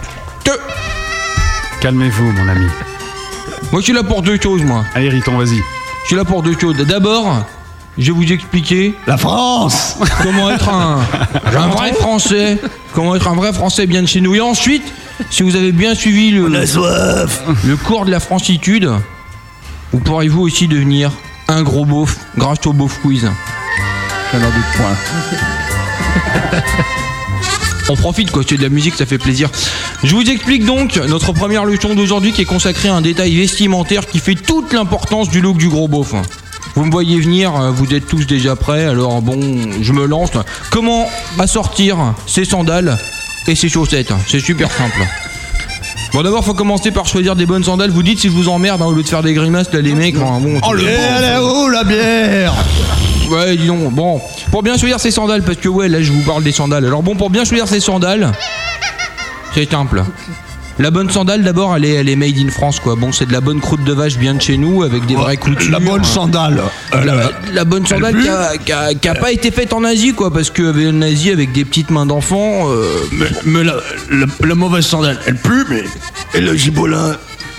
Calmez-vous mon ami. Moi je suis là pour deux choses moi. Allez Riton, vas-y. Je suis là pour deux choses. D'abord, je vais vous expliquer... La France. Comment être un, un vrai Français. Comment être un vrai Français bien de chez nous. Et ensuite, si vous avez bien suivi le, le cours de la francitude, vous pourrez vous aussi devenir un gros beauf grâce au beauf quiz. Je n'en doute point. On profite quoi, c'est de la musique, ça fait plaisir. Je vous explique donc notre première leçon d'aujourd'hui qui est consacrée à un détail vestimentaire qui fait toute l'importance du look du gros beauf. Vous me voyez venir, vous êtes tous déjà prêts, alors bon, je me lance. Comment assortir ses sandales et ses chaussettes? C'est super simple. Bon, d'abord, faut commencer par choisir des bonnes sandales. Vous dites si je vous emmerde, hein, au lieu de faire des grimaces, là, les mecs. Hein, bon, oh, le elle est où la bière? Ouais, dis donc. Bon, pour bien choisir ses sandales, parce que ouais, là, je vous parle des sandales. Alors bon, pour bien choisir ses sandales, c'est simple. La bonne sandale, d'abord, elle est, elle est made in France, quoi. Bon, c'est de la bonne croûte de vache bien de chez nous, avec des vraies coutures. La bonne sandale. La, la, la bonne sandale qui a, qui, a, qui a pas été faite en Asie, quoi, parce que en Asie, avec des petites mains d'enfant. Euh... Mais, mais la, la, la mauvaise sandale, elle pue, mais. Et le gibolin.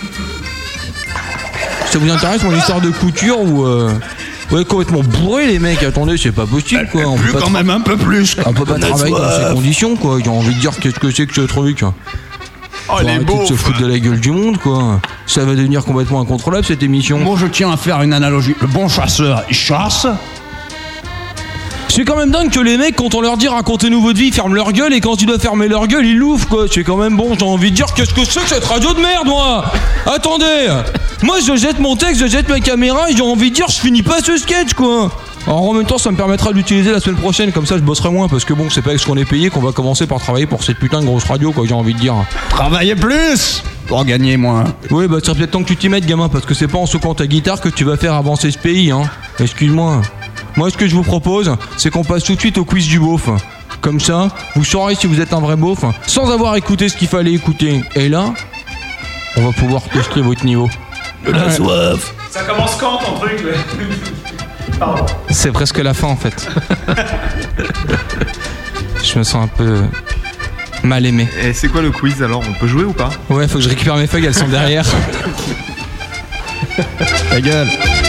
Ça vous intéresse mon histoire de couture ou euh... Ouais, complètement bourré les mecs, attendez, c'est pas possible quoi. On peut pas quand même un peu plus. On peut pas travailler dans ces conditions quoi. J'ai envie de dire qu'est-ce que c'est que ce truc. Oh, les beaux. De se foutre de la gueule du monde quoi. Ça va devenir complètement incontrôlable cette émission. Moi je tiens à faire une analogie. Le bon chasseur, il chasse. C'est quand même dingue que les mecs, quand on leur dit racontez-nous votre vie, ils ferment leur gueule et quand ils doivent fermer leur gueule, ils l'ouvrent quoi. C'est quand même bon, j'ai envie de dire qu'est-ce que c'est que cette radio de merde moi. Attendez, moi je jette mon texte, je jette ma caméra et j'ai envie de dire je finis pas ce sketch quoi. Alors en même temps ça me permettra de l'utiliser la semaine prochaine, comme ça je bosserai moins parce que bon c'est pas avec ce qu'on est payé qu'on va commencer par travailler pour cette putain de grosse radio quoi, j'ai envie de dire. Travailler plus pour gagner moins. Oui bah c'est peut-être temps que tu t'y mettes gamin parce que c'est pas en secouant ta guitare que tu vas faire avancer ce pays hein. Excuse-moi. Moi, ce que je vous propose, c'est qu'on passe tout de suite au quiz du beauf. Comme ça, vous saurez si vous êtes un vrai beauf, sans avoir écouté ce qu'il fallait écouter. Et là, on va pouvoir tester votre niveau. De la soif. Ça commence quand ton truc? Pardon. C'est presque la fin en fait. Je me sens un peu mal aimé. Et c'est quoi le quiz alors? On peut jouer ou pas? Ouais, faut que je récupère mes feuilles, elles sont derrière. Ta gueule.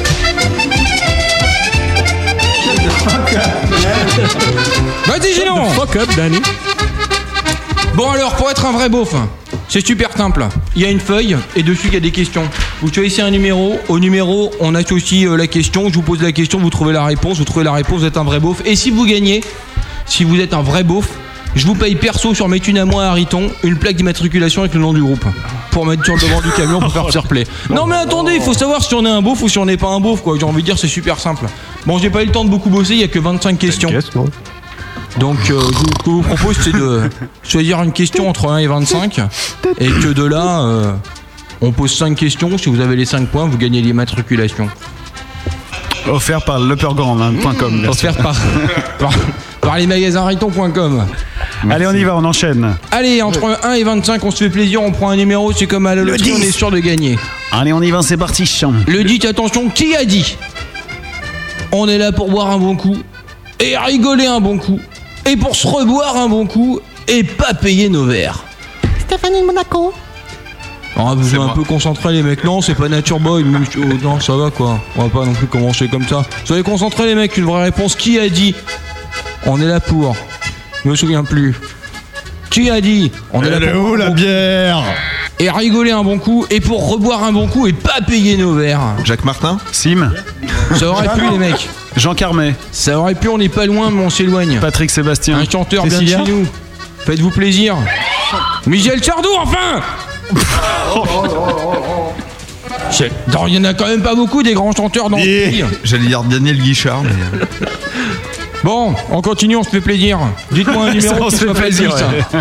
Vas-y Gilon. Fuck up Danny. Bon alors pour être un vrai beauf, c'est super simple. Il y a une feuille et dessus il y a des questions. Vous choisissez un numéro. Au numéro on associe euh, la question. Je vous pose la question, vous trouvez la réponse. Vous trouvez la réponse, vous êtes un vrai beauf. Et si vous gagnez, si vous êtes un vrai beauf, je vous paye perso sur mes thunes à moi à Riton une plaque d'immatriculation avec le nom du groupe pour mettre sur le devant du camion pour faire fair play. Non mais attendez, il faut savoir si on est un beauf ou si on n'est pas un beauf quoi. J'ai envie de dire c'est super simple. Bon j'ai pas eu le temps de beaucoup bosser, il y a que vingt-cinq questions. Donc euh, ce que je vous propose c'est de choisir une question entre un et vingt-cinq et que de là euh, on pose cinq questions. Si vous avez les cinq points vous gagnez l'immatriculation. Offert par lepergrand point com. Mmh, offert par, par, par les magasins riton point com. Allez, on y va, on enchaîne. Allez, entre un et vingt-cinq, on se fait plaisir, on prend un numéro, c'est comme à la loterie, on est sûr de gagner. Allez, on y va, c'est parti. Le dit, attention, qui a dit? On est là pour boire un bon coup, et rigoler un bon coup, et pour se reboire un bon coup, et pas payer nos verres. Stéphanie de Monaco. Ah, vous êtes un peu concentrés les mecs, non c'est pas Nature Boy, mais, oh, non ça va quoi, on va pas non plus commencer comme ça. Soyez concentrés les mecs, une vraie réponse, qui a dit? On est là pour, je me souviens plus. Qui a dit? On est Elle là est pour... où la bière? et rigoler un bon coup et pour reboire un bon coup et pas payer nos verres. Jacques Martin, Sim, Ça aurait pu les mecs. Jean Carmet, Ça aurait pu, on n'est pas loin mais on s'éloigne. Patrick Sébastien, Un chanteur bien de Cécilia chez nous. Faites-vous plaisir. Michel Sardou enfin. C'est- non, il y en a quand même pas beaucoup des grands chanteurs dans le pays. j'allais dire Daniel Guichard, mais. Bon, on continue, on se fait plaisir. Dites-moi un numéro on qui se fait soit plaisir. facile, ouais.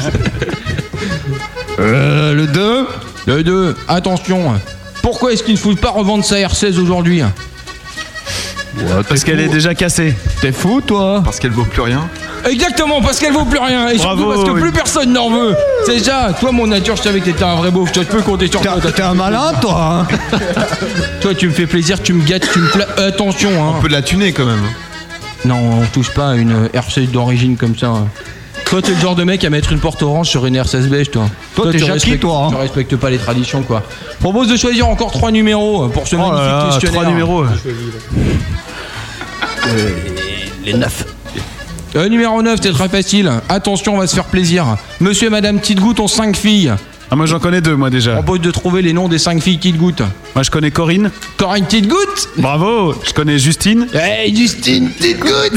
Euh, le deux. Le deux, attention. Pourquoi est-ce qu'il ne faut pas revendre sa R seize aujourd'hui? Parce qu'elle est déjà cassée. T'es fou, toi? Parce qu'elle vaut plus rien. Exactement, parce qu'elle vaut plus rien. Et surtout Bravo, parce que oui. plus personne n'en veut. C'est déjà, toi mon nature, je savais que t'étais un vrai beauf. Je peux compter sur toi. T'es t'es un malin, toi, hein? Toi tu me fais plaisir, tu me gâtes, tu me pla... euh, attention hein. On peut la tuner quand même. Non, on touche pas à une R seize d'origine comme ça. Toi t'es le genre de mec à mettre une porte orange sur une R seize beige toi. Toi, t'es tu Jackie, respectes- toi, hein. Tu respectes pas les traditions quoi. Propose de choisir encore trois numéros pour ce Oh magnifique là là, questionnaire. trois numéros. Les neuf. Euh, numéro neuf, c'est très facile. Attention, on va se faire plaisir. Monsieur et Madame Tite-Goutte ont cinq filles. Ah, moi j'en connais deux, moi déjà. Propose de trouver les noms des cinq filles Tite-Goutte. Moi je connais Corinne. Corinne Tite-Goutte. Bravo. Je connais Justine. Hey Justine Tite-Goutte.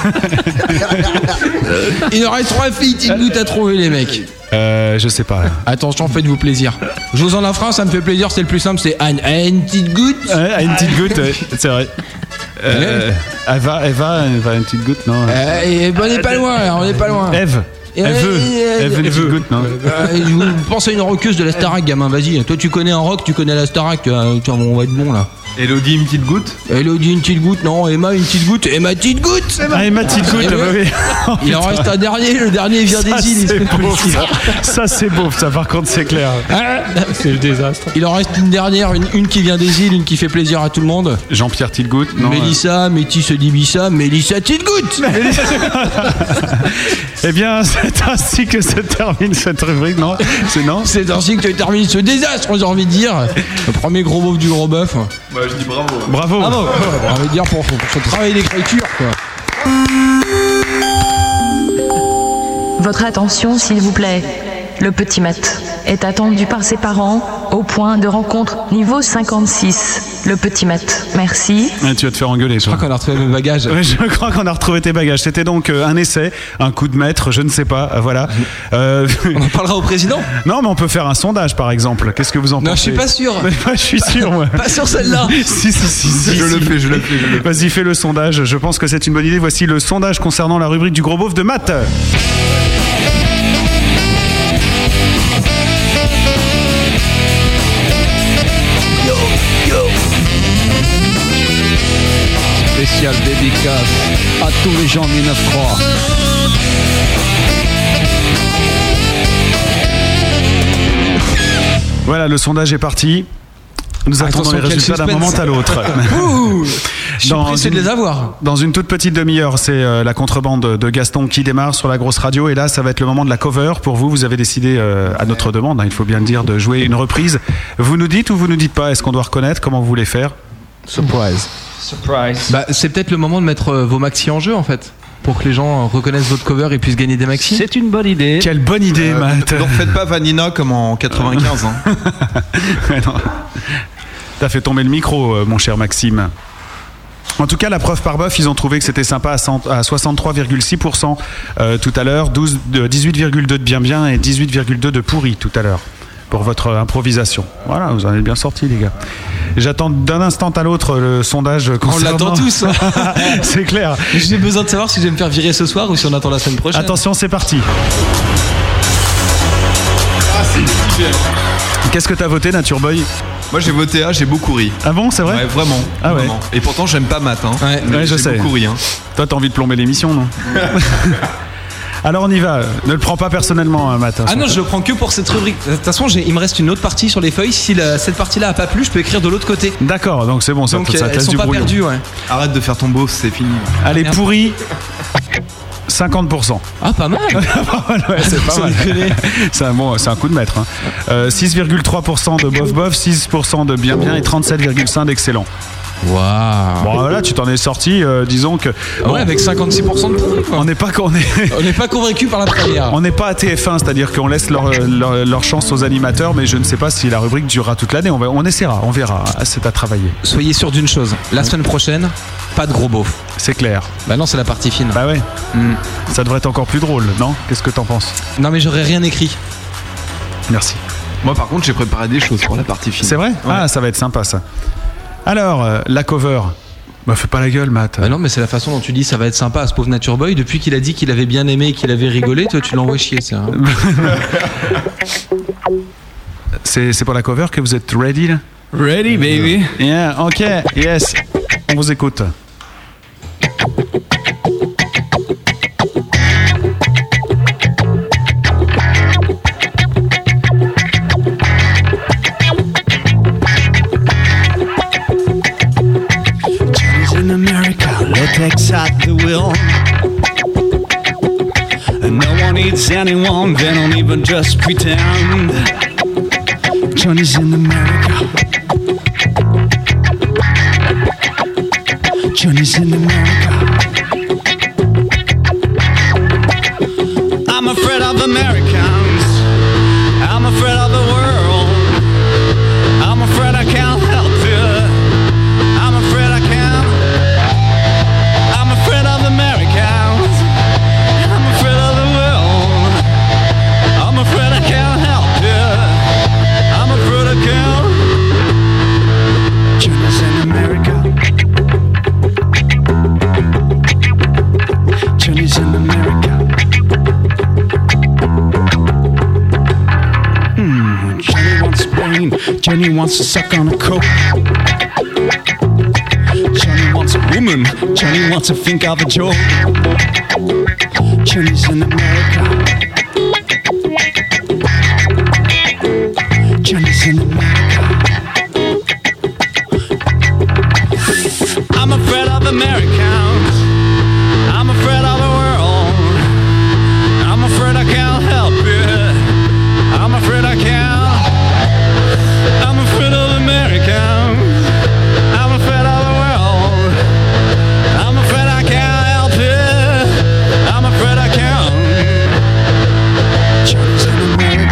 Il en reste trois filles Tite-Goutte à trouver les mecs. Euh, je sais pas. Attention, faites-vous plaisir. Je vous en offre un, ça me fait plaisir, c'est le plus simple, c'est Anne. Anne Tite-Goutte. Ouais, à une petite goutte, ouais, c'est vrai. Euh, Eva, Eva, Eva, une petite goutte, non. Euh, et, ben, on n'est pas loin, là, on n'est pas loin. Eve. Et- Elle veut. et- Elle veut une petite goutte, non. Euh, je vous pense à une rockeuse de la Starac, gamin, vas-y. Toi, tu connais un rock, tu connais la Starac. euh, Tiens, bon, on va être bon là. Elodie, une petite goutte. Elodie, une petite goutte, non. Emma, une petite goutte. Emma, petite goutte. Ah, Emma, petite goutte, Eh bah oui. oui. Il en reste un dernier, le dernier vient Ça, des îles. il se c'est fait beauf, plaisir. ça. Ça, c'est beau, ça, par contre, c'est clair. C'est le désastre. Il en reste une dernière, une, une qui vient des îles, une qui fait plaisir à tout le monde. Jean-Pierre Tite-Goutte, non. Mélissa, Métis Dibissa, Mélissa Tite-Goutte. Eh bien, c'est ainsi que se termine cette rubrique, non. C'est non. C'est ainsi que tu termines ce désastre, j'ai envie de dire. Le premier gros beauf du gros bœuf. Bah, je dis bravo. Bravo. Bravo. J'ai envie de dire pour, pour ce travail d'écriture, quoi. Votre attention, s'il vous plaît. Le petit Matt est attendu par ses parents au point de rencontre niveau cinquante-six. Le petit Matt, merci. Ouais, tu vas te faire engueuler, Je crois qu'on a retrouvé mes bagages. Ouais, je crois qu'on a retrouvé tes bagages. C'était donc euh, un essai, un coup de maître, je ne sais pas. euh, Voilà. Euh, On en parlera au président. non, mais on peut faire un sondage, par exemple. Qu'est-ce que vous en pensez? Non, je suis pas sûr. Mais moi, je suis sûr, moi. Pas sur celle-là. si, si, si, si, Je si. le fais, je le fais, je le fais. Vas-y, fais le sondage. Je pense que c'est une bonne idée. Voici le sondage concernant la rubrique du gros beauf de Matt. Spécial dédicace à tous les gens du neuf trois. Voilà, le sondage est parti. Nous attendons Attention, les quel résultats d'un suspense. moment à l'autre. Ouh, je suis pressé de les avoir. Dans une toute petite demi-heure, c'est euh, la contrebande de Gaston qui démarre sur la grosse radio. Et là, ça va être le moment de la cover. Pour vous, vous avez décidé, euh, à notre demande, hein, il faut bien le dire, de jouer une reprise. Vous nous dites ou vous nous dites pas? Est-ce qu'on doit reconnaître? Comment vous voulez faire? Surprise. Surprise. Bah, c'est peut-être le moment de mettre euh, vos maxi en jeu en fait. Pour que les gens euh, reconnaissent votre cover et puissent gagner des maxi. C'est une bonne idée. Quelle bonne idée, Euh, Matt. Ne refaites pas Vanina comme en quatre-vingt-quinze. Hein. Ouais, non. T'as fait tomber le micro, euh, mon cher Maxime. En tout cas, la preuve par bœuf, ils ont trouvé que c'était sympa à, cent, à soixante-trois virgule six pour cent euh, tout à l'heure, douze, de- dix-huit virgule deux de bien bien et dix-huit virgule deux de pourri tout à l'heure pour votre improvisation. Voilà, vous en êtes bien sortis, les gars. J'attends d'un instant à l'autre le sondage On concernant... l'attend tous. Hein. C'est clair. J'ai besoin de savoir si je vais me faire virer ce soir ou si on attend la semaine prochaine. Attention, c'est parti. Ah, c'est super. Qu'est-ce que t'as voté, Nature Boy? Moi j'ai voté A, j'ai beaucoup ri. Ah bon, c'est vrai? Ouais, vraiment. Ah ouais. vraiment. Et pourtant j'aime pas maths. Hein. Ouais, Mais ouais, je j'ai sais. beaucoup ri. Hein. Toi, t'as envie de plomber l'émission, non? Alors on y va. Ne le prends pas personnellement, hein, Matt. Ah non, je le prends que pour cette rubrique. De toute façon, j'ai- il me reste une autre partie sur les feuilles. Si la- cette partie-là a pas plu, je peux écrire de l'autre côté. D'accord, donc c'est bon, ça, Donc ça te euh, elles laisse sont du pas brouillon. perdues, ouais. Arrête de faire ton beau, c'est fini. Allez, merde. pourri, cinquante pour cent. Ah, pas mal. Ouais, c'est pas Sans mal. déconner. C'est un, bon, c'est un coup de maître. Hein. Euh, six virgule trois pour cent de bof bof, six pour cent de bien bien et trente-sept virgule cinq d'excellent. Waouh. Bon, là, tu t'en es sorti, euh, disons que. Bon, ouais, avec cinquante-six pour cent de pourri, quoi. On n'est pas, on est... on n'est pas convaincu par la première. On n'est pas à T F un, c'est-à-dire qu'on laisse leur, leur, leur chance aux animateurs, mais je ne sais pas si la rubrique durera toute l'année. On, va, on essaiera, on verra. C'est à travailler. Soyez sûr d'une chose, la semaine prochaine, pas de gros beauf. C'est clair. Bah non, c'est la partie fine. Bah ouais. Mm. Ça devrait être encore plus drôle, non? Qu'est-ce que t'en penses? Non, mais j'aurais rien écrit. Merci. Moi, par contre, j'ai préparé des choses pour la partie fine. C'est vrai? Ouais. Ah, ça va être sympa, ça. Alors, euh, la cover. Bah, fais pas la gueule, Matt. Bah non, mais c'est la façon dont tu dis ça va être sympa à ce pauvre Nature Boy. Depuis qu'il a dit qu'il avait bien aimé et qu'il avait rigolé, toi, tu l'envoies chier, ça. Hein. c'est, c'est pour la cover que vous êtes ready, là? Ready, baby. Yeah, ok, yes. On vous écoute. Takes out the will, and no one needs anyone. They don't even just pretend. Johnny's in America. Johnny's in America. I'm afraid of Americans. I'm afraid of the world. I'm afraid I can't help it. I'm afraid I can't. Johnny wants to suck on a coke. Johnny wants a woman. Johnny wants to think of a joke. Johnny's in America. Johnny's in America. I'm afraid of Americans. I'm afraid of the world. I'm afraid I can't help it. I'm afraid I can't. I'm afraid of Americans. I'm afraid of the world. I'm afraid I can't help it. I'm afraid I can't. Johnny's in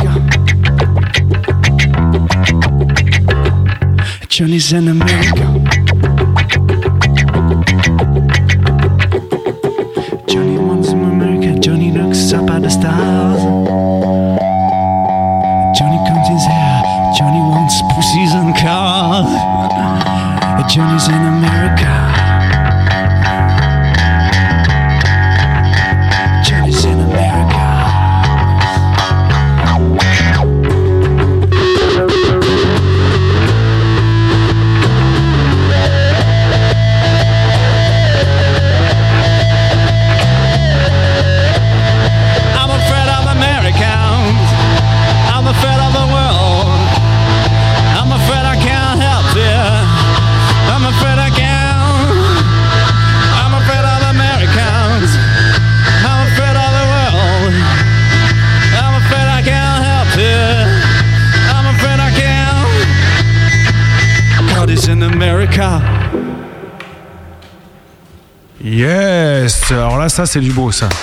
America. Johnny's in America. Johnny wants some America. Johnny looks up at the stars. Johnny combs his hair. Johnny wants pussies and cars. Johnny's in America. Johnny's in America. I'm afraid of Americans. I'm afraid of the world. I'm afraid I can't help it. I'm afraid I can't. I'm afraid of Americans. I'm afraid of the world. I'm afraid I can't help it. I'm afraid I can't. God is in America. Yes. Alors là, ça, c'est du beau, ça.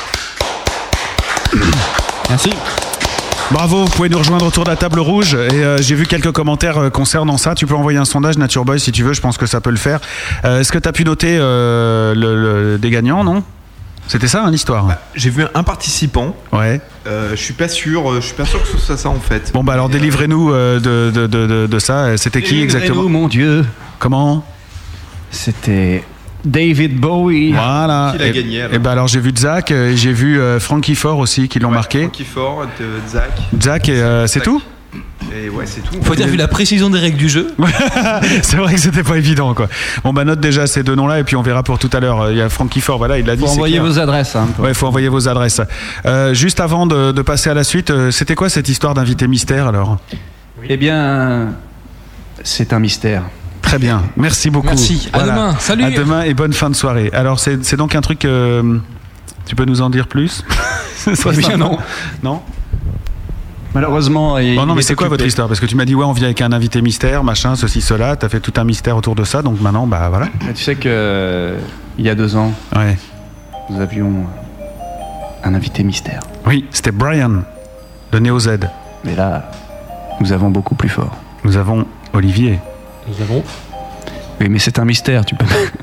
Merci. Bravo, vous pouvez nous rejoindre autour de la table rouge et euh, j'ai vu quelques commentaires euh, concernant ça. Tu peux envoyer un sondage Nature Boy si tu veux, je pense que ça peut le faire. Euh, est-ce que tu as pu noter euh, le, le, des gagnants, non? C'était ça, hein, l'histoire? Bah, j'ai vu un participant. Ouais. Euh, je suis pas sûr, je suis pas sûr que ce soit ça en fait. Bon bah alors délivrez-nous euh, de, de, de, de, de ça. C'était qui exactement? Mon Dieu. Comment? C'était David Bowie. Voilà. Qui l'a et, gagné alors? Et ben alors j'ai vu Zach et j'ai vu euh, Frankie Fort aussi qui l'ont ouais, marqué. Frankie Fort, Zach. Zach et euh, c'est Zach. tout? Et ouais, c'est tout. Faut dire, vu la précision des règles du jeu. C'est vrai que c'était pas évident, quoi. Bon, bah, note déjà ces deux noms-là et puis on verra pour tout à l'heure. Il y a Frankie Fort, voilà, il l'a dit. Faut envoyer vos adresses. Hein, ouais, faut envoyer vos adresses. Euh, juste avant de, de passer à la suite, euh, c'était quoi cette histoire d'invité mystère alors? Eh bien, c'est un mystère. Très bien, merci beaucoup. Merci, à voilà. demain, salut. À demain et bonne fin de soirée. Alors, c'est, c'est donc un truc. Euh, tu peux nous en dire plus? Très bien, non. Non? Malheureusement, il, bon, non, il mais est c'est quoi occupé. votre histoire? Parce que tu m'as dit, ouais, on vient avec un invité mystère, machin, ceci, cela. T'as fait tout un mystère autour de ça, donc maintenant, bah voilà. Mais tu sais que euh, il y a deux ans, ouais. nous avions un invité mystère. Oui, c'était Brian, de Neo Z. Mais là, nous avons beaucoup plus fort. Nous avons Olivier. Nous avons. Oui, mais c'est un mystère, tu peux.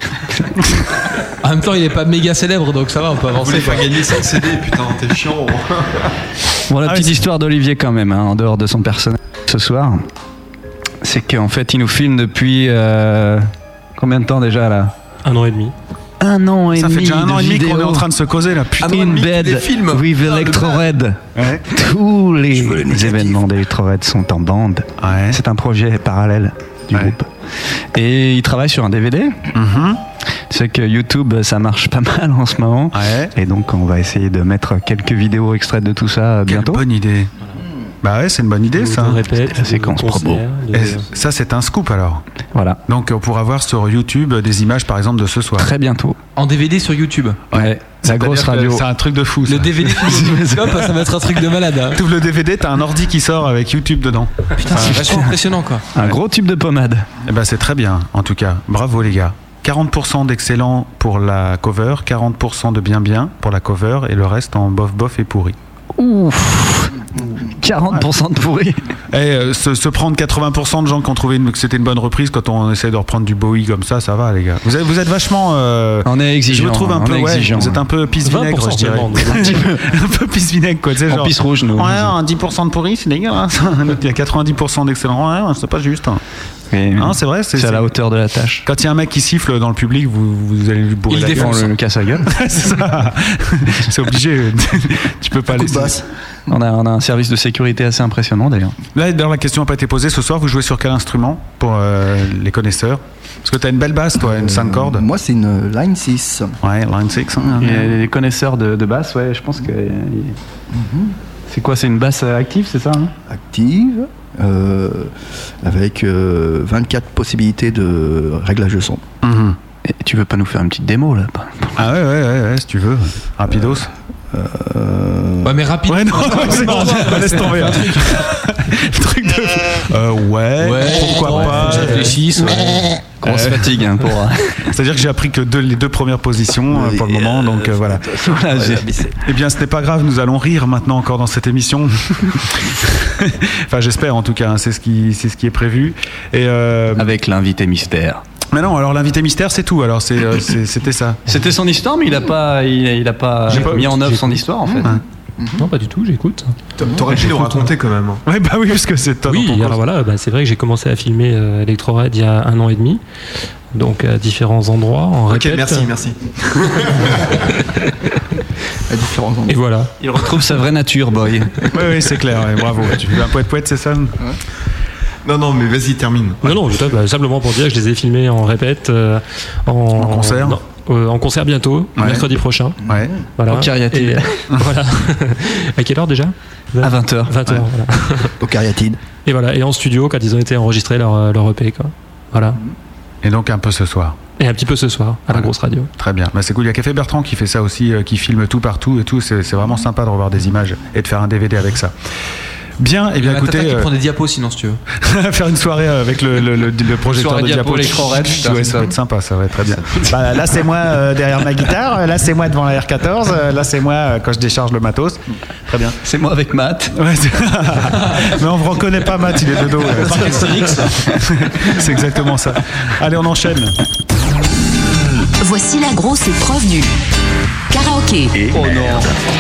En même temps, il est pas méga célèbre, donc ça va, on peut avancer. Vous voulez faire gagner cinq C D, putain, t'es chiant. Bon, la Ah, petite oui, histoire d'Olivier quand même, hein, en dehors de son personnage ce soir, c'est qu'en fait, il nous filme depuis euh, combien de temps déjà là? Un an et demi. Un an et Ça demi. fait déjà un de an et demi vidéos. qu'on est en train de se causer là, putain. In bed with Electro-Red. Ouais. Tous les événements d'Electro-Red sont en bande. Ouais. C'est un projet parallèle du Ouais. groupe. Et il travaille sur un D V D. Mhm. Tu sais que YouTube, ça marche pas mal en ce moment. Ouais. Et donc, on va essayer de mettre quelques vidéos extraites de tout ça Quelle bientôt. bonne idée. Bah ouais, c'est une bonne idée ça. On répète. la séquence le promo. concert, le- Et ça, c'est un scoop alors. Voilà. Donc, on pourra voir sur YouTube des images, par exemple, de ce soir. Très bientôt. En D V D sur YouTube. Ouais. La grosse C'est-à-dire que radio. C'est un truc de fou. Ça. Le D V D Hop, ça va être un truc de malade. Hein. Tu ouvres le D V D, t'as un ordi qui sort avec YouTube dedans. Putain, c'est vachement impressionnant quoi. Un gros tube de pommade. Eh ben, c'est très bien, en tout cas. Bravo les gars. quarante pour cent d'excellent pour la cover, quarante pour cent de bien bien pour la cover et le reste en bof bof et pourri. Ouf. quarante pour cent de pourri. Et euh, se, se prendre quatre-vingts pour cent de gens qui ont trouvé une- que c'était une bonne reprise quand on essaie de reprendre du Bowie comme ça, ça va les gars. Vous êtes, vous êtes vachement. euh, On est exigeant. je me trouve un on peu. est Ouais, exigeant. vous êtes un peu pisse vinaigre, je dirais. seulement, un, petit peu, un peu pisse vinaigre quoi. Tu sais, En genre, pisse rouge, nous. Ouais, un dix pour cent de pourri, c'est dégueulasse. Il y a quatre-vingt-dix pour cent d'excellent. Ouais, c'est pas juste. Et Hein, c'est vrai, c'est c'est à la c'est- hauteur de la tâche. Quand il y a un mec qui siffle dans le public, vous, vous allez lui bourrer Il la gueule. On le, le casse à gueule. C'est ça. C'est obligé. Tu peux pas Coup de laisser. basse. On a, on a un service de sécurité assez impressionnant d'ailleurs. Là, d'ailleurs, la question n'a pas été posée. Ce soir, vous jouez sur quel instrument pour euh, les connaisseurs? Parce que tu as une belle basse, toi, une cinq cordes. Moi, c'est une Line six. Ouais, line six. hein. Et les connaisseurs de, de basse, ouais, je pense que. C'est quoi? C'est une basse active, c'est ça hein? Active, euh, avec euh, vingt-quatre possibilités de réglage de son. Mhm. Et tu veux pas nous faire une petite démo là? Ah ouais, ouais, ouais, ouais, si tu veux. Rapidos. Euh, Ouais, mais rapide. Ouais, non, c'est bon, laisse tomber. hein. Le truc de. Euh, ouais, Ouais, pourquoi ouais, pas. faut que je réfléchisse, ouais. Grosse Euh. fatigue hein, pour. C'est-à-dire que j'ai appris que deux- les deux premières positions euh, pour le moment, donc euh, voilà. Voilà, j'ai- Eh bien, ce n'est pas grave, nous allons rire maintenant encore dans cette émission. Enfin, j'espère en tout cas, hein, c'est ce qui, c'est ce qui est prévu. Et euh, Avec l'invité mystère. mais non, alors l'invité mystère, c'est tout. Alors c'est, euh, c'est- c'était ça. C'était son histoire, mais il a pas, il, il a pas, J'ai pas- mis en œuvre son histoire en fait. Non, pas du tout, j'écoute. T'aurais pu nous raconter quand même. Ouais, bah oui, parce que c'est toi. Oui, dans ton alors poste. voilà, bah, c'est vrai que j'ai commencé à filmer euh, Electro-Red il y a un an et demi, donc à différents endroits, en Ok, répète. merci, merci. à différents endroits. Et voilà. Il retrouve sa vraie nature, boy. Oui, oui, c'est clair. ouais, bravo. Tu fais un poète poète, c'est ça? Non, non, mais vas-y, termine. Non, non, je- bah, simplement pour dire que je les ai filmés en répète, euh, en, En concert non, euh, en concert bientôt, Ouais. mercredi prochain. Ouais. Voilà. Au Cariatide. Et, voilà. À quelle heure déjà? À vingt heures. vingt heures, voilà. Au Cariatide. Et voilà, et en studio quand ils ont été enregistrés leur, euh, leur E P, quoi. Voilà. Et donc un peu ce soir. Et un petit peu ce soir, à la Voilà. grosse radio. Très bien. Bah, c'est cool. Il y a Café Bertrand qui fait ça aussi, euh, qui filme tout partout et tout. C'est, c'est vraiment sympa de revoir des images et de faire un D V D avec ça. Bien, et bien La écoutez, tata qui euh, prend des diapos sinon si tu veux. faire une soirée avec le, le, le, le projecteur Soirée de diapo, diapo. Electro-Red, putain, Ouais, c'est ça ça. va être sympa, ça va être très bien. Bah, là, c'est moi euh, derrière ma guitare. Là, c'est moi devant la R quatorze. euh, Là, c'est moi euh, quand je décharge le matos. Très bien. C'est moi avec Matt. Ouais, c'est- mais on ne reconnaît pas Matt, il est de dos. ouais. C'est exactement ça. Allez, on enchaîne. Voici la grosse épreuve du karaoké. Oh non.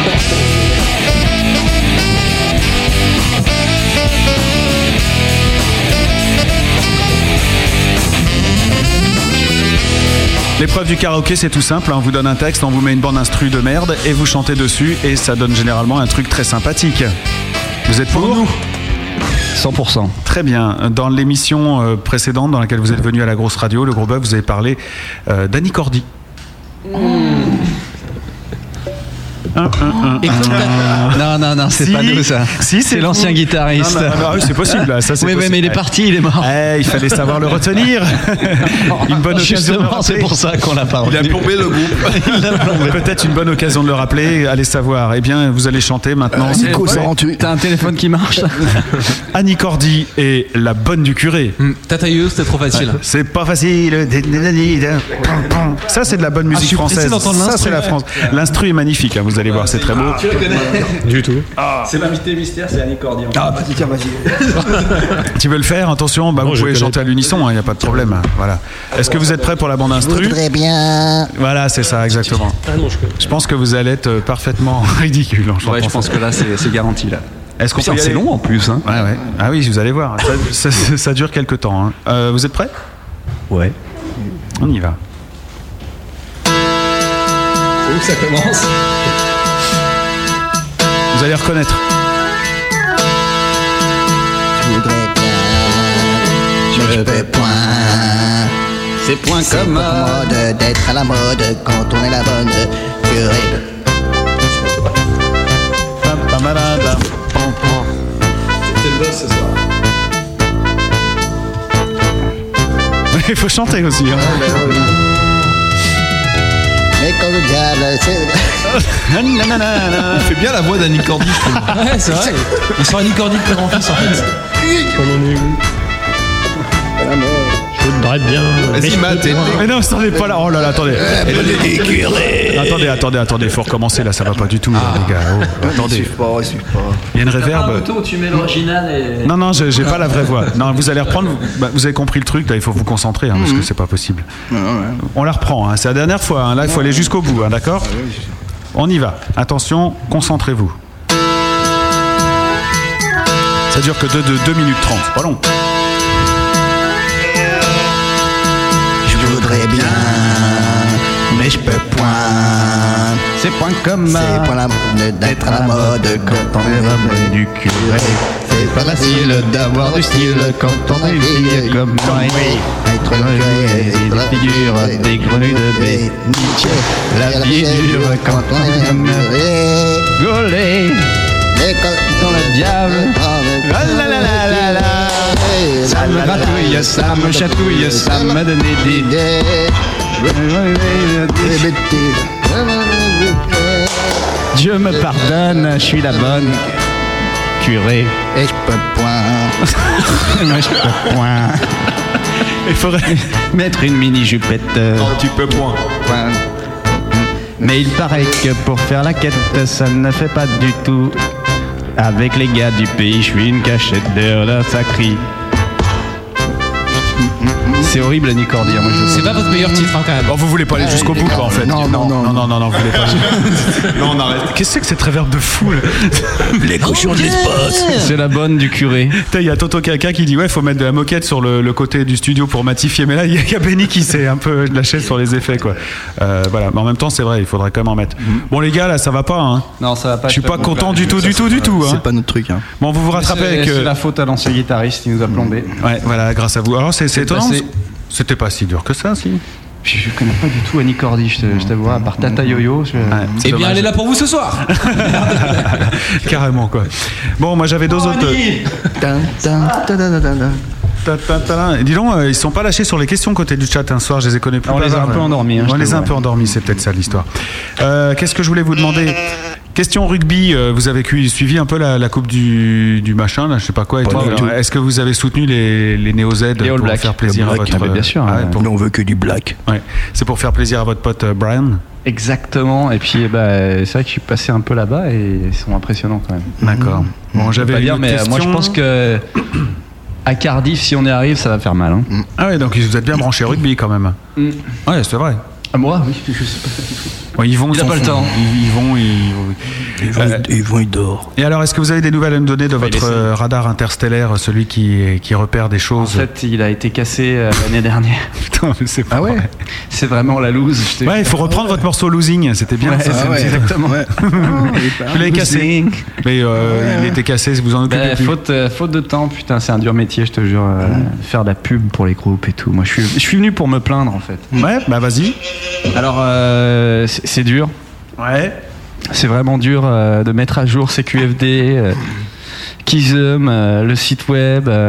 L'épreuve du karaoké, c'est tout simple. hein. On vous donne un texte, on vous met une bande instru de merde et vous chantez dessus et ça donne généralement un truc très sympathique. Vous êtes pour nous? cent pour cent. Très bien. Dans l'émission euh, précédente dans laquelle vous êtes venu à la grosse radio, le gros bœuf, vous avez parlé euh, d'Annie Cordy. Et comme t'as- Non, non, non, c'est Si, pas nous ça. si, c'est c'est l'ancien vous. guitariste. Non, non, non, oui, c'est possible, là, ça, c'est oui, oui, possible. mais il est Ouais. parti, il est mort. Eh, il fallait savoir le retenir. Une bonne occasion de le Justement, rappeler. c'est pour ça qu'on l'a pas Il a retenu. plombé le groupe. Peut-être une bonne occasion de le rappeler. Allez savoir. Eh bien, vous allez chanter maintenant. Euh, Nico, ça rend tu. T'as un téléphone qui marche? Annie Cordy et la bonne du curé. Hmm, Tatailleux, c'était trop facile. C'est pas facile. Ça, c'est de la bonne musique je suis pressé française. d'entendre Ça, l'instru. c'est la France. L'instru est magnifique, hein, vous allez voir, c'est très beau. Tu le connais? Du tout. C'est l'invité mystère, c'est Annie Cordy. Ah, vas-y, tiens, vas-y. Tu veux le faire? Attention, bah, Non, vous je pouvez connais chanter à l'unisson, il n'y a pas de problème. hein, Voilà. Est-ce que vous êtes prêts pour la bande Je instru? voudrais bien. Voilà, c'est ça, exactement. Ah non, je connais. Je pense que vous allez être euh, parfaitement ridicule en chantant Ouais, je ça. pense que là, c'est c'est garanti là. Est-ce qu'on Putain, peut y c'est aller long en plus. Hein. Ouais, ouais. Ah oui, vous allez voir. Ça, ça- ça dure quelques temps. hein. Euh, vous êtes prêts? Ouais. On y va. C'est où que ça commence? Vous allez reconnaître. Je voudrais bien. Mais je peux point. C'est point C'est comme. pas commode d'être à la mode quand on est la bonne curée. Pam, pam, pam, pam, pam, pam. C'est le boss ce soir. Il faut chanter aussi. hein. Mais quand le diable, c'est. Il fait bien la voix d'Annie Cordy, je trouve. Ouais, c'est vrai. Ils sont Annie Cordy de père en fils en fait. On en est où? Je voudrais bien. Vas-y, Matt, t'es- Mais non, attendez pas là. Oh là là, attendez. Attendez, attendez, attendez. Il faut recommencer là, ça va pas du tout, là, les gars. Oh, Ils attendez. suivent pas, ils suivent pas. Il y a une réverbe. où tu mets l'original et. Non, non, j'ai j'ai pas la vraie voix. Non, vous allez reprendre. Bah, vous avez compris le truc, là, il faut vous concentrer, hein, parce que c'est pas possible. On la reprend, hein, c'est la dernière fois. hein, Là, il faut aller jusqu'au bout, hein, d'accord? On y va. Attention, concentrez-vous. Ça dure que deux minutes trente, c'est pas long. Je voudrais bien. Mais je peux point. C'est point comme. C'est point la mode d'être à la mode quand on est la bonne du curé. C'est pas facile d'avoir du style quand on est vieille comme moi. Être le curé, Et des figures, des grenouilles de baie. Nietzsche. La vie est dure quand on est comme curé. gaulé. Mais quand Dans le diable. Ah là là là là là. Ça me gratouille, ça me chatouille, ça me donne des idées. Dieu me pardonne, je suis la bonne curée. Et je peux point. Moi je peux point. Il faudrait. Mettre une mini jupette. Oh, tu peux point. Point. Mais il paraît que pour faire la quête, ça ne fait pas du tout. Avec les gars du pays, je suis une cachette d'air, là ça crie. C'est horrible, Annie Cordy. Moi, je C'est pas votre meilleur titre hein, quand même. Oh, vous voulez pas aller jusqu'au bout, quoi, en fait. Non, non, non. non, non, non, non, vous voulez pas aller. Non, on arrête. Qu'est-ce que c'est que cette réverbe de fou, là? Les cochons de l'espace. C'est la bonne du curé. Putain, il y a Toto Kaka qui dit ouais, faut mettre de la moquette sur le, le côté du studio pour matifier. Mais là, il y a- il y a Benny qui s'est un peu lâché sur les effets, quoi. Euh, voilà. Mais en même temps, c'est vrai, il faudrait quand même en mettre. Bon, les gars, là, ça va pas. Hein. Non, ça va pas. Je suis pas content du tout, du tout, du tout. Hein. C'est pas notre truc. Hein. Bon, vous vous rattrapez C'est avec. c'est euh, la faute à l'ancien guitariste, il nous a plombé. Ouais, voilà, grâce à vous. Alors, c'est c'est C'est étonnant. passé. C'était pas si dur que ça, si. Je, je connais pas du tout Annie Cordy, je te- je t'avoue, à part Tata Yo-Yo. je- Ouais, c'est Eh bien, dommage. elle est là pour vous ce soir. Carrément, quoi. Bon, moi, j'avais deux autres. Tin, tin, ta, ta, ta, ta, ta. Ta, ta, ta, ta. Et dis donc, euh, ils sont pas lâchés sur les questions côté du chat un soir, je les ai connais plus. On les a bavards, un peu ouais. endormis, hein, On je les a un t'avoue, peu endormis, c'est peut-être ça l'histoire. Euh, Qu'est-ce que je voulais vous demander? Question rugby, euh, vous avez cu- suivi un peu la, la coupe du, du machin, là, je sais pas quoi. et Pas tout. du Alors, tout. Est-ce que vous avez soutenu les, les Néo-Z Les All pour Blacks. faire plaisir Les à Blacks, votre... ah bah, bien sûr, ouais, ouais. pour- Nous, on veut que du black. ouais. C'est pour faire plaisir à votre pote euh, Brian. Exactement, et puis bah, c'est vrai que je suis passé un peu là-bas et ils sont impressionnants quand même. D'accord. Bon, Je peux j'avais pas une dire, autre mais euh, moi je question. pense que à Cardiff, si on y arrive, ça va faire mal. Hein. Ah ouais, donc vous êtes bien branché rugby quand même. Mm. Ouais, c'est vrai. Ah, moi, oui, je sais pas. Ouais, ils vont, Il a s'en pas le font. temps. Ils, ils vont, ils... Ils vont, Euh, ils vont, ils dorment. Et alors, est-ce que vous avez des nouvelles à me donner de il votre essaie. euh, radar interstellaire, celui qui, qui repère des En choses? fait, il a été cassé euh, l'année dernière. Putain, mais c'est pas Ah ouais vrai. C'est vraiment la loose. je t'ai- Ouais, il faut reprendre votre morceau Losing, c'était bien Ouais, ça. c'est ouais. exactement. Ouais. Vous l'avez cassé. Mais euh, il était cassé, vous en occupez Bah, plus. faute, euh, faute de temps, putain, c'est un dur métier, je te jure. euh, Faire de la pub pour les groupes et tout. Moi, je suis, je suis venu pour me plaindre en fait. Ouais, bah vas-y. Alors, euh, c'est c'est dur. Ouais. c'est vraiment dur euh, de mettre à jour C Q F D, euh, Kizum, euh, le site web, euh,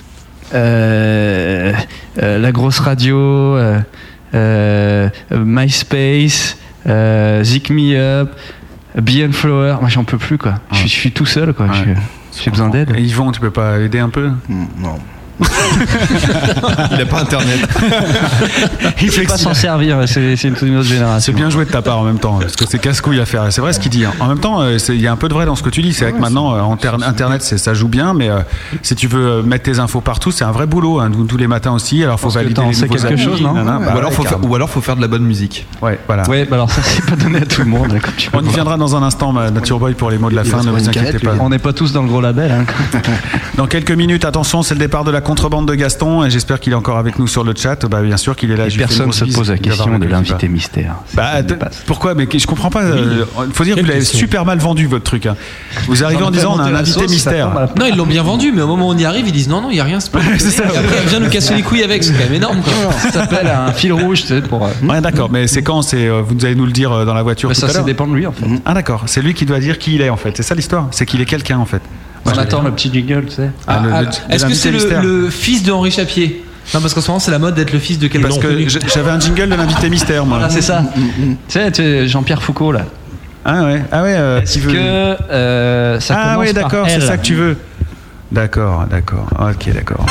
euh, euh, la grosse radio, euh, euh, MySpace, euh, Zik Me Up, Beyond Flower. Moi, j'en peux plus, quoi. Je suis- je suis tout seul, quoi. Ouais. Je- J'ai besoin d'aide. Et Yvon, tu peux pas aider un peu? Non. Il a pas internet. Il ne faut pas s'en servir, c'est c'est une toute une autre génération. C'est bien joué de ta part en même temps, parce que c'est casse-couille à faire. Et c'est vrai ce qu'il dit. hein. En même temps, euh, c'est- il y a un peu de vrai dans ce que tu dis. C'est vrai que maintenant, euh, inter- Internet, c'est- ça joue bien, mais euh, si tu veux euh, mettre tes infos partout, c'est un vrai boulot. hein, tous- tous les matins aussi. Alors, faut Pense que valider t'en les sais nouveaux quelque amis, chose, non nanana. Bah ou, alors ouais, faut faire, carrément. ou alors faut faire de la bonne musique. Ouais, voilà. Ouais, bah alors ça, c'est pas donné à tout le monde. comme tu peux On y voir. viendra dans un instant, ma Nature Boy, pour les mots de la Il fin. va se Ne prendre vous une inquiétez canette, pas. lui. On n'est pas tous dans le gros label. Hein. Dans quelques minutes, attention, c'est le départ de la contrebande de Gaston. Et j'espère qu'il est encore avec nous sur le chat. Bah, bien sûr qu'il est là. Et je lui fais une personne grosse se bise. pose la Il va question voir de le l'invité clip. mystère. Bah, de- pourquoi? Mais je comprends pas. Il faut dire que Quelle vous l'avez question. super mal vendu, votre truc. hein. Vous arrivez en disant on a un invité mystère. Non, ils l'ont bien vendu, mais au moment où on y arrive, ils disent non, non, il n'y a rien, c'est pas. C'est ça. Et après, elle vient nous casser les couilles avec, c'est quand même énorme, quoi. Ça s'appelle un fil rouge, tu sais, pour. euh, Ouais, d'accord. Mais c'est quand? C'est euh, vous allez nous le dire euh, dans la voiture bah, tout ça, à ça l'heure. dépend de lui, en fait. Ah, d'accord. C'est lui qui doit dire qui il est en fait. C'est ça l'histoire. C'est qu'il est quelqu'un en fait. Moi, On je- attend le petit jingle, tu sais. Ah, le- Ah, le- Est-ce que l'invité c'est le, mystère. le fils de Henri Chapier? Non, parce qu'en ce moment, c'est la mode d'être le fils de quelqu'un. Parce que je- j'avais un jingle de l'invité mystère, moi. Voilà, c'est ça. Tu sais, tu sais, Jean-Pierre Foucault, là. Ah ouais. Ah ouais. euh, Est-ce qui veut- que euh, ça Ah commence ouais, par d'accord. C'est L? ça que tu veux. D'accord, d'accord. Ok, d'accord.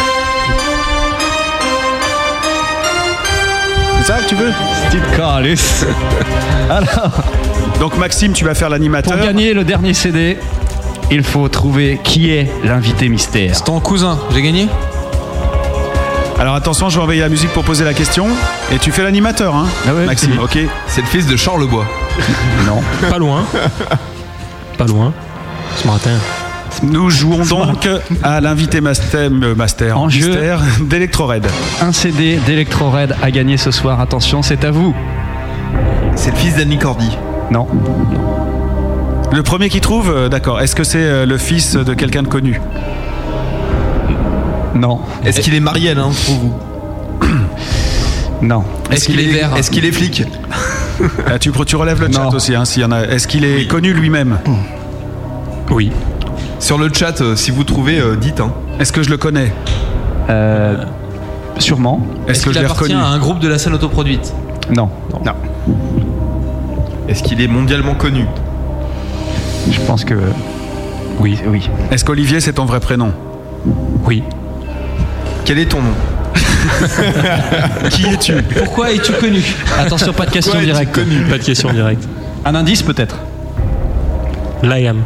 C'est ça que tu veux? Steve Carlis. Alors, Donc Maxime, tu vas faire l'animateur. pour gagner le dernier C D, il faut trouver qui est l'invité mystère. C'est ton cousin, j'ai gagné? Alors attention, je vais envoyer la musique pour poser la question. Et tu fais l'animateur, hein, Ah ouais, Maxime, ok. C'est le fils de Charlebois. Non. Pas loin. Pas loin. Ce matin. Nous jouons donc à l'invité master, euh, master En jeu. mystère d'Electro Red. Un C D d'Electro Red à gagner ce soir. Attention, c'est à vous. C'est le fils d'Annie Cordy. Non. Le premier qui trouve, euh, d'accord. Est-ce que c'est euh, le fils de quelqu'un de connu? Non. Est-ce qu'il est Marielle, hein, pour vous? Non. Est-ce qu'il est vert? Est-ce qu'il est flic? Ah, tu, tu relèves le chat Non. aussi, hein, s'il y en a. Est-ce qu'il est connu lui-même? Oui. Sur le chat, euh, si vous trouvez, euh, dites. Hein. Est-ce que je le connais? Euh, sûrement. Est-ce que qu'il je l'ai appartient reconnu? à un groupe de la scène autoproduite? Non. Non. Est-ce qu'il est mondialement connu? Je pense que. Oui. Oui. Est-ce qu'Olivier, c'est ton vrai prénom? Oui. Quel est ton nom? Qui es-tu? Pourquoi es-tu connu? Attention, pas de question Pourquoi es-tu directe. connu? Pas de question directe. Un indice peut-être. Liam.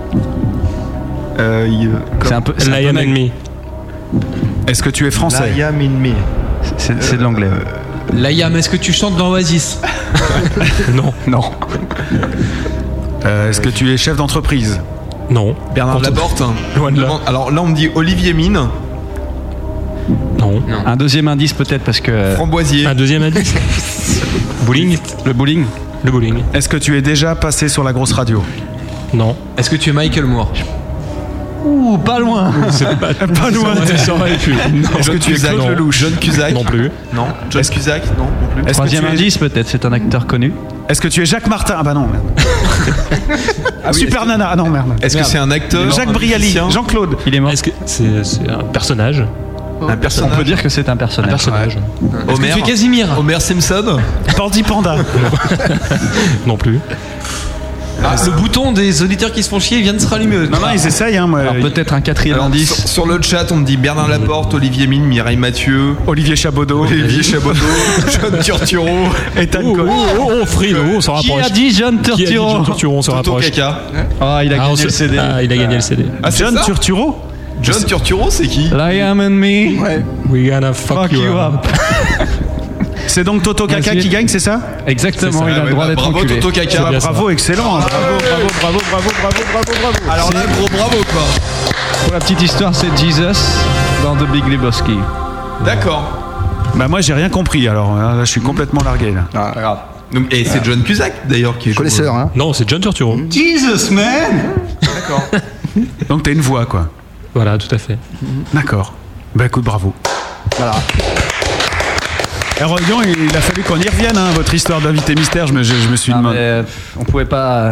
Euh, il- C'est un peu. c'est un peu Liam neg- and me. Est-ce que tu es français? Liam in me. C'est c'est de l'anglais. Liam, est-ce que tu chantes dans Oasis? Non. Non. Euh, Est-ce que tu es chef d'entreprise? Non. Bernard Contre- Laporte. hein. Loin de là. Demande- Alors là, on me dit Olivier Mine, Non. Un deuxième indice peut-être parce que. Framboisier. Un deuxième indice. Bowling. Le bowling. Le bowling. Est-ce que tu es déjà passé sur la grosse radio? Non. Est-ce que tu es Michael Moore? Ouh, pas loin. C'est pas, Pas loin. Ça aurait pu. Est-ce que tu es Claude Non. Lelouch? John Cusack. Non plus. Non. John Cusack. Non, non plus. Est-ce que, Troisième tu es... indice peut-être, c'est un acteur connu. Est-ce que tu es Jacques Martin? Ah bah non, merde. Super Nana. Ah non, merde. Est-ce que Merde. c'est un acteur? Jacques un Brialy, musicien, Jean-Claude. Il est mort. Est-ce que c'est c'est un personnage? Un On personnage? peut dire que c'est un Un personnage. personnage. Est-ce que Homer. tu es Casimir? Homer Simpson. Pandy Panda. Non plus. Ah, le bouton des auditeurs qui se font chier vient de se rallumer. Non, non, ils essayent, hein, moi. Alors peut-être un quatrième Alors, indice. sur, sur le chat, on me dit Bernard Laporte, Olivier Mine, Mireille Mathieu, Olivier Chabaudot. Olivier Chabodeau, John Turturro, Ethan Oh, Cohen. oh, oh, oh, Free, oh, on s'en Qui rapproche. a dit John Qui a dit Turturro? John Turturro, on se Toto rapproche. Kaka. Ah, il a Ah, on gagné se- le C D. Ah, il a gagné le C D. Ah, c'est John ça Turturro. John Turturro, c'est qui? Liam and me. We gonna fuck, Fuck you, you up. up. C'est donc Toto Kaka Vas-y. qui gagne, c'est ça? Exactement, C'est ça, il a ouais, le droit bah, d'être bravo, enculé. Toto Kaka. Ah, bien ça. bravo, excellent. Bravo, bravo, bravo, bravo, bravo, bravo, bravo. Alors là, gros bravo quoi. Pour la petite histoire, c'est Jesus dans The Big Lebowski. D'accord. Bah moi j'ai rien compris alors, là je suis complètement largué là. Ah, pas grave. Donc, et c'est John Cusack d'ailleurs qui est Connaisseur, hein. Non, c'est John Turturro. Jesus, man. D'accord. Donc t'as une voix quoi. Voilà, tout à fait. D'accord. Bah écoute, bravo. Voilà. Alors Lyon, il a fallu qu'on y revienne, hein, votre histoire d'invité mystère, je me, je, je me suis Non, demandé. mais, euh, on pouvait pas.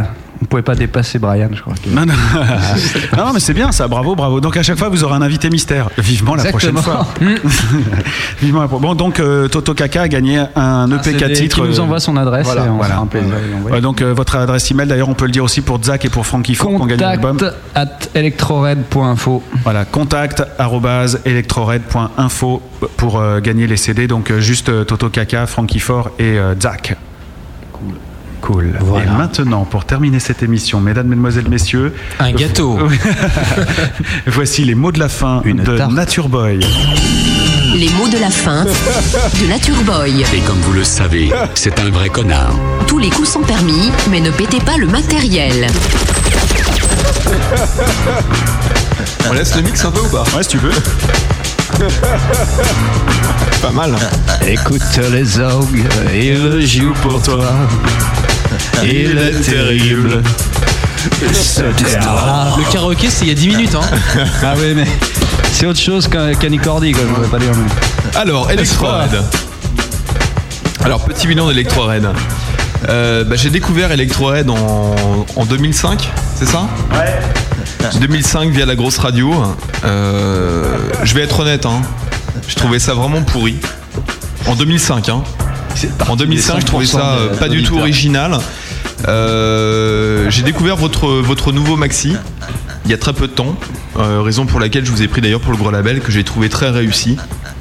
on pouvait pas dépasser Brian, je crois. Non, non. non, non, mais c'est bien ça, bravo, bravo. Donc à chaque fois, vous aurez un invité mystère. Vivement la Exactement. prochaine fois. Vivement la pro- Bon, donc euh, Toto Kaka a gagné un E P quatre titres. Qui nous envoie son adresse Voilà, et on voilà. fera un plaisir de lui envoyer. Ouais, donc euh, votre adresse email, d'ailleurs, on peut le dire aussi pour Zach et pour Frankie Ford qui ont gagné l'album. Contact at electrored point info. Voilà, contact arobase electrored point info pour euh, gagner les C D. Donc euh, juste euh, Toto Kaka, Frankie Ford et euh, Zach. Cool. Cool. Voilà. Et maintenant, pour terminer cette émission, mesdames, mesdemoiselles, messieurs, Un gâteau. voici les mots de la fin Une de tarte. Nature Boy. Les mots de la fin de Nature Boy. Et comme vous le savez, c'est un vrai connard. Tous les coups sont permis, mais ne pétez pas le matériel. On laisse le mix un peu ou pas? Ouais, si tu veux. Pas mal. Écoute les orgues, il joue pour toi. Il est terrible. Ce terrain. Le karaoké, c'est il y a dix minutes. Hein. Ah oui, mais c'est autre chose qu'un Canicordi, quoi, je ne pourrais pas dire. Mais... Alors, Electrored. Alors, petit bilan d'Electrored. Euh, bah, j'ai découvert Electrored en, en deux mille cinq, c'est ça? Ouais. deux mille cinq via la grosse radio. Euh, je vais être honnête, hein. Je trouvais ça vraiment pourri. En deux mille cinq, hein. En deux mille cinq, je trouvais ça euh, pas du tout original. Euh, j'ai découvert votre, votre nouveau maxi il y a très peu de temps, euh, raison pour laquelle je vous ai pris d'ailleurs pour le gros label, que j'ai trouvé très réussi.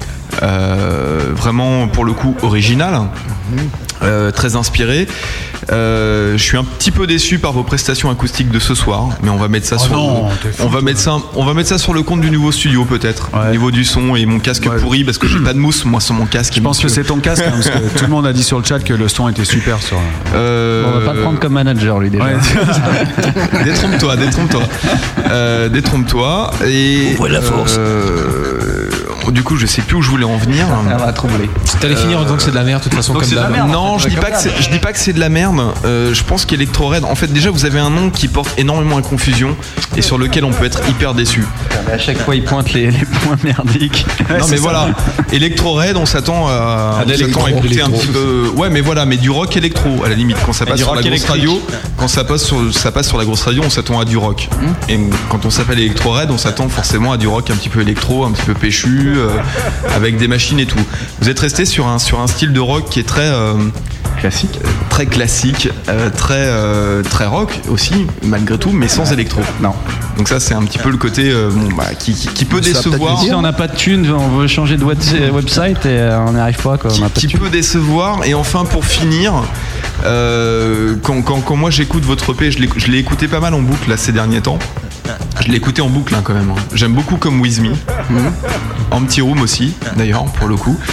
Euh, vraiment pour le coup original, euh, très inspiré. Euh, je suis un petit peu déçu par vos prestations acoustiques de ce soir, mais on va mettre ça Oh sur non, t'es fou, on va mettre ça on va mettre ça sur le compte du nouveau studio peut-être, Ouais. au niveau du son et mon casque Ouais. pourri parce que j'ai pas de mousse moi sur mon casque. Je pense que c'est ton casque, hein, parce que tout le monde a dit sur le chat que le son était super sur. Euh, On va pas le prendre comme manager, lui, déjà. Ouais. détrompe-toi, détrompe-toi. Euh, détrompe-toi et Ouvre la force. euh, du coup, je sais plus où je voulais en venir. Elle va troubler. T'allais finir en disant que c'est de la merde, de toute façon, Donc comme c'est de la d'hab. merde. Non, je dis pas que c'est, je dis pas que c'est de la merde. Euh, je pense qu'Electrored, en fait, déjà vous avez un nom qui porte énormément à confusion et sur lequel on peut être hyper déçu. À chaque fois, il pointe les, les points merdiques. non mais voilà, Electrored, on s'attend à, on s'attend à écouter un petit peu. Ouais, mais voilà, mais du rock électro à la limite. Quand ça passe du sur la rock grosse électrique. radio, quand ça passe sur, ça passe sur la grosse radio, on s'attend à du rock. Et quand on s'appelle Electrored, on s'attend forcément à du rock un petit peu électro, un petit peu péchu, euh, avec des machines et tout. Vous êtes resté sur un sur un style de rock qui est très euh, classique, très classique, euh, très euh, très rock aussi malgré tout, mais sans électro. Non. Donc ça c'est un petit peu le côté euh, bon, bah, qui, qui, qui peut Ça va décevoir. peut-être- Si on n'a pas de thunes, on veut changer de web- website et euh, on n'y arrive pas. Quoi. On qui, n'a pas qui de thunes. peut décevoir. Et enfin, pour finir, euh, quand, quand, quand moi j'écoute votre E P, je l'ai, je l'ai écouté pas mal en boucle là, ces derniers temps. Je l'ai écouté en boucle hein, quand même. hein. J'aime beaucoup comme With Me. En petit room aussi, d'ailleurs, pour le coup.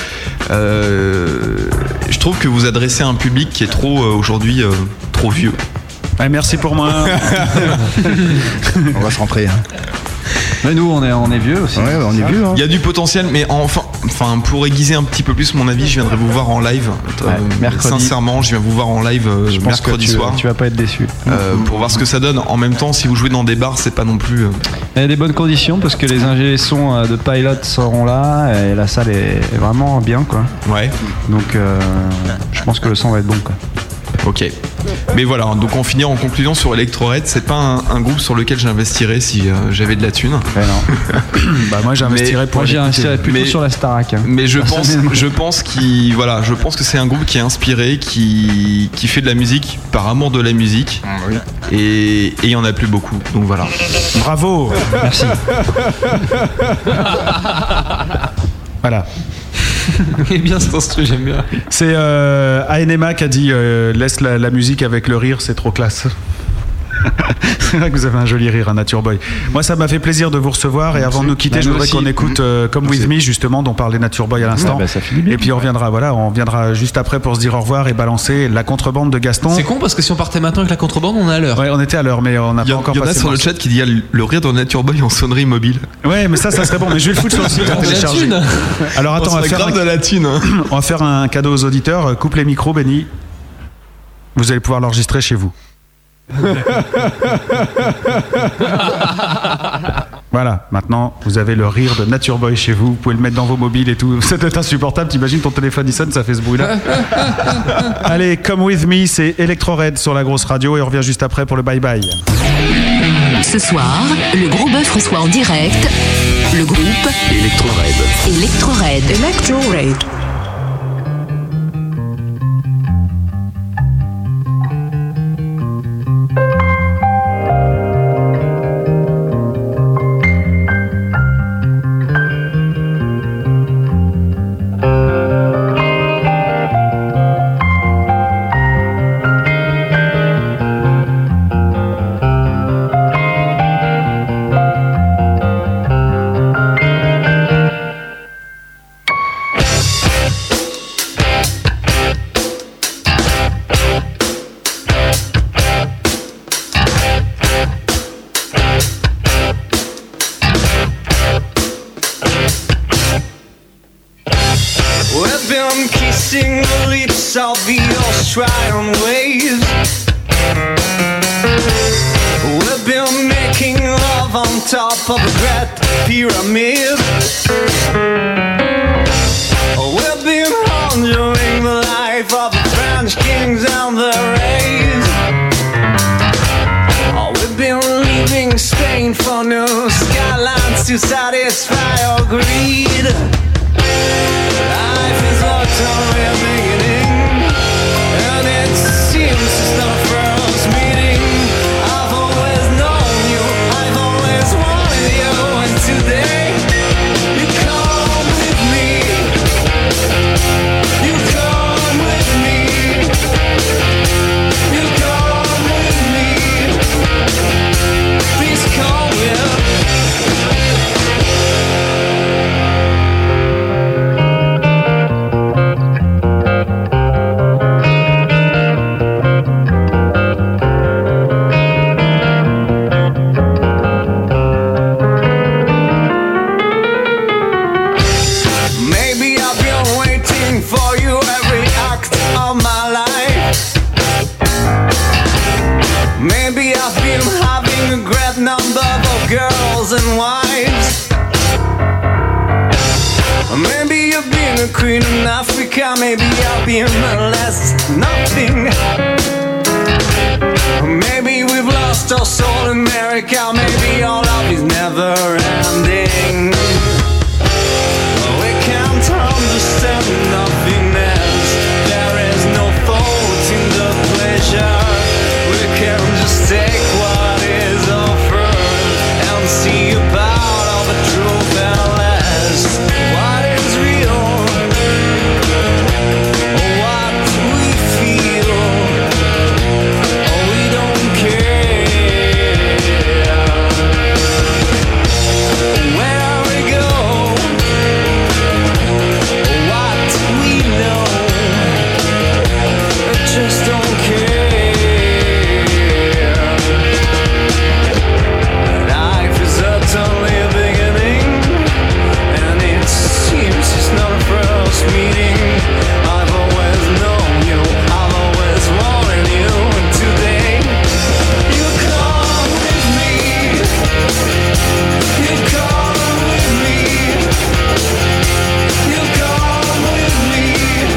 Euh, je trouve que vous adressez à un public qui est trop euh, aujourd'hui euh, trop vieux. Ouais, merci pour moi. On va se rentrer. Hein. Mais nous, on est, on est vieux aussi. Ouais, on est vieux. Hein. Il y a du potentiel, mais enfin, enfin, pour aiguiser un petit peu plus mon avis, je viendrai vous voir en live. Euh, mercredi. Sincèrement, je viens vous voir en live euh, Je pense que mercredi tu, soir. tu vas pas être déçu. euh, pour voir ce que ça donne. En même temps, si vous jouez dans des bars, c'est pas non plus. euh, Il y a des bonnes conditions parce que les ingé sons euh, de Pilot seront là et la salle est vraiment bien, quoi. Ouais. Donc, euh, je pense que le son va être bon, quoi. Ok. Mais voilà, donc en finir en conclusion sur Electrored, c'est pas un, un groupe sur lequel j'investirais si euh, j'avais de la thune. Ouais, non. Bah moi j'investirais pour Moi, j'ai l'écouter. investi plutôt Mais- sur la Starac. hein. Mais je pense, Personnellement. je pense qu'il, voilà, je pense que c'est un groupe qui est inspiré, qui, qui fait de la musique par amour de la musique, et et il y en a plus beaucoup. Donc voilà. Bravo. Merci. Voilà. Il est bien cet instru, j'aime bien. C'est euh, A N M A qui a dit euh, laisse la, la musique avec le rire, c'est trop classe. C'est vrai que vous avez un joli rire, un Nature Boy. Moi, ça m'a fait plaisir de vous recevoir. Et avant de nous quitter, Bah, je nous voudrais aussi. qu'on écoute euh, Come With Me, justement, dont parlait Nature Boy à l'instant. Ouais, bah, ça finit bien. Et puis on reviendra, voilà, on reviendra juste après pour se dire au revoir et balancer la contrebande de Gaston. C'est con parce que si on partait maintenant avec la contrebande, on est à l'heure. Ouais, on était à l'heure, mais on n'a Il y, pas en- encore il y en a passé sur le le chat qui dit il y a le rire de Nature Boy en sonnerie mobile. Ouais, mais ça, ça serait bon. Mais je vais le foutre sur le site à De la télécharger. thune. Alors attends, On on va, serait faire grave un, de la thune. hein. on va faire un cadeau aux auditeurs. Coupe les micros, Benny. Vous allez pouvoir l'enregistrer chez vous. Voilà, maintenant vous avez le rire de Nature Boy chez vous, vous pouvez le mettre dans vos mobiles et tout. C'est insupportable, t'imagines ton téléphone il sonne, ça fait ce bruit-là. Allez, Come With Me, c'est Electro Red sur la grosse radio et on revient juste après pour le bye bye. Ce soir, le Gros Bœuf reçoit en direct le groupe Electro Red. Electro Red. Electro Red. Australian waves. We've been making love on top of a great pyramid. We've been enjoying the life of the French kings and their raids. We've been leaving Spain for new skylines to satisfy our greed. Life is utterly a beginning, and it seems it's not for us meeting. I've always known you, I've always wanted you, and today you come with me. You come with me. You come with me. Please come with. Girls and wives. Maybe you've been a queen in Africa. Maybe I've been less nothing. Maybe we've lost our soul in America. Maybe our love is never ending. We can't understand nothingness. There is no fault in the pleasure. We can just take what is offered. See about all the truth and less. What is real? What we feel? Oh, we don't care. Where we go? What we know? I just don't care. Only a beginning, and it seems it's not a first meeting. I've always known you, I've always wanted you, and today you come with me. You come with me. You come with me.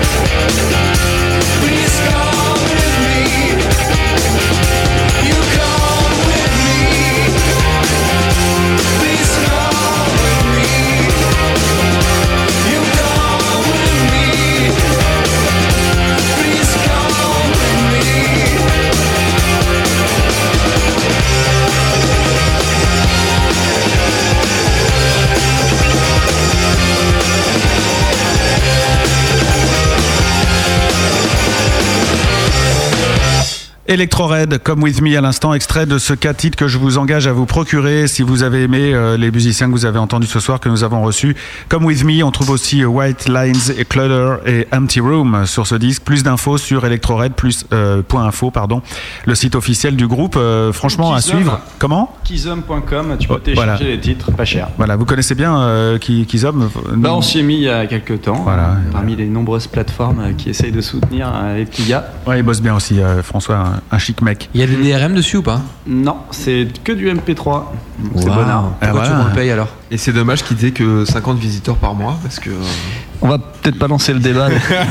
Please come with me. You come with me. Please come with me. You come with me. Please come with me. Electro Red, Come With Me à l'instant, extrait de ce quatre titres que je vous engage à vous procurer si vous avez aimé euh, les musiciens que vous avez entendus ce soir, que nous avons reçus. Come With Me, on trouve aussi White Lines et Clutter et Empty Room sur ce disque. Plus d'infos sur Electro Red, plus, euh, point info, pardon, le site officiel du groupe. Euh, franchement, Kizom. À suivre. Comment Kizom point com, tu peux oh, télécharger voilà. les titres, pas cher. Voilà, vous connaissez bien euh, Kizom? Bah, on s'y est mis il y a quelques temps, voilà, euh, parmi les nombreuses plateformes qui essayent de soutenir euh, les petits gars. Ouais, il bosse bien aussi, euh, François. un chic mec. Il y a des D R M dessus ou pas? Non, c'est que du M P trois. C'est Wow. bonheur. Ah, Pourquoi voilà. tu me le payes alors? Et c'est dommage qu'il disait que cinquante visiteurs par mois parce que. On va peut-être pas lancer le débat.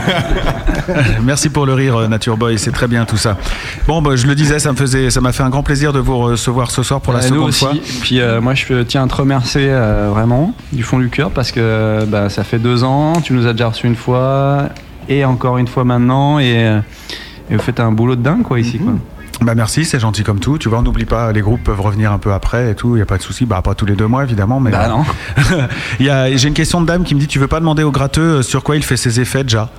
Merci pour le rire, Nature Boy, c'est très bien tout ça. Bon, bah, je le disais, ça me faisait, ça m'a fait un grand plaisir de vous recevoir ce soir pour la Euh, nous seconde aussi. fois. Et puis euh, moi je tiens à te remercier euh, vraiment du fond du cœur parce que bah, ça fait deux ans, tu nous as déjà reçu une fois et encore une fois maintenant et, euh, et vous faites un boulot de dingue quoi ici quoi. Bah merci, c'est gentil comme tout. Tu vois, on n'oublie pas, les groupes peuvent revenir un peu après et tout, il n'y a pas de souci. Bah pas tous les deux mois évidemment, mais. Bah non. Il y a, j'ai une question de dame qui me dit, tu veux pas demander au gratteux sur quoi il fait ses effets déjà?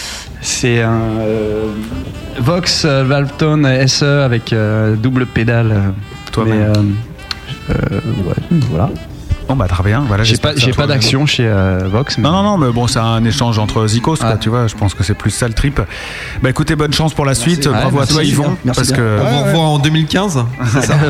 C'est un euh, Vox euh, Valvetone S E avec euh, double pédale. euh, Toi-même. mais, euh, euh, ouais, voilà. Bon bah très bien. Voilà, J'ai j'espère pas, que ça j'ai te pas reviendra. d'action chez euh, Vox. Mais... Non, non, non, mais bon, c'est un échange entre zikos, quoi, tu vois. Je pense que c'est plus ça le trip. Bah écoutez, bonne chance pour la suite. Ouais, Bravo merci à toi, bien. Yvon. Merci parce bien. que. On va revoir en deux mille quinze, c'est ça?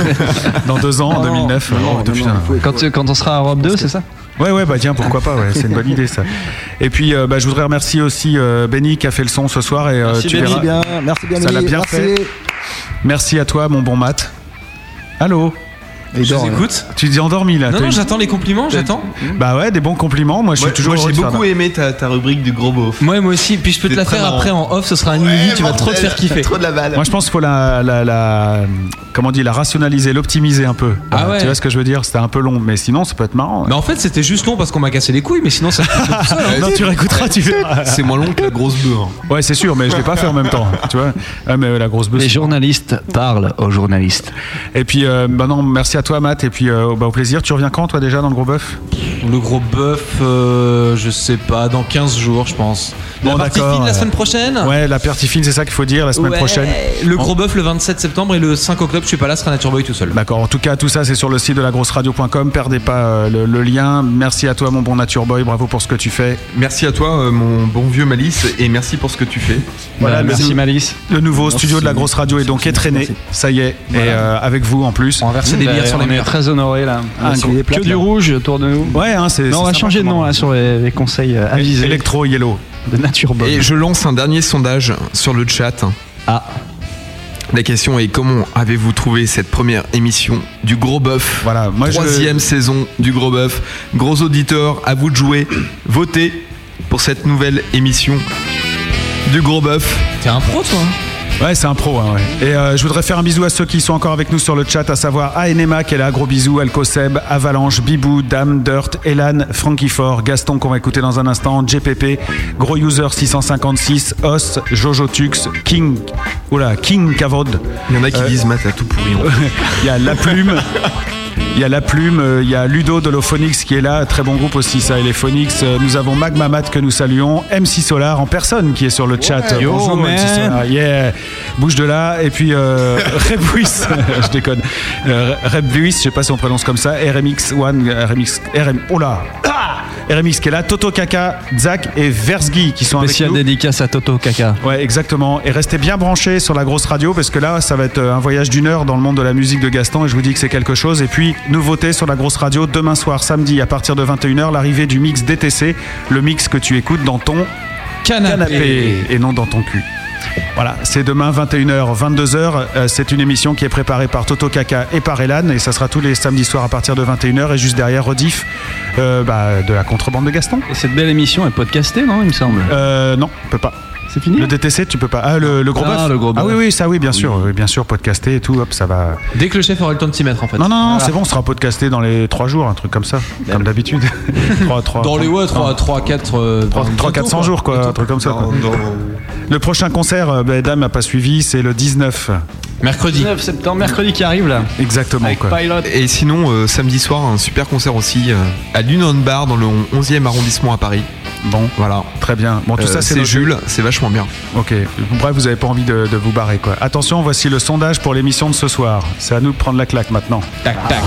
Dans deux ans, en deux mille neuf. non, oh, non, putain. non, quand, euh, quand on sera à Europe deux, c'est ça? Ouais, ouais, bah tiens, pourquoi pas, ouais, c'est une bonne idée ça. Et puis, euh, bah, je voudrais remercier aussi euh, Benny qui a fait le son ce soir. Et, euh, Merci tu Benny. verras, Bien, merci bien, ça l'a Benny. bien Merci. fait. Merci à toi, mon bon Matt. Allô? Et Je dort, vous là. écoute. Tu dis endormi là. Non, t'as non, eu- j'attends les compliments, j'attends. Bah ouais, des bons compliments. Moi, je suis Moi, toujours moi, heureux j'ai de faire beaucoup aimé ta, ta rubrique du gros beauf. Moi, moi aussi. Puis je peux te C'est la très faire marrant. après en off, ce sera un inédit, tu vas trop te faire kiffer. Trop de la balle. Moi, je pense qu'il faut la, la, la- comment on dit, la rationaliser, l'optimiser un peu. Ah Voilà, ouais. Tu vois ce que je veux dire? C'était un peu long, mais sinon, ça peut être marrant. Mais en fait, c'était juste long parce qu'on m'a cassé les couilles, mais sinon, ça. Non, tu réécouteras, tu verras. C'est moins long que la grosse bœuf. hein. Ouais, c'est sûr, mais je l'ai pas fait en même temps. Tu vois? Ouais, mais la grosse bœuf. Les c'est- journalistes parlent aux journalistes. Et puis, euh, bah non, merci à toi, Matt. Et puis, euh, bah, au plaisir. Tu reviens quand, toi, déjà, dans le gros bœuf? Le gros bœuf, euh, je sais pas, dans quinze jours, je pense. Bon, la partie d'accord, fine la euh, semaine prochaine. Ouais, la partie fine, c'est ça qu'il faut dire, la semaine Ouais. prochaine. Le gros bœuf le vingt-sept septembre et le cinq octobre, je suis pas là, ce sera Nature Boy tout seul. D'accord, en tout cas, tout ça, c'est sur le site de la grosse radio point com. Perdez pas euh, le, le lien. Merci à toi, mon bon Nature Boy. Bravo pour ce que tu fais. Merci à toi, euh, mon bon vieux Malice, et merci pour ce que tu fais. Voilà, Bah, le- merci Malice. Le nouveau studio de la grosse radio est donc étraîné. Ça y est. Et euh, avec vous, en plus. On va verser des Bah, bières sur les on est murs. très honorés là. Ah, C'est gros- que du rouge autour de nous. Ouais, hein, c'est. Non, c'est on va sympa changer de comment- nom là sur les, les conseils euh, avisés Electro Yellow. de Nature Boy. Et je lance un dernier sondage sur le chat. Ah. La question est, comment avez-vous trouvé cette première émission du Gros Bœuf? Voilà, moi, je- Troisième saison du Gros Bœuf. Gros auditeurs, à vous de jouer. Votez pour cette nouvelle émission du Gros Bœuf. T'es un pro, toi? Ouais, c'est un pro. Hein, ouais. Et euh, je voudrais faire un bisou à ceux qui sont encore avec nous sur le chat, à savoir Aenema qui est là, gros bisous, Alcoseb, Avalanche, Bibou, Dame, Dirt, Elan, Frankie Fort, Gaston qu'on va écouter dans un instant, J P P, Gros User six cent cinquante-six, Os, Jojo Tux, King, oula, King Cavod. Il y en a qui Euh, disent Matt à tout pourri. Il y a La Plume. Il y a La Plume, euh, il y a Ludo de l'Ophonix qui est là, très bon groupe aussi ça, et les Phonix. Euh, Nous avons Magmamat que nous saluons, M C Solar en personne qui est sur le chat. Yo, Bonjour man. M C Solar, yeah. Bouge de là, et puis euh, Rebwis, je déconne. Euh, Rebwis, je sais pas si on prononce comme ça, R M X un, R M X, R M, oh là, ah R M X qui est là, Toto Kaka, Zach et Versgi qui sont Spécial avec nous. dédicace à Toto Kaka. Ouais, exactement. Et restez bien branchés sur la grosse radio parce que là, ça va être un voyage d'une heure dans le monde de la musique de Gaston et je vous dis que c'est quelque chose. Et puis, nouveauté sur la grosse radio, demain soir, samedi, à partir de vingt et une heures, l'arrivée du mix D T C, le mix que tu écoutes dans ton Canapé. canapé et non dans ton cul. Voilà, c'est demain vingt et une heures, vingt-deux heures. Euh, c'est une émission qui est préparée par Toto Kaka et par Elan et ça sera tous les samedis soirs à partir de vingt et une heures et juste derrière rediff euh, bah, de la contrebande de Gaston. Et cette belle émission est podcastée, non, il me semble. Euh, non, on peut pas. C'est fini. Le D T C, tu peux pas. Ah, le, le gros Ah, bœuf. le gros Ah oui, bœuf. oui, ça oui, bien sûr, oui, bien sûr, podcasté et tout, hop, ça va. Dès que le chef aura le temps de s'y mettre, en fait. Non, non, non, Voilà. c'est bon, on sera podcasté dans les trois jours, un truc comme ça, comme d'habitude. trois, trois, Dans les ouais, trois, trois, quatre, euh, trois, bientôt, trois, quatre cents quoi. jours, quoi, un truc comme ça. quoi. Le prochain concert, euh, bah, Dame n'a pas suivi, c'est le dix-neuf. Mercredi. dix-neuf septembre, mercredi qui arrive là. Exactement, Avec quoi. Pilot. Et sinon, euh, samedi soir, un super concert aussi euh, à l'Union Bar dans le onzième arrondissement à Paris. Bon, Voilà. très bien. Bon, tout Euh, ça, c'est c'est noté. Jules, c'est vachement bien. Ok. Bref, vous avez pas envie de, de vous barrer, quoi. Attention, voici le sondage pour l'émission de ce soir. C'est à nous de prendre la claque maintenant. Tac, tac.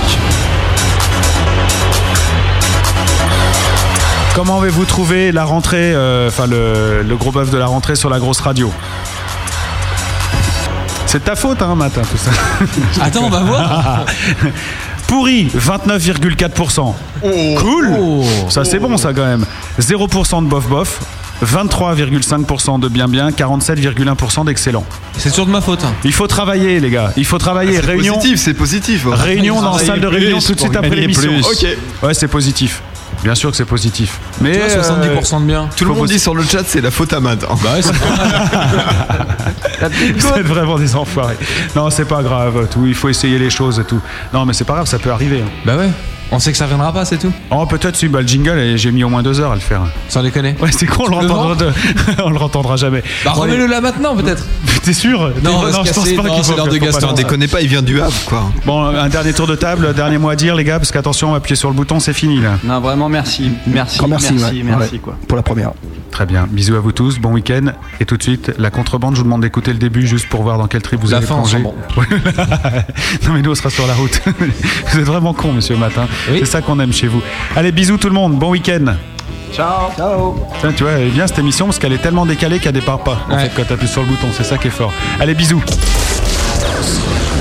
Comment avez-vous trouvé la rentrée, euh, enfin le, le gros bœuf de la rentrée sur la grosse radio? C'est de ta faute, hein, Matt, hein, tout ça. Attends, on va voir. Pourri, vingt-neuf virgule quatre pour cent. Cool. Ça, c'est bon, ça, quand même. zéro pour cent de bof-bof. vingt-trois virgule cinq pour cent de bien bien, quarante-sept virgule un pour cent d'excellent. C'est toujours de ma faute. Hein. Il faut travailler, les gars. Il faut travailler. Ah, c'est réunion. positif, c'est positif. Réunion dans la salle de réunion tout de suite après l'émission. Ok. Ouais, c'est positif. Bien sûr que c'est positif. Mais tu vois, soixante-dix pour cent de bien. Tout le monde dit sur le chat c'est la faute à Matt. Hein. Bah ouais, c'est Vous êtes vraiment des enfoirés. Non, c'est pas grave. Tout, il faut essayer les choses et tout. Non, mais c'est pas grave, ça peut arriver. Hein. Bah ouais. On sait que ça reviendra pas, c'est tout. Oh, peut-être si, bah, le jingle, et j'ai mis au moins deux heures à le faire. Sans déconner. Ouais, c'est con, on le l'entendra, de... on le entendra jamais. Bah, bon, remets-le là maintenant, peut-être. T'es sûr? Non, non, je pense pas qu'il faut. C'est l'heure de Gaston. Déconnez pas, il vient du Havre, quoi. Bon, un dernier tour de table, dernier mot à dire, les gars, parce qu'attention, on va appuyer sur le bouton, c'est fini là. Non, vraiment, merci. Merci. Grand merci, merci, ouais. merci Ouais. quoi. Pour la première. Très bien. Bisous à vous tous, bon week-end. Et tout de suite, la contrebande, je vous demande d'écouter le début juste pour voir dans quel trip vous La allez fin, plonger. on s'en Non, mais nous, on sera sur la route. Vous êtes vraiment con, monsieur Matin. Oui. C'est ça qu'on aime chez vous. Allez, bisous tout le monde, bon week-end. Ciao. Ciao. Tiens, tu vois, elle est bien cette émission parce qu'elle est tellement décalée qu'elle départ pas. En Ouais. fait, quand t'appuies sur le bouton, c'est ça qui est fort. Allez, bisous.